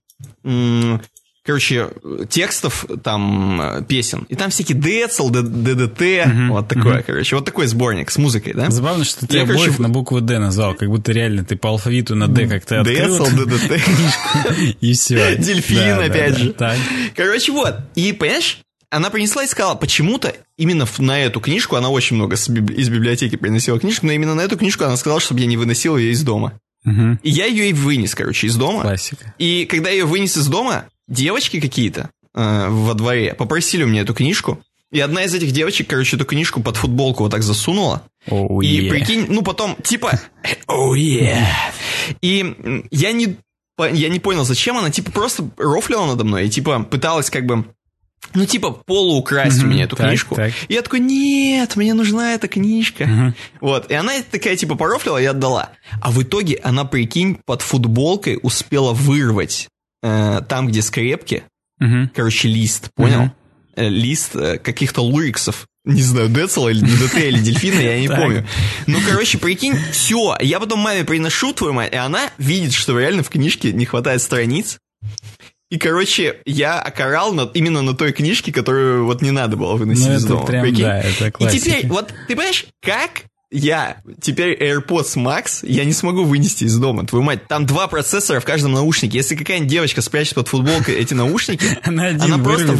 текстов там песен. И там всякие Децл, ДДТ, вот такое, вот такой сборник с музыкой, да? Забавно, что ты обоих на букву Д назвал, как будто реально ты по алфавиту на Д как-то открыл. Децл, ДДТ. И все. Дельфин, опять же. Вот. И, понимаешь, она принесла и сказала, почему-то именно на эту книжку, она очень много из библиотеки приносила книжку, но именно на эту книжку она сказала, чтобы я не выносил ее из дома. И я ее и вынес, из дома. Классика. И когда я ее вынес из дома, девочки какие-то во дворе попросили у меня эту книжку. И одна из этих девочек, эту книжку под футболку вот так засунула. И прикинь, потом, И я не понял, зачем она, просто рофлила надо мной и, пыталась полуукрасть у меня эту книжку. Так. И я такой, нет, мне нужна эта книжка. Вот, и она такая, порофлила и отдала. А в итоге она, прикинь, под футболкой успела вырвать там, где скрепки, лист, понял? Лист каких-то лириксов. Не знаю, Децла или ДДТ или Дельфина, я не помню. Прикинь, все. Я потом маме приношу, твою мать, и она видит, что реально в книжке не хватает страниц. И, я окорал именно на той книжке, которую не надо было выносить из дома. Прям, да, это классика. И теперь, ты понимаешь, как я теперь AirPods Max я не смогу вынести из дома, твою мать. Там 2 процессора в каждом наушнике. Если какая-нибудь девочка спрячет под футболкой эти наушники, она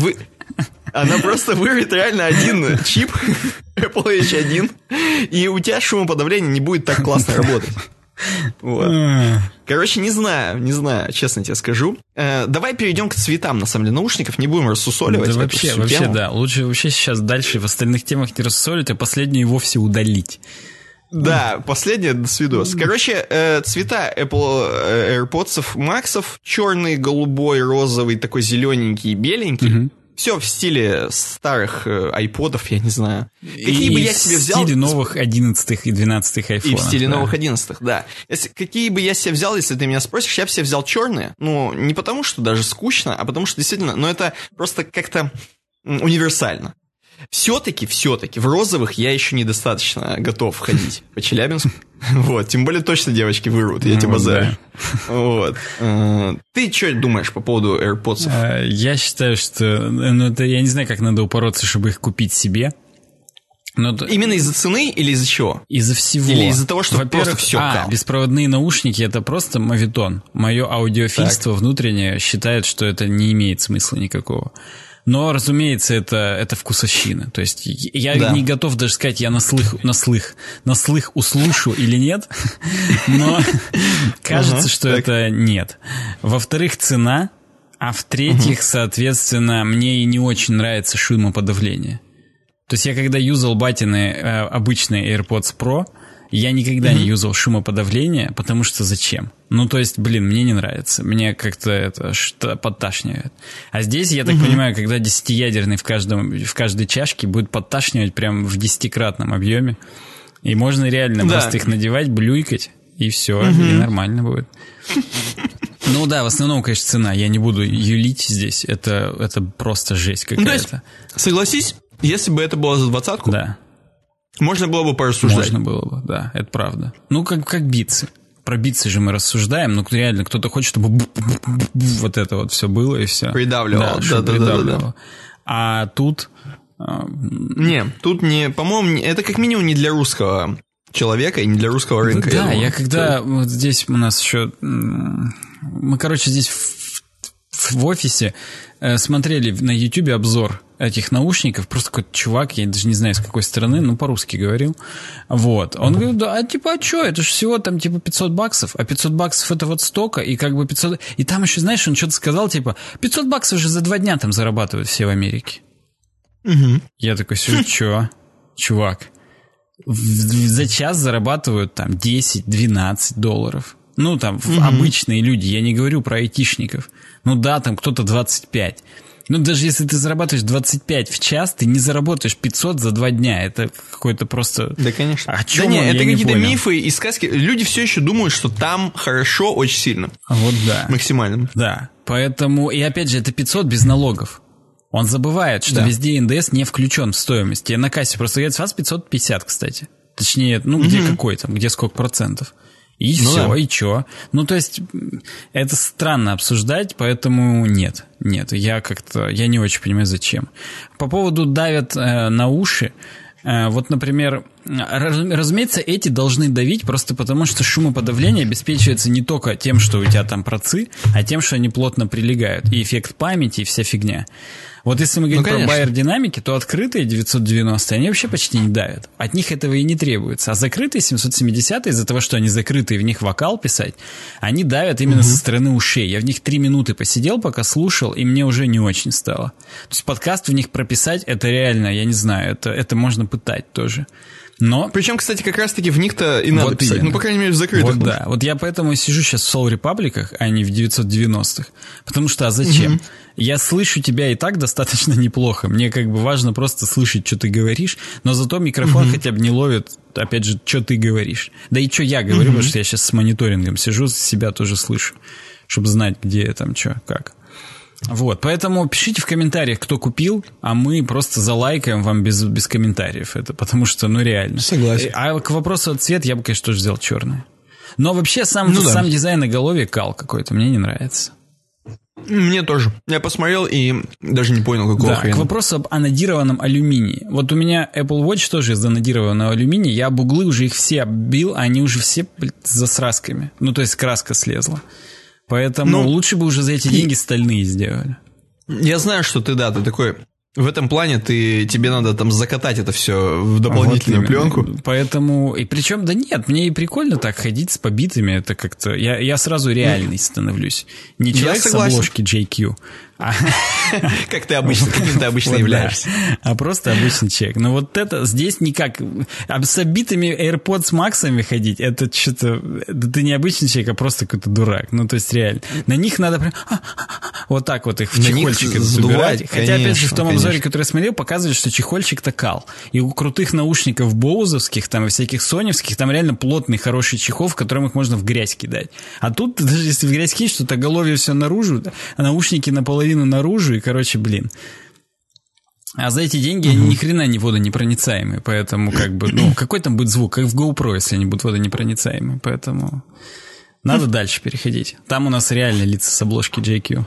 просто вырвет реально один чип Apple H1, и у тебя шумоподавление не будет так классно работать. Вот. Не знаю, честно тебе скажу. Давай перейдем к цветам, на самом деле, наушников, не будем рассусоливать. Да вообще, да. Лучше вообще сейчас дальше в остальных темах не рассусоливать, а последнюю и вовсе удалить. Да, последнее, до свидос. Цвета Apple AirPods Max, черный, голубой, розовый, такой зелененький, беленький. Все в стиле старых айподов, я не знаю. Какие бы я себе взял... в стиле новых 11-х и 12-х айфонов. И в стиле новых 11-х, да. Какие бы я себе взял, если ты меня спросишь, я бы себе взял черные. Не потому, что даже скучно, а потому, что действительно... это просто как-то универсально. Все-таки в розовых я еще недостаточно готов ходить по Челябинску. Вот, тем более точно девочки вырвут, я тебе базарю. Вот. Ты что думаешь по поводу AirPods? Я считаю, что... это я не знаю, как надо упороться, чтобы их купить себе. Именно из-за цены или из-за чего? Из-за всего. Или из-за того, что просто все беспроводные наушники — это просто моветон. Мое аудиофильство внутреннее считает, что это не имеет смысла никакого. Но, разумеется, это вкусовщина. То есть я не готов даже сказать, я на слых услышу или нет, но кажется, что это нет. Во-вторых, цена, а в-третьих, соответственно, мне и не очень нравится шумоподавление. То есть я когда юзал батины обычные AirPods Pro, я никогда не юзал шумоподавление, потому что зачем? То есть, мне не нравится. Мне как-то это что подташнивает. А здесь, я так понимаю, когда 10-ядерный в каждой чашке будет подташнивать прям в 10-кратном объеме. И можно реально просто их надевать, блюйкать, и все, и нормально будет. В основном, конечно, цена. Я не буду юлить здесь. Это просто жесть какая-то. То есть, согласись, если бы это было за 20-ку, да. Можно было бы порассуждать. Можно было бы, да, это правда. Как битсы. Про битсы же мы рассуждаем, реально кто-то хочет, чтобы вот это вот все было и все. Придавливало. Да. А тут... Не, тут не, по-моему, это как минимум не для русского человека и не для русского рынка. Да, я когда вот здесь у нас еще... Мы, короче, здесь в офисе смотрели на YouTube обзор этих наушников, просто какой-то чувак, я даже не знаю, с какой страны, ну, по-русски говорил. Вот. Он говорит, да, а что, это же всего там, типа, $500, а $500 это вот столько, и как бы 500... И там еще, знаешь, он что-то сказал, типа, $500 же за 2 дня там зарабатывают все в Америке. Угу. Я такой сижу, что? Чувак, за час зарабатывают там $10-12. Ну, там, обычные люди, я не говорю про айтишников. Ну да, там кто-то 25. Ну, даже если ты зарабатываешь 25 в час, ты не заработаешь 500 за 2 дня. Это какой-то просто... Да, конечно. А чем да нет, он, это какие-то не мифы и сказки. Люди все еще думают, что там хорошо очень сильно. Вот да. Максимально. Да. Поэтому, и опять же, это 500 без налогов. Он забывает, что везде НДС не включен в стоимость. И на кассе просто говорят, с вас 550, кстати. Точнее, ну, где какой там, где сколько процентов. И ну все, да. И чё? Ну, то есть, это странно обсуждать, поэтому нет, я не очень понимаю, зачем. По поводу давят на уши, вот, например, разумеется, эти должны давить просто потому, что шумоподавление обеспечивается не только тем, что у тебя там процы, а тем, что они плотно прилегают, и эффект памяти, и вся фигня. Вот если мы говорим про Байер-динамики, то открытые 990 они вообще почти не давят. От них этого и не требуется. А закрытые 770 из-за того, что они закрытые, в них вокал писать, они давят именно со стороны ушей. Я в них 3 минуты посидел, пока слушал, и мне уже не очень стало. То есть подкаст в них прописать, это реально, я не знаю, это можно пытать тоже. Но... Причем, кстати, как раз-таки в них-то и надо писать. Именно. Ну, по крайней мере, в закрытых. Вот да. Вот я поэтому сижу сейчас в Soul Republic'ах, а не в 990-х. Потому что, а зачем? Я слышу тебя и так достаточно неплохо. Мне как бы важно просто слышать, что ты говоришь, но зато микрофон хотя бы не ловит, опять же, что ты говоришь. Да и что я говорю, потому что я сейчас с мониторингом сижу, себя тоже слышу, чтобы знать, где там, что, как. Вот, поэтому пишите в комментариях, кто купил, а мы просто залайкаем вам без комментариев это, потому что, ну, реально. Согласен. А к вопросу о цвет я бы, конечно, тоже взял черный. Но вообще сам дизайн оголовья кал какой-то, мне не нравится. Мне тоже. Я посмотрел и даже не понял, какого хрена. К вопросу об анодированном алюминии. Вот у меня Apple Watch тоже из анодированного алюминия, я об углы уже их все оббил, а они уже все с засрасками. Ну, то есть краска слезла. Поэтому лучше бы уже за эти деньги стальные сделали. Я знаю, что ты такой... В этом плане тебе надо там закатать это все в дополнительную пленку. Поэтому... И причем, да нет, мне и прикольно так ходить с побитыми. Это как-то... Я сразу реальный становлюсь. Не человек с обложки JQ. Как ты обычно являешься. А просто обычный человек. Но вот это здесь никак... С обитыми AirPods Max'ами ходить, это что-то... Ты не обычный человек, а просто какой-то дурак. Ну, то есть реально. На них надо прям... Вот так вот их в чехольчик забирать. Хотя, опять же, в том обзоре, который я смотрел, показывали, что чехольчик-то кал. И у крутых наушников боузовских, там, и всяких соневских, там реально плотный, хороший чехол, в котором их можно в грязь кидать. А тут, даже если в грязь кидать, что-то оголовье все наружу, а наушники наполовину наружу, и, короче, блин. А за эти деньги они ни хрена не водонепроницаемые, поэтому, как бы, ну, какой там будет звук, как в GoPro, если они будут водонепроницаемые, поэтому надо дальше переходить. Там у нас реально лица с обложки JQ.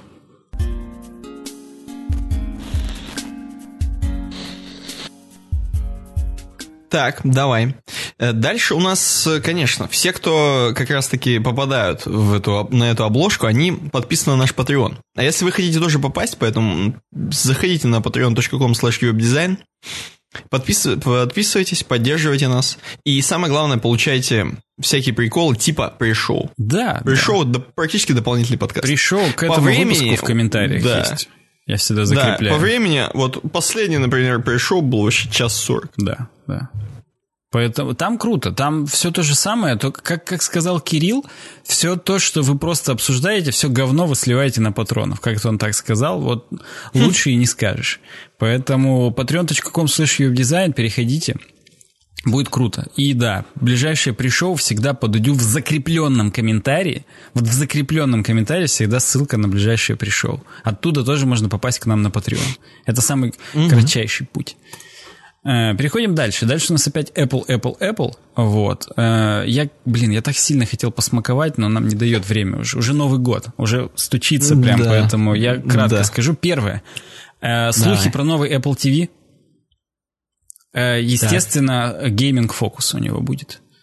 Так, давай. Дальше у нас, конечно, все, кто как раз-таки попадают на эту обложку, они подписаны на наш Patreon. А если вы хотите тоже попасть, поэтому заходите на patreon.com/webdesign, подписывайтесь, поддерживайте нас. И самое главное, получайте всякие приколы типа пришоу. Да. Пришоу, практически дополнительный подкаст. Пришоу к этому выпуску в комментариях есть. Я всегда закрепляю. Да, по времени, вот последний, например, пришел, был вообще 1:40. Да. Поэтому там круто, там все то же самое, только, как сказал Кирилл, все то, что вы просто обсуждаете, все говно вы сливаете на патронов. Как-то он так сказал, вот лучше и не скажешь. Поэтому patreon.com/webdesign, переходите. Будет круто. И да, ближайшее пришоу всегда подойду в закрепленном комментарии. Вот в закрепленном комментарии всегда ссылка на ближайшее пришоу. Оттуда тоже можно попасть к нам на Patreon. Это самый кратчайший путь. Переходим дальше. Дальше у нас опять Apple. Вот. Я так сильно хотел посмаковать, но нам не дает время уже. Уже Новый год. Уже стучится прям, поэтому я кратко скажу. Первое. Слухи про новый Apple TV. Естественно, гейминг-фокус у него будет.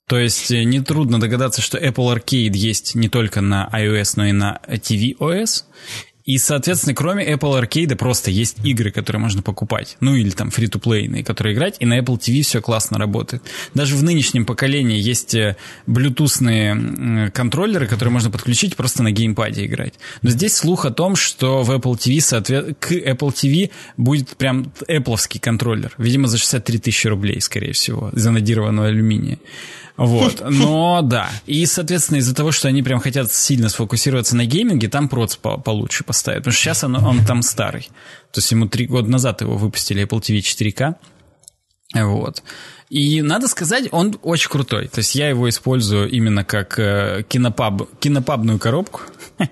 То есть нетрудно догадаться, что Apple Arcade есть не только на iOS, но и на tvOS. И, соответственно, кроме Apple Arcade просто есть игры, которые можно покупать. Ну, или там фри-то-плейные, которые играть. И на Apple TV все классно работает. Даже в нынешнем поколении есть блютусные контроллеры, которые можно подключить просто на геймпаде играть. Но здесь слух о том, что в Apple TV, к Apple TV будет прям Apple'овский контроллер. Видимо, за 63 тысячи рублей, скорее всего, из анодированного алюминия. Вот, но да. И, соответственно, из-за того, что они прям хотят сильно сфокусироваться на гейминге, там проц получше поставят. Потому что сейчас он там старый. То есть ему 3 года назад его выпустили, Apple TV 4K. Вот. И надо сказать, он очень крутой. То есть я его использую именно как кинопабную коробку.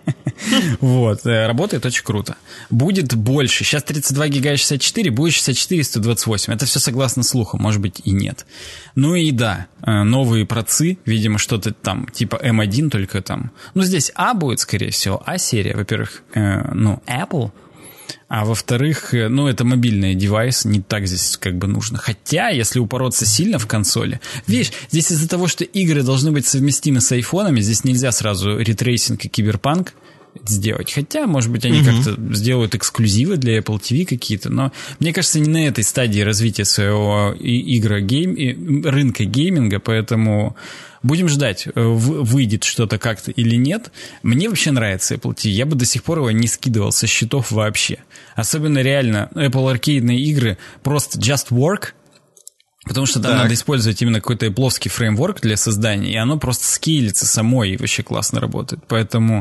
Вот. Работает очень круто. Будет больше. Сейчас 32 гига 64, будет 64 и 128. Это все согласно слухам, может быть и нет. Ну и да, новые процы, видимо, что-то там типа M1, только там. Ну здесь А будет, скорее всего, А-серия. Во-первых, Apple. А во-вторых, это мобильный девайс, не так здесь как бы нужно. Хотя, если упороться сильно в консоли... Видишь, здесь из-за того, что игры должны быть совместимы с айфонами, здесь нельзя сразу ретрейсинг и киберпанк сделать. Хотя, может быть, они как-то сделают эксклюзивы для Apple TV какие-то, но мне кажется, не на этой стадии развития своего рынка гейминга, поэтому... Будем ждать, выйдет что-то как-то или нет. Мне вообще нравится Apple TV. Я бы до сих пор его не скидывал со счетов вообще. Особенно реально Apple аркейдные игры просто just work, потому что там надо использовать именно какой-то Apple'овский фреймворк для создания, и оно просто скейлится само и вообще классно работает. Поэтому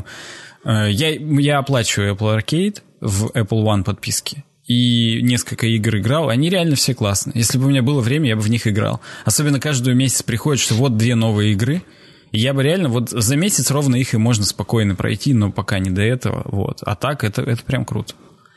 я оплачиваю Apple Arcade в Apple One подписке. И несколько игр играл, они реально все классные. Если бы у меня было время, я бы в них играл. Особенно каждый месяц приходит, что вот 2 новые игры, и я бы реально, вот за месяц ровно их и можно спокойно пройти, но пока не до этого, вот. А так, это прям круто.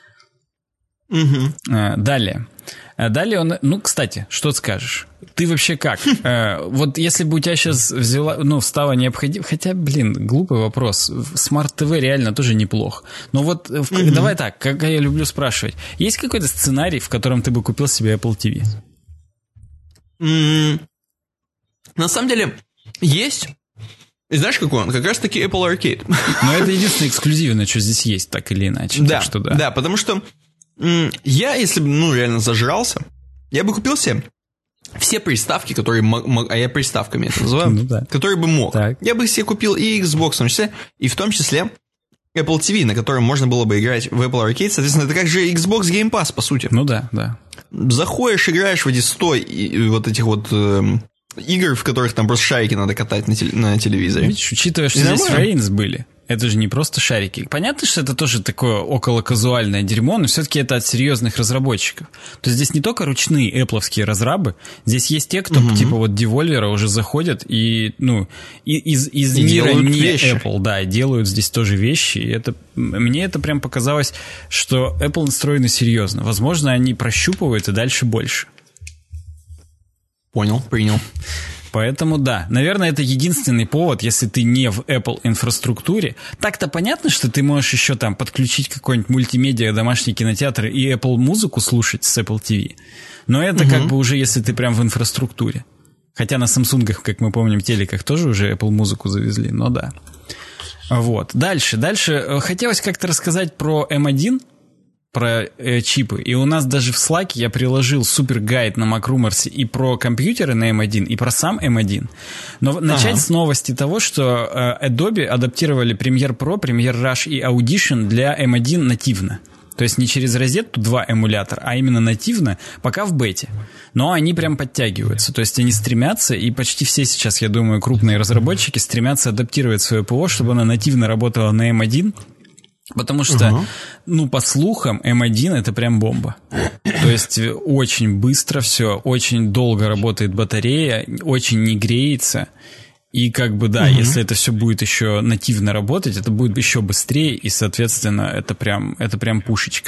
Далее он, кстати, что скажешь? Ты вообще как? Вот если бы у тебя сейчас стало необходимо... Хотя, глупый вопрос. Smart TV реально тоже неплох. Но вот давай так, как я люблю спрашивать. Есть какой-то сценарий, в котором ты бы купил себе Apple TV? На самом деле, есть. И знаешь, какой он? Как раз-таки Apple Arcade. Но это единственное эксклюзивное, что здесь есть, так или иначе. Да, так что да, потому что я, если бы, реально зажрался, я бы купил себе все приставки, которые а я приставками это называю, которые бы мог. Так. Я бы себе купил и Xbox в том числе, и в том числе Apple TV, на котором можно было бы играть в Apple Arcade. Соответственно, это как же Xbox Game Pass, по сути. Ну да. Заходишь, играешь в эти 100 вот этих вот игр, в которых там просто шарики надо катать на телевизоре. Видишь, учитывая, что здесь Reigns были, это же не просто шарики. Понятно, что это тоже такое околоказуальное дерьмо, но все-таки это от серьезных разработчиков. То есть здесь не только ручные Apple'овские разрабы, здесь есть те, кто типа вот Devolver уже заходят и, из мира не вещи. Apple, делают здесь тоже вещи. И мне это прям показалось, что Apple настроены серьезно. Возможно, они прощупывают и дальше больше. Понял, принял. Поэтому да, наверное, это единственный повод, если ты не в Apple инфраструктуре. Так-то понятно, что ты можешь еще там подключить какой-нибудь мультимедиа, домашний кинотеатр и Apple музыку слушать с Apple TV. Но это как бы уже если ты прям в инфраструктуре. Хотя на Samsung'ах, как мы помним, телеках тоже уже Apple музыку завезли, но да. Вот. Дальше. Хотелось как-то рассказать про M1, про чипы. И у нас даже в Slack я приложил супер гайд на MacRumors и про компьютеры на M1, и про сам M1. Но начать с новости того, что Adobe адаптировали Premiere Pro, Premiere Rush и Audition для M1 нативно. То есть не через розетку 2 эмулятор, а именно нативно, пока в бете. Но они прям подтягиваются. То есть они стремятся, и почти все сейчас, я думаю, крупные разработчики стремятся адаптировать свое ПО, чтобы оно нативно работало на M1. Потому что, по слухам, M1 это прям бомба. То есть очень быстро все, очень долго работает батарея, очень не греется. И если это все будет еще нативно работать, это будет еще быстрее, и, соответственно, это прям пушечка.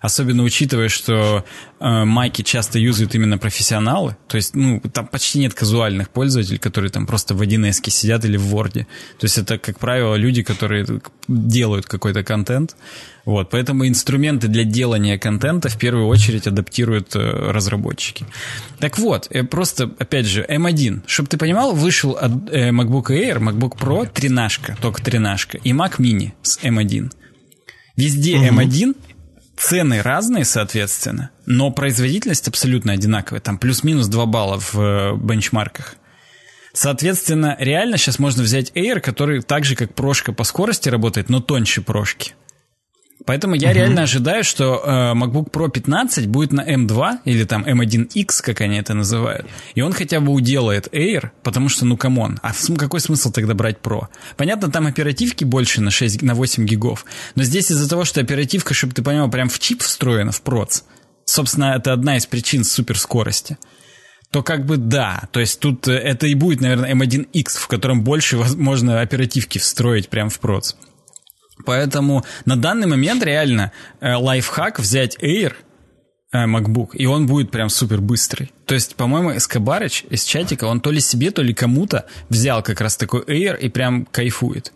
Особенно учитывая, что маки часто юзают именно профессионалы. То есть, там почти нет казуальных пользователей, которые там просто в 1С сидят или в Word. То есть это, как правило, люди, которые делают какой-то контент. Вот, поэтому инструменты для делания контента в первую очередь адаптируют разработчики. Так вот, просто, опять же, M1. Чтобы ты понимал, вышел MacBook Air, MacBook Pro, 13, только 13, и Mac Mini с M1. Везде M1, цены разные, соответственно, но производительность абсолютно одинаковая. Там плюс-минус 2 балла в бенчмарках. Соответственно, реально сейчас можно взять Air, который так же, как прошка по скорости работает, но тоньше прошки. Поэтому я реально ожидаю, что MacBook Pro 15 будет на M2 или там M1X, как они это называют. И он хотя бы уделает Air, потому что, камон. А какой смысл тогда брать Pro? Понятно, там оперативки больше на 8 гигов. Но здесь из-за того, что оперативка, чтобы ты понимал, прям в чип встроена, в проц. Собственно, это одна из причин суперскорости. То да. То есть тут это и будет, наверное, M1X, в котором больше можно оперативки встроить прям в проц. Поэтому на данный момент реально лайфхак взять Air MacBook, и он будет прям супер быстрый. То есть, по-моему, Скобарыч из чатика, он то ли себе, то ли кому-то взял как раз такой Air и прям кайфует.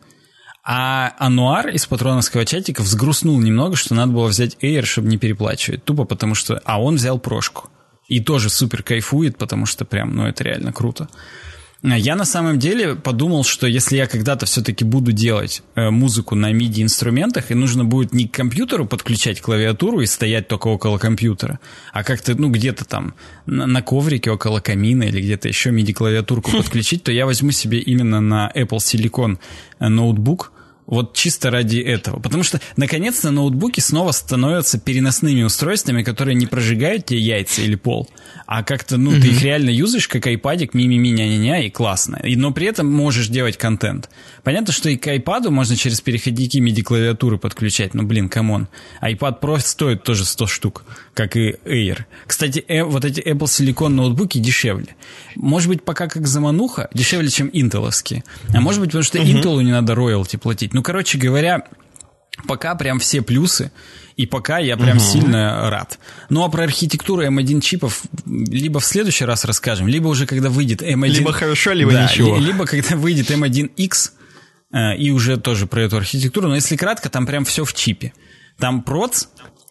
А Ануар из патроновского чатика взгрустнул немного, что надо было взять Air, чтобы не переплачивать. Тупо потому что... А он взял прошку. И тоже супер кайфует, потому что прям, это реально круто. Я на самом деле подумал, что если я когда-то все-таки буду делать музыку на MIDI-инструментах, и нужно будет не к компьютеру подключать клавиатуру и стоять только около компьютера, а как-то, где-то там на коврике около камина или где-то еще MIDI-клавиатурку подключить, то я возьму себе именно на Apple Silicon ноутбук, вот чисто ради этого. Потому что, наконец-то, ноутбуки снова становятся переносными устройствами, которые не прожигают тебе яйца или пол, а как-то, ты их реально юзаешь, как айпадик, ми-ми-ми-ня-ня-ня, и классно. Но при этом можешь делать контент. Понятно, что и к айпаду можно через переходники MIDI-клавиатуры подключать, камон. iPad Pro стоит тоже 100 штук, как и Air. Кстати, вот эти Apple Silicon ноутбуки дешевле. Может быть, пока как замануха, дешевле, чем интеловские. А может быть, потому что Intel'у не надо роялти платить. Короче говоря, пока прям все плюсы, и пока я прям сильно рад. Ну, а про архитектуру M1 чипов либо в следующий раз расскажем, либо уже когда выйдет M1... Либо хорошо, либо ничего. Либо когда выйдет M1X, и уже тоже про эту архитектуру. Но если кратко, там прям все в чипе. Там проц,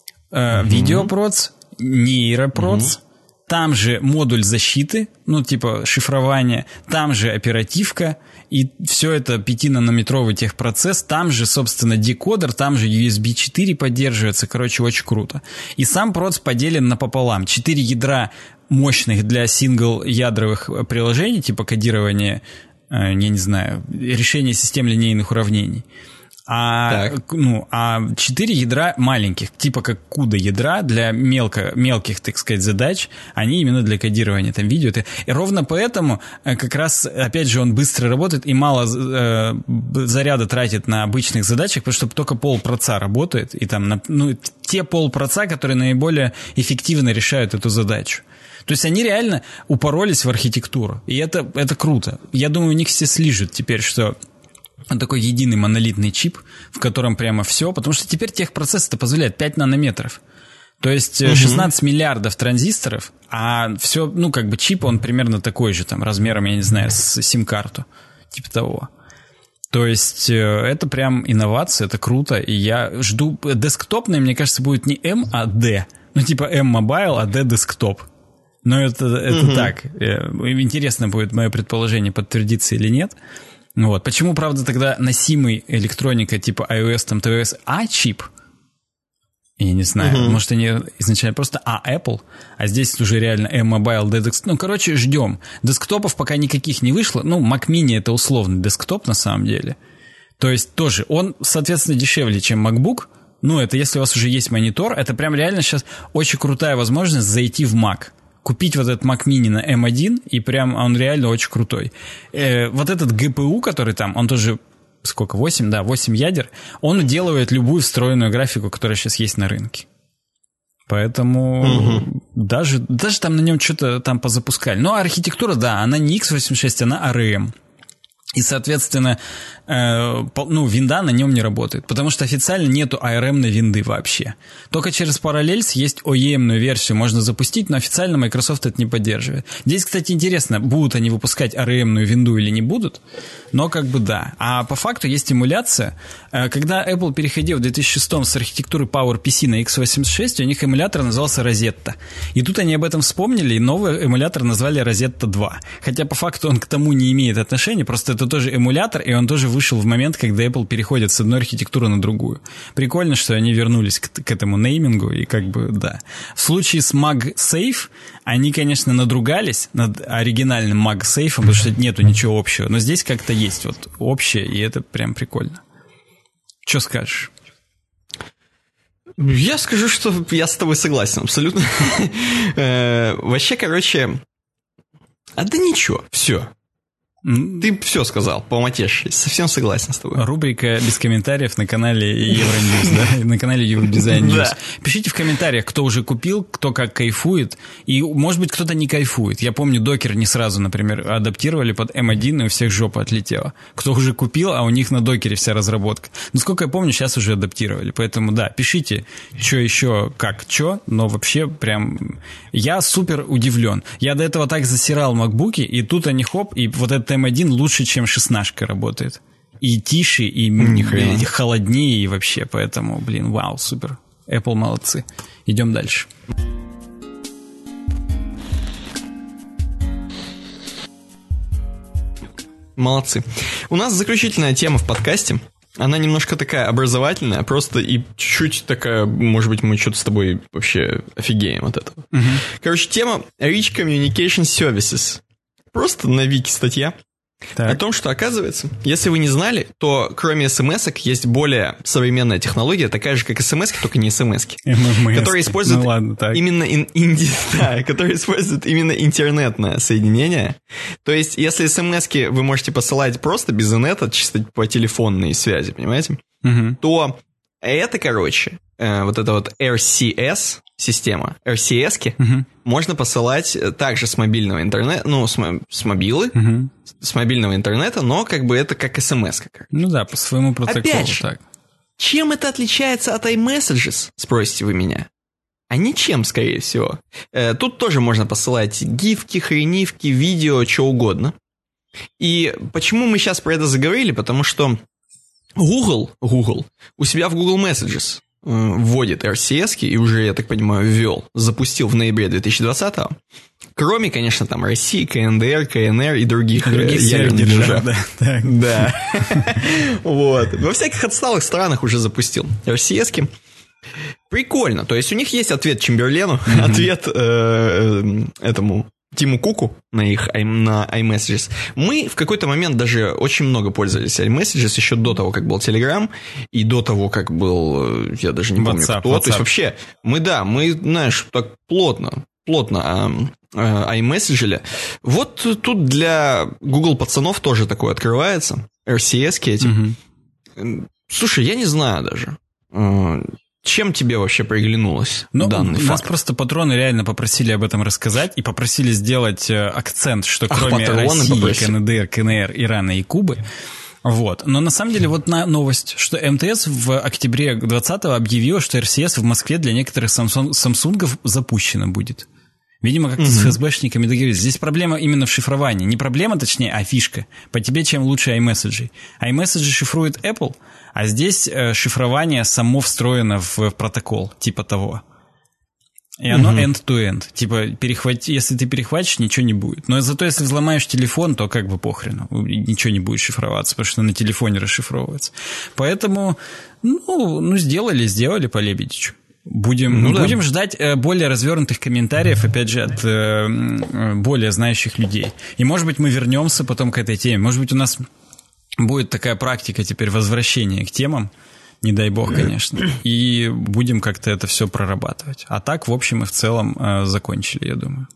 видеопроц, нейропроц, там же модуль защиты, шифрование, там же оперативка, и все это 5-нанометровый техпроцесс, там же, собственно, декодер, там же USB 4 поддерживается, очень круто. И сам проц поделен напополам. 4 ядра мощных для сингл-ядровых приложений, типа кодирования, решения систем линейных уравнений. А 4 ядра маленьких, типа как CUDA ядра для мелких, так сказать, задач, они именно для кодирования там видео. И ровно поэтому как раз, опять же, он быстро работает и мало заряда тратит на обычных задачах, потому что только полпроца работает, и там те полпроца, которые наиболее эффективно решают эту задачу. То есть они реально упоролись в архитектуру, и это круто. Я думаю, у них все слижет теперь, что... Он такой единый монолитный чип, в котором прямо все, потому что теперь техпроцесс это позволяет 5 нанометров. То есть 16 миллиардов транзисторов, а все, чип, он примерно такой же, там, размером, с сим-карту, типа того. То есть это прям инновация, это круто, и я жду... Десктопный, мне кажется, будет не M, а D. M Mobile, а D Desktop. Но это так. Интересно будет мое предположение, подтвердится или нет. Почему, правда, тогда носимый электроника типа iOS, там, tvOS, чип? Я не знаю. Может, они изначально просто Apple, а здесь уже реально M-Mobile, Desktop. Ждем. Десктопов пока никаких не вышло. Mac Mini — это условный десктоп на самом деле. То есть тоже он, соответственно, дешевле, чем MacBook. Это если у вас уже есть монитор, это прям реально сейчас очень крутая возможность зайти в Mac. Купить вот этот Mac Mini на M1, и прям он реально очень крутой. Вот этот GPU, который там, он тоже, 8 ядер, он уделывает любую встроенную графику, которая сейчас есть на рынке. Поэтому даже там на нем что-то там позапускали. Но архитектура, она не x86, она ARM. И, соответственно, винда на нем не работает, потому что официально нету ARM-ной винды вообще. Только через Parallels есть OEM-ную версию можно запустить, но официально Microsoft это не поддерживает. Здесь, кстати, интересно, будут они выпускать ARM-ную винду или не будут, но как бы да. А по факту есть эмуляция. Когда Apple переходил в 2006 с архитектуры PowerPC на x86, у них эмулятор назывался Rosetta. И тут они об этом вспомнили, и новый эмулятор назвали Rosetta 2. Хотя по факту он к тому не имеет отношения, просто это тоже эмулятор, и он тоже вышел в момент, когда Apple переходит с одной архитектуры на другую. Прикольно, что они вернулись к этому неймингу, и как бы, да. В случае с MagSafe они, конечно, надругались над оригинальным MagSafe, потому что нету ничего общего, но здесь как-то есть вот общее, и это прям прикольно. Что скажешь? Я скажу, что я с тобой согласен абсолютно. Вообще, короче... да ничего, все. Ты все сказал, по-матеши. Совсем согласен с тобой. Рубрика без комментариев на канале Евроньюз, да? На канале Евrodизайн Ньюс. Пишите в комментариях, кто уже купил, кто как кайфует. И, может быть, кто-то не кайфует. Я помню, докер не сразу, например, адаптировали под M1, и у всех жопа отлетела. Кто уже купил, а у них на докере вся разработка. Насколько я помню, сейчас уже адаптировали. Поэтому, да, пишите, что еще, как, что. Но вообще, прям, я супер удивлен. Я до этого так засирал макбуки, и тут они хоп, и вот этот M1 лучше, чем 16-ка работает. И тише, и холоднее, и вообще. Поэтому, вау, супер. Apple молодцы. Идем дальше. Молодцы. У нас заключительная тема в подкасте. Она немножко такая образовательная, просто и чуть-чуть такая, может быть, мы что-то с тобой вообще офигеем от этого. Короче, тема Rich Communication Services. Просто на Вики статья. Так. О том, что, оказывается, если вы не знали, то кроме смс-ок есть более современная технология, такая же, как смс-ки, только не смс-ки, которая использует которая использует именно интернетное соединение. То есть, если смс-ки вы можете посылать просто без инета, чисто по телефонной связи, понимаете, то это, короче, вот эта вот RCS-система, RCS-ки, можно посылать также с мобильного интернета, с мобилы, с мобильного интернета, но как бы это как смс-ка. Ну да, по своему протоколу. Опять же, так. Чем это отличается от iMessages, спросите вы меня? А ничем, скорее всего. Тут тоже можно посылать гифки, хренивки, видео, что угодно. И почему мы сейчас про это заговорили? Потому что Google у себя в Google Messages вводит RCS-ки и уже, я так понимаю, запустил в ноябре 2020-го. Кроме, конечно, там России, КНДР, КНР и других ядерных держав. Да. Вот. Во всяких отсталых странах уже запустил RCS-ки. Прикольно. То есть у них есть ответ Чемберлену, ответ этому Тиму Куку на iMessages. Мы в какой-то момент даже очень много пользовались iMessages еще до того, как был Telegram, и до того, как был, я даже не помню, кто. WhatsApp. То есть вообще, мы, знаешь, так плотно iMessage'или. Вот тут для Google пацанов тоже такое открывается. RCS-ки эти. Слушай, я не знаю даже. Чем тебе вообще приглянулось данный факт? Нас просто патроны реально попросили об этом рассказать и попросили сделать акцент, что кроме России, КНДР, КНР, Ирана и Кубы. Вот. Но на самом деле вот новость, что МТС в октябре 2020-го объявила, что RCS в Москве для некоторых самсунгов запущено будет. Видимо, как-то с ФСБшниками договорились. Здесь проблема именно в шифровании. Не проблема, точнее, а фишка. По тебе чем лучше iMessage. iMessage шифрует Apple, а здесь шифрование само встроено в протокол, типа того. И оно end-to-end. Типа, если ты перехватишь, ничего не будет. Но зато если взломаешь телефон, то как бы похрену. Ничего не будет шифроваться, потому что на телефоне расшифровывается. Поэтому, сделали по Лебедичу. Будем ждать более развернутых комментариев, опять же, от более знающих людей. И, может быть, мы вернемся потом к этой теме. Может быть, у нас будет такая практика теперь возвращения к темам, не дай бог, конечно, и будем как-то это все прорабатывать. А так, в общем и в целом, закончили, я думаю.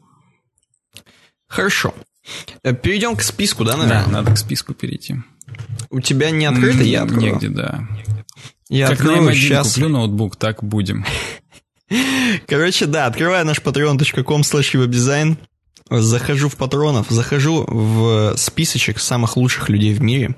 Хорошо. Перейдем к списку, да, наверное? Да, надо к списку перейти. У тебя не открыто, я открою. Негде, да. Я как открою на M1 сейчас. Куплю ноутбук, так будем. Короче, да, открываю наш patreon.com/webdesign. захожу в патронов, захожу в списочек самых лучших людей в мире.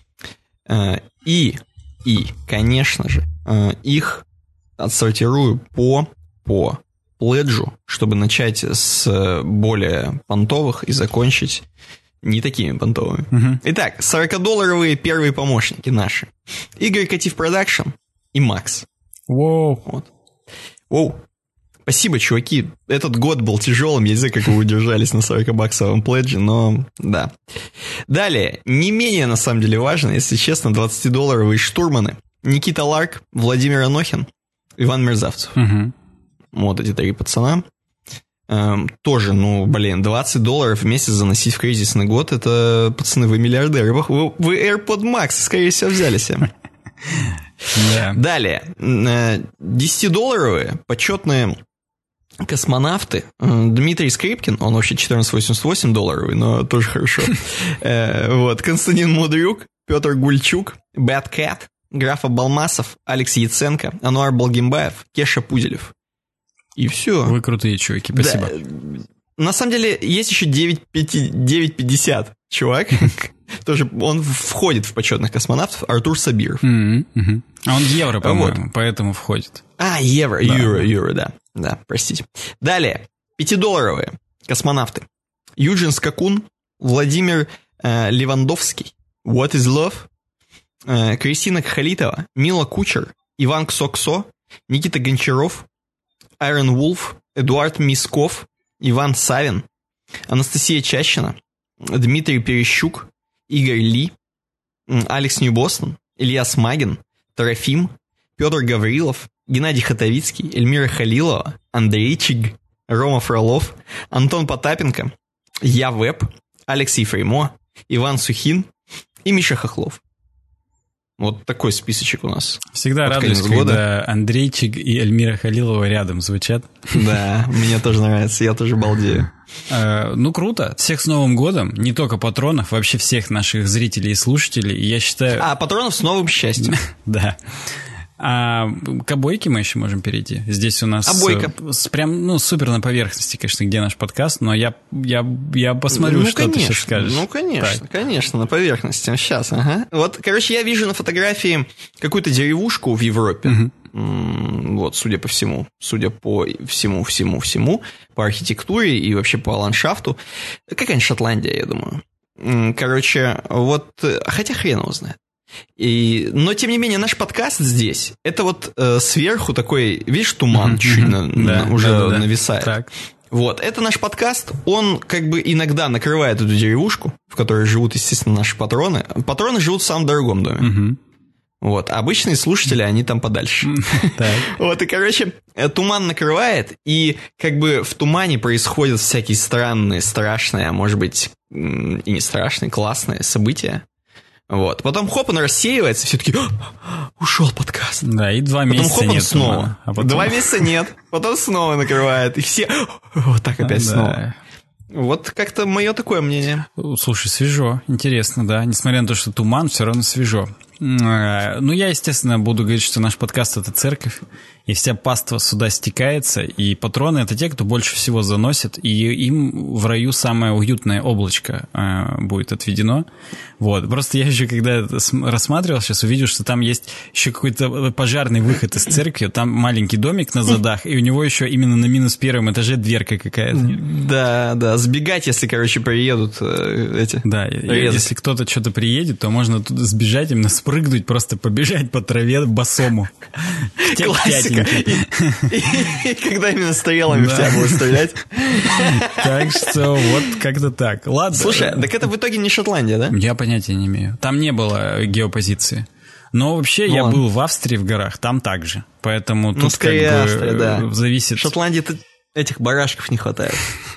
И, конечно же, их отсортирую по пледжу, чтобы начать с более понтовых и закончить не такими понтовыми. Итак, 40-долларовые первые помощники наши. Игорь Катив Продакшн и Макс. Воу. Вот. Воу. Спасибо, чуваки. Этот год был тяжелым. Я не знаю, как вы удержались на 40-баксовом пледже, но да. Далее, не менее, на самом деле, важно, если честно, 20-долларовые штурманы. Никита Ларк, Владимир Анохин, Иван Мерзавцев. Вот эти 3 пацана. Тоже, $20 в месяц заносить в кризисный год, это, пацаны, вы миллиардеры. Вы AirPod Max, скорее всего, взяли себе. Далее, 10-долларовые почетные космонавты. Дмитрий Скрипкин, он вообще $14.88, но тоже хорошо. Вот, Константин Мудрюк, Петр Гульчук, Bad Cat, Графа Балмасов, Алекс Яценко, Ануар Балгимбаев, Кеша Пузелев. И все. Вы крутые чуваки, спасибо. Да. На самом деле, есть еще 9.50 чувак. Тоже он входит в почетных космонавтов. Артур Сабиров. А он евро, по-моему, поэтому входит. Евро, юро, да. Да, простите. Далее, 5-долларовые космонавты. Юджин Скакун, Владимир Левандовский, What is Love, Кристина Кхалитова, Мила Кучер, Иван Ксоксо, Никита Гончаров, Айрон Вулф, Эдуард Мисков, Иван Савин, Анастасия Чащина, Дмитрий Перещук, Игорь Ли, Алекс Нью-Бостон, Илья Смагин, Трофим, Петр Гаврилов, Геннадий Хатовицкий, Эльмира Халилова, Андрей Чиг, Рома Фролов, Антон Потапенко, Я Веб, Алекс Ефремо, Иван Сухин и Миша Хохлов. Вот такой списочек у нас. Всегда радуюсь, когда Андрейчик и Эльмира Халилова рядом звучат. Да, мне тоже нравится, я тоже балдею. Круто. Всех с Новым годом. Не только патронов, вообще всех наших зрителей и слушателей. И я считаю... патронов с новым счастьем. Да. К обойке мы еще можем перейти. Здесь у нас обойка. Прям, супер на поверхности, конечно, где наш подкаст, но я посмотрю, что ты сейчас скажешь. Конечно, на поверхности. Сейчас, ага. Вот, короче, я вижу на фотографии какую-то деревушку в Европе. Вот, судя по всему, по архитектуре и вообще по ландшафту. Какая-нибудь Шотландия, я думаю. Короче, вот, хотя хрен его знает. Но, тем не менее, наш подкаст здесь, это вот сверху такой, видишь, туман чуть-чуть нависает. Так. Вот, это наш подкаст, он как бы иногда накрывает эту деревушку, в которой живут, естественно, наши патроны. Патроны живут в самом дорогом доме. Вот, а обычные слушатели, они там подальше. Вот, и, короче, туман накрывает, и как бы в тумане происходят всякие странные, страшные, а может быть и не страшные, классные события. Вот. Потом хоп, он рассеивается, все таки ушел подкаст. Да, и 2 месяца потом хоп, нет снова. 2 месяца нет, потом снова накрывает, и все вот так опять снова. Вот как-то мое такое мнение. Слушай, свежо, интересно, да. Несмотря на то, что туман, все равно свежо. Я, естественно, буду говорить, что наш подкаст — это церковь, и вся паства сюда стекается, и патроны — это те, кто больше всего заносит, и им в раю самое уютное облачко будет отведено. Вот. Просто я еще, когда рассматривал, сейчас увидел, что там есть еще какой-то пожарный выход из церкви, там маленький домик на задах, и у него еще именно на -1 этаже дверка какая-то. Да, сбегать, если, приедут эти. Да, если кто-то что-то приедет, то можно туда сбежать, именно спрыгнуть, просто побежать по траве босому. Классика. И когда именно стрелами в тебя будут стрелять. Так что вот как-то так. Ладно. Слушай, так это в итоге не Шотландия, да? Я понятия не имею. Там не было геопозиции. Но вообще я был в Австрии в горах, там также. Поэтому тут скорее Австрия, да. Зависит. В Шотландии этих барашков не хватает.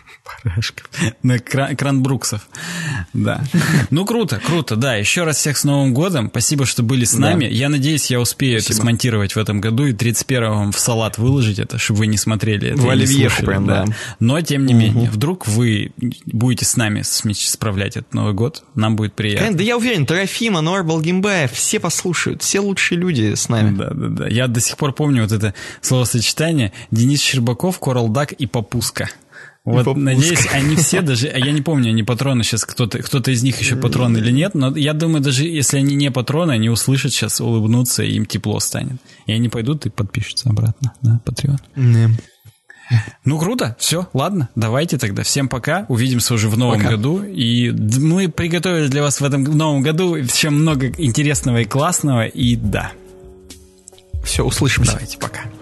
Кранбруксов. Да. Круто, да. Еще раз всех с Новым годом. Спасибо, что были с нами. Я надеюсь, я успею это смонтировать в этом году и 31-м в салат выложить это, чтобы вы не смотрели это. В оливьеху прям, да. Но, тем не менее, вдруг вы будете с нами справлять этот Новый год, нам будет приятно. Да я уверен, Трофим, Ануар Балгимбаев, все послушают, все лучшие люди с нами. Да. Я до сих пор помню вот это словосочетание: Денис Щербаков, Коралдак и Папуска. Вот, надеюсь, они все даже... Я не помню, они патроны сейчас, кто-то из них еще патрон или нет, но я думаю, даже если они не патроны, они услышат сейчас, улыбнутся, и им тепло станет. И они пойдут и подпишутся обратно на Patreon. Ну, круто. Все, ладно, давайте тогда. Всем пока. Увидимся уже в новом году. И мы приготовили для вас в этом новом году еще много интересного и классного. И да. Все, услышимся. Давайте, пока.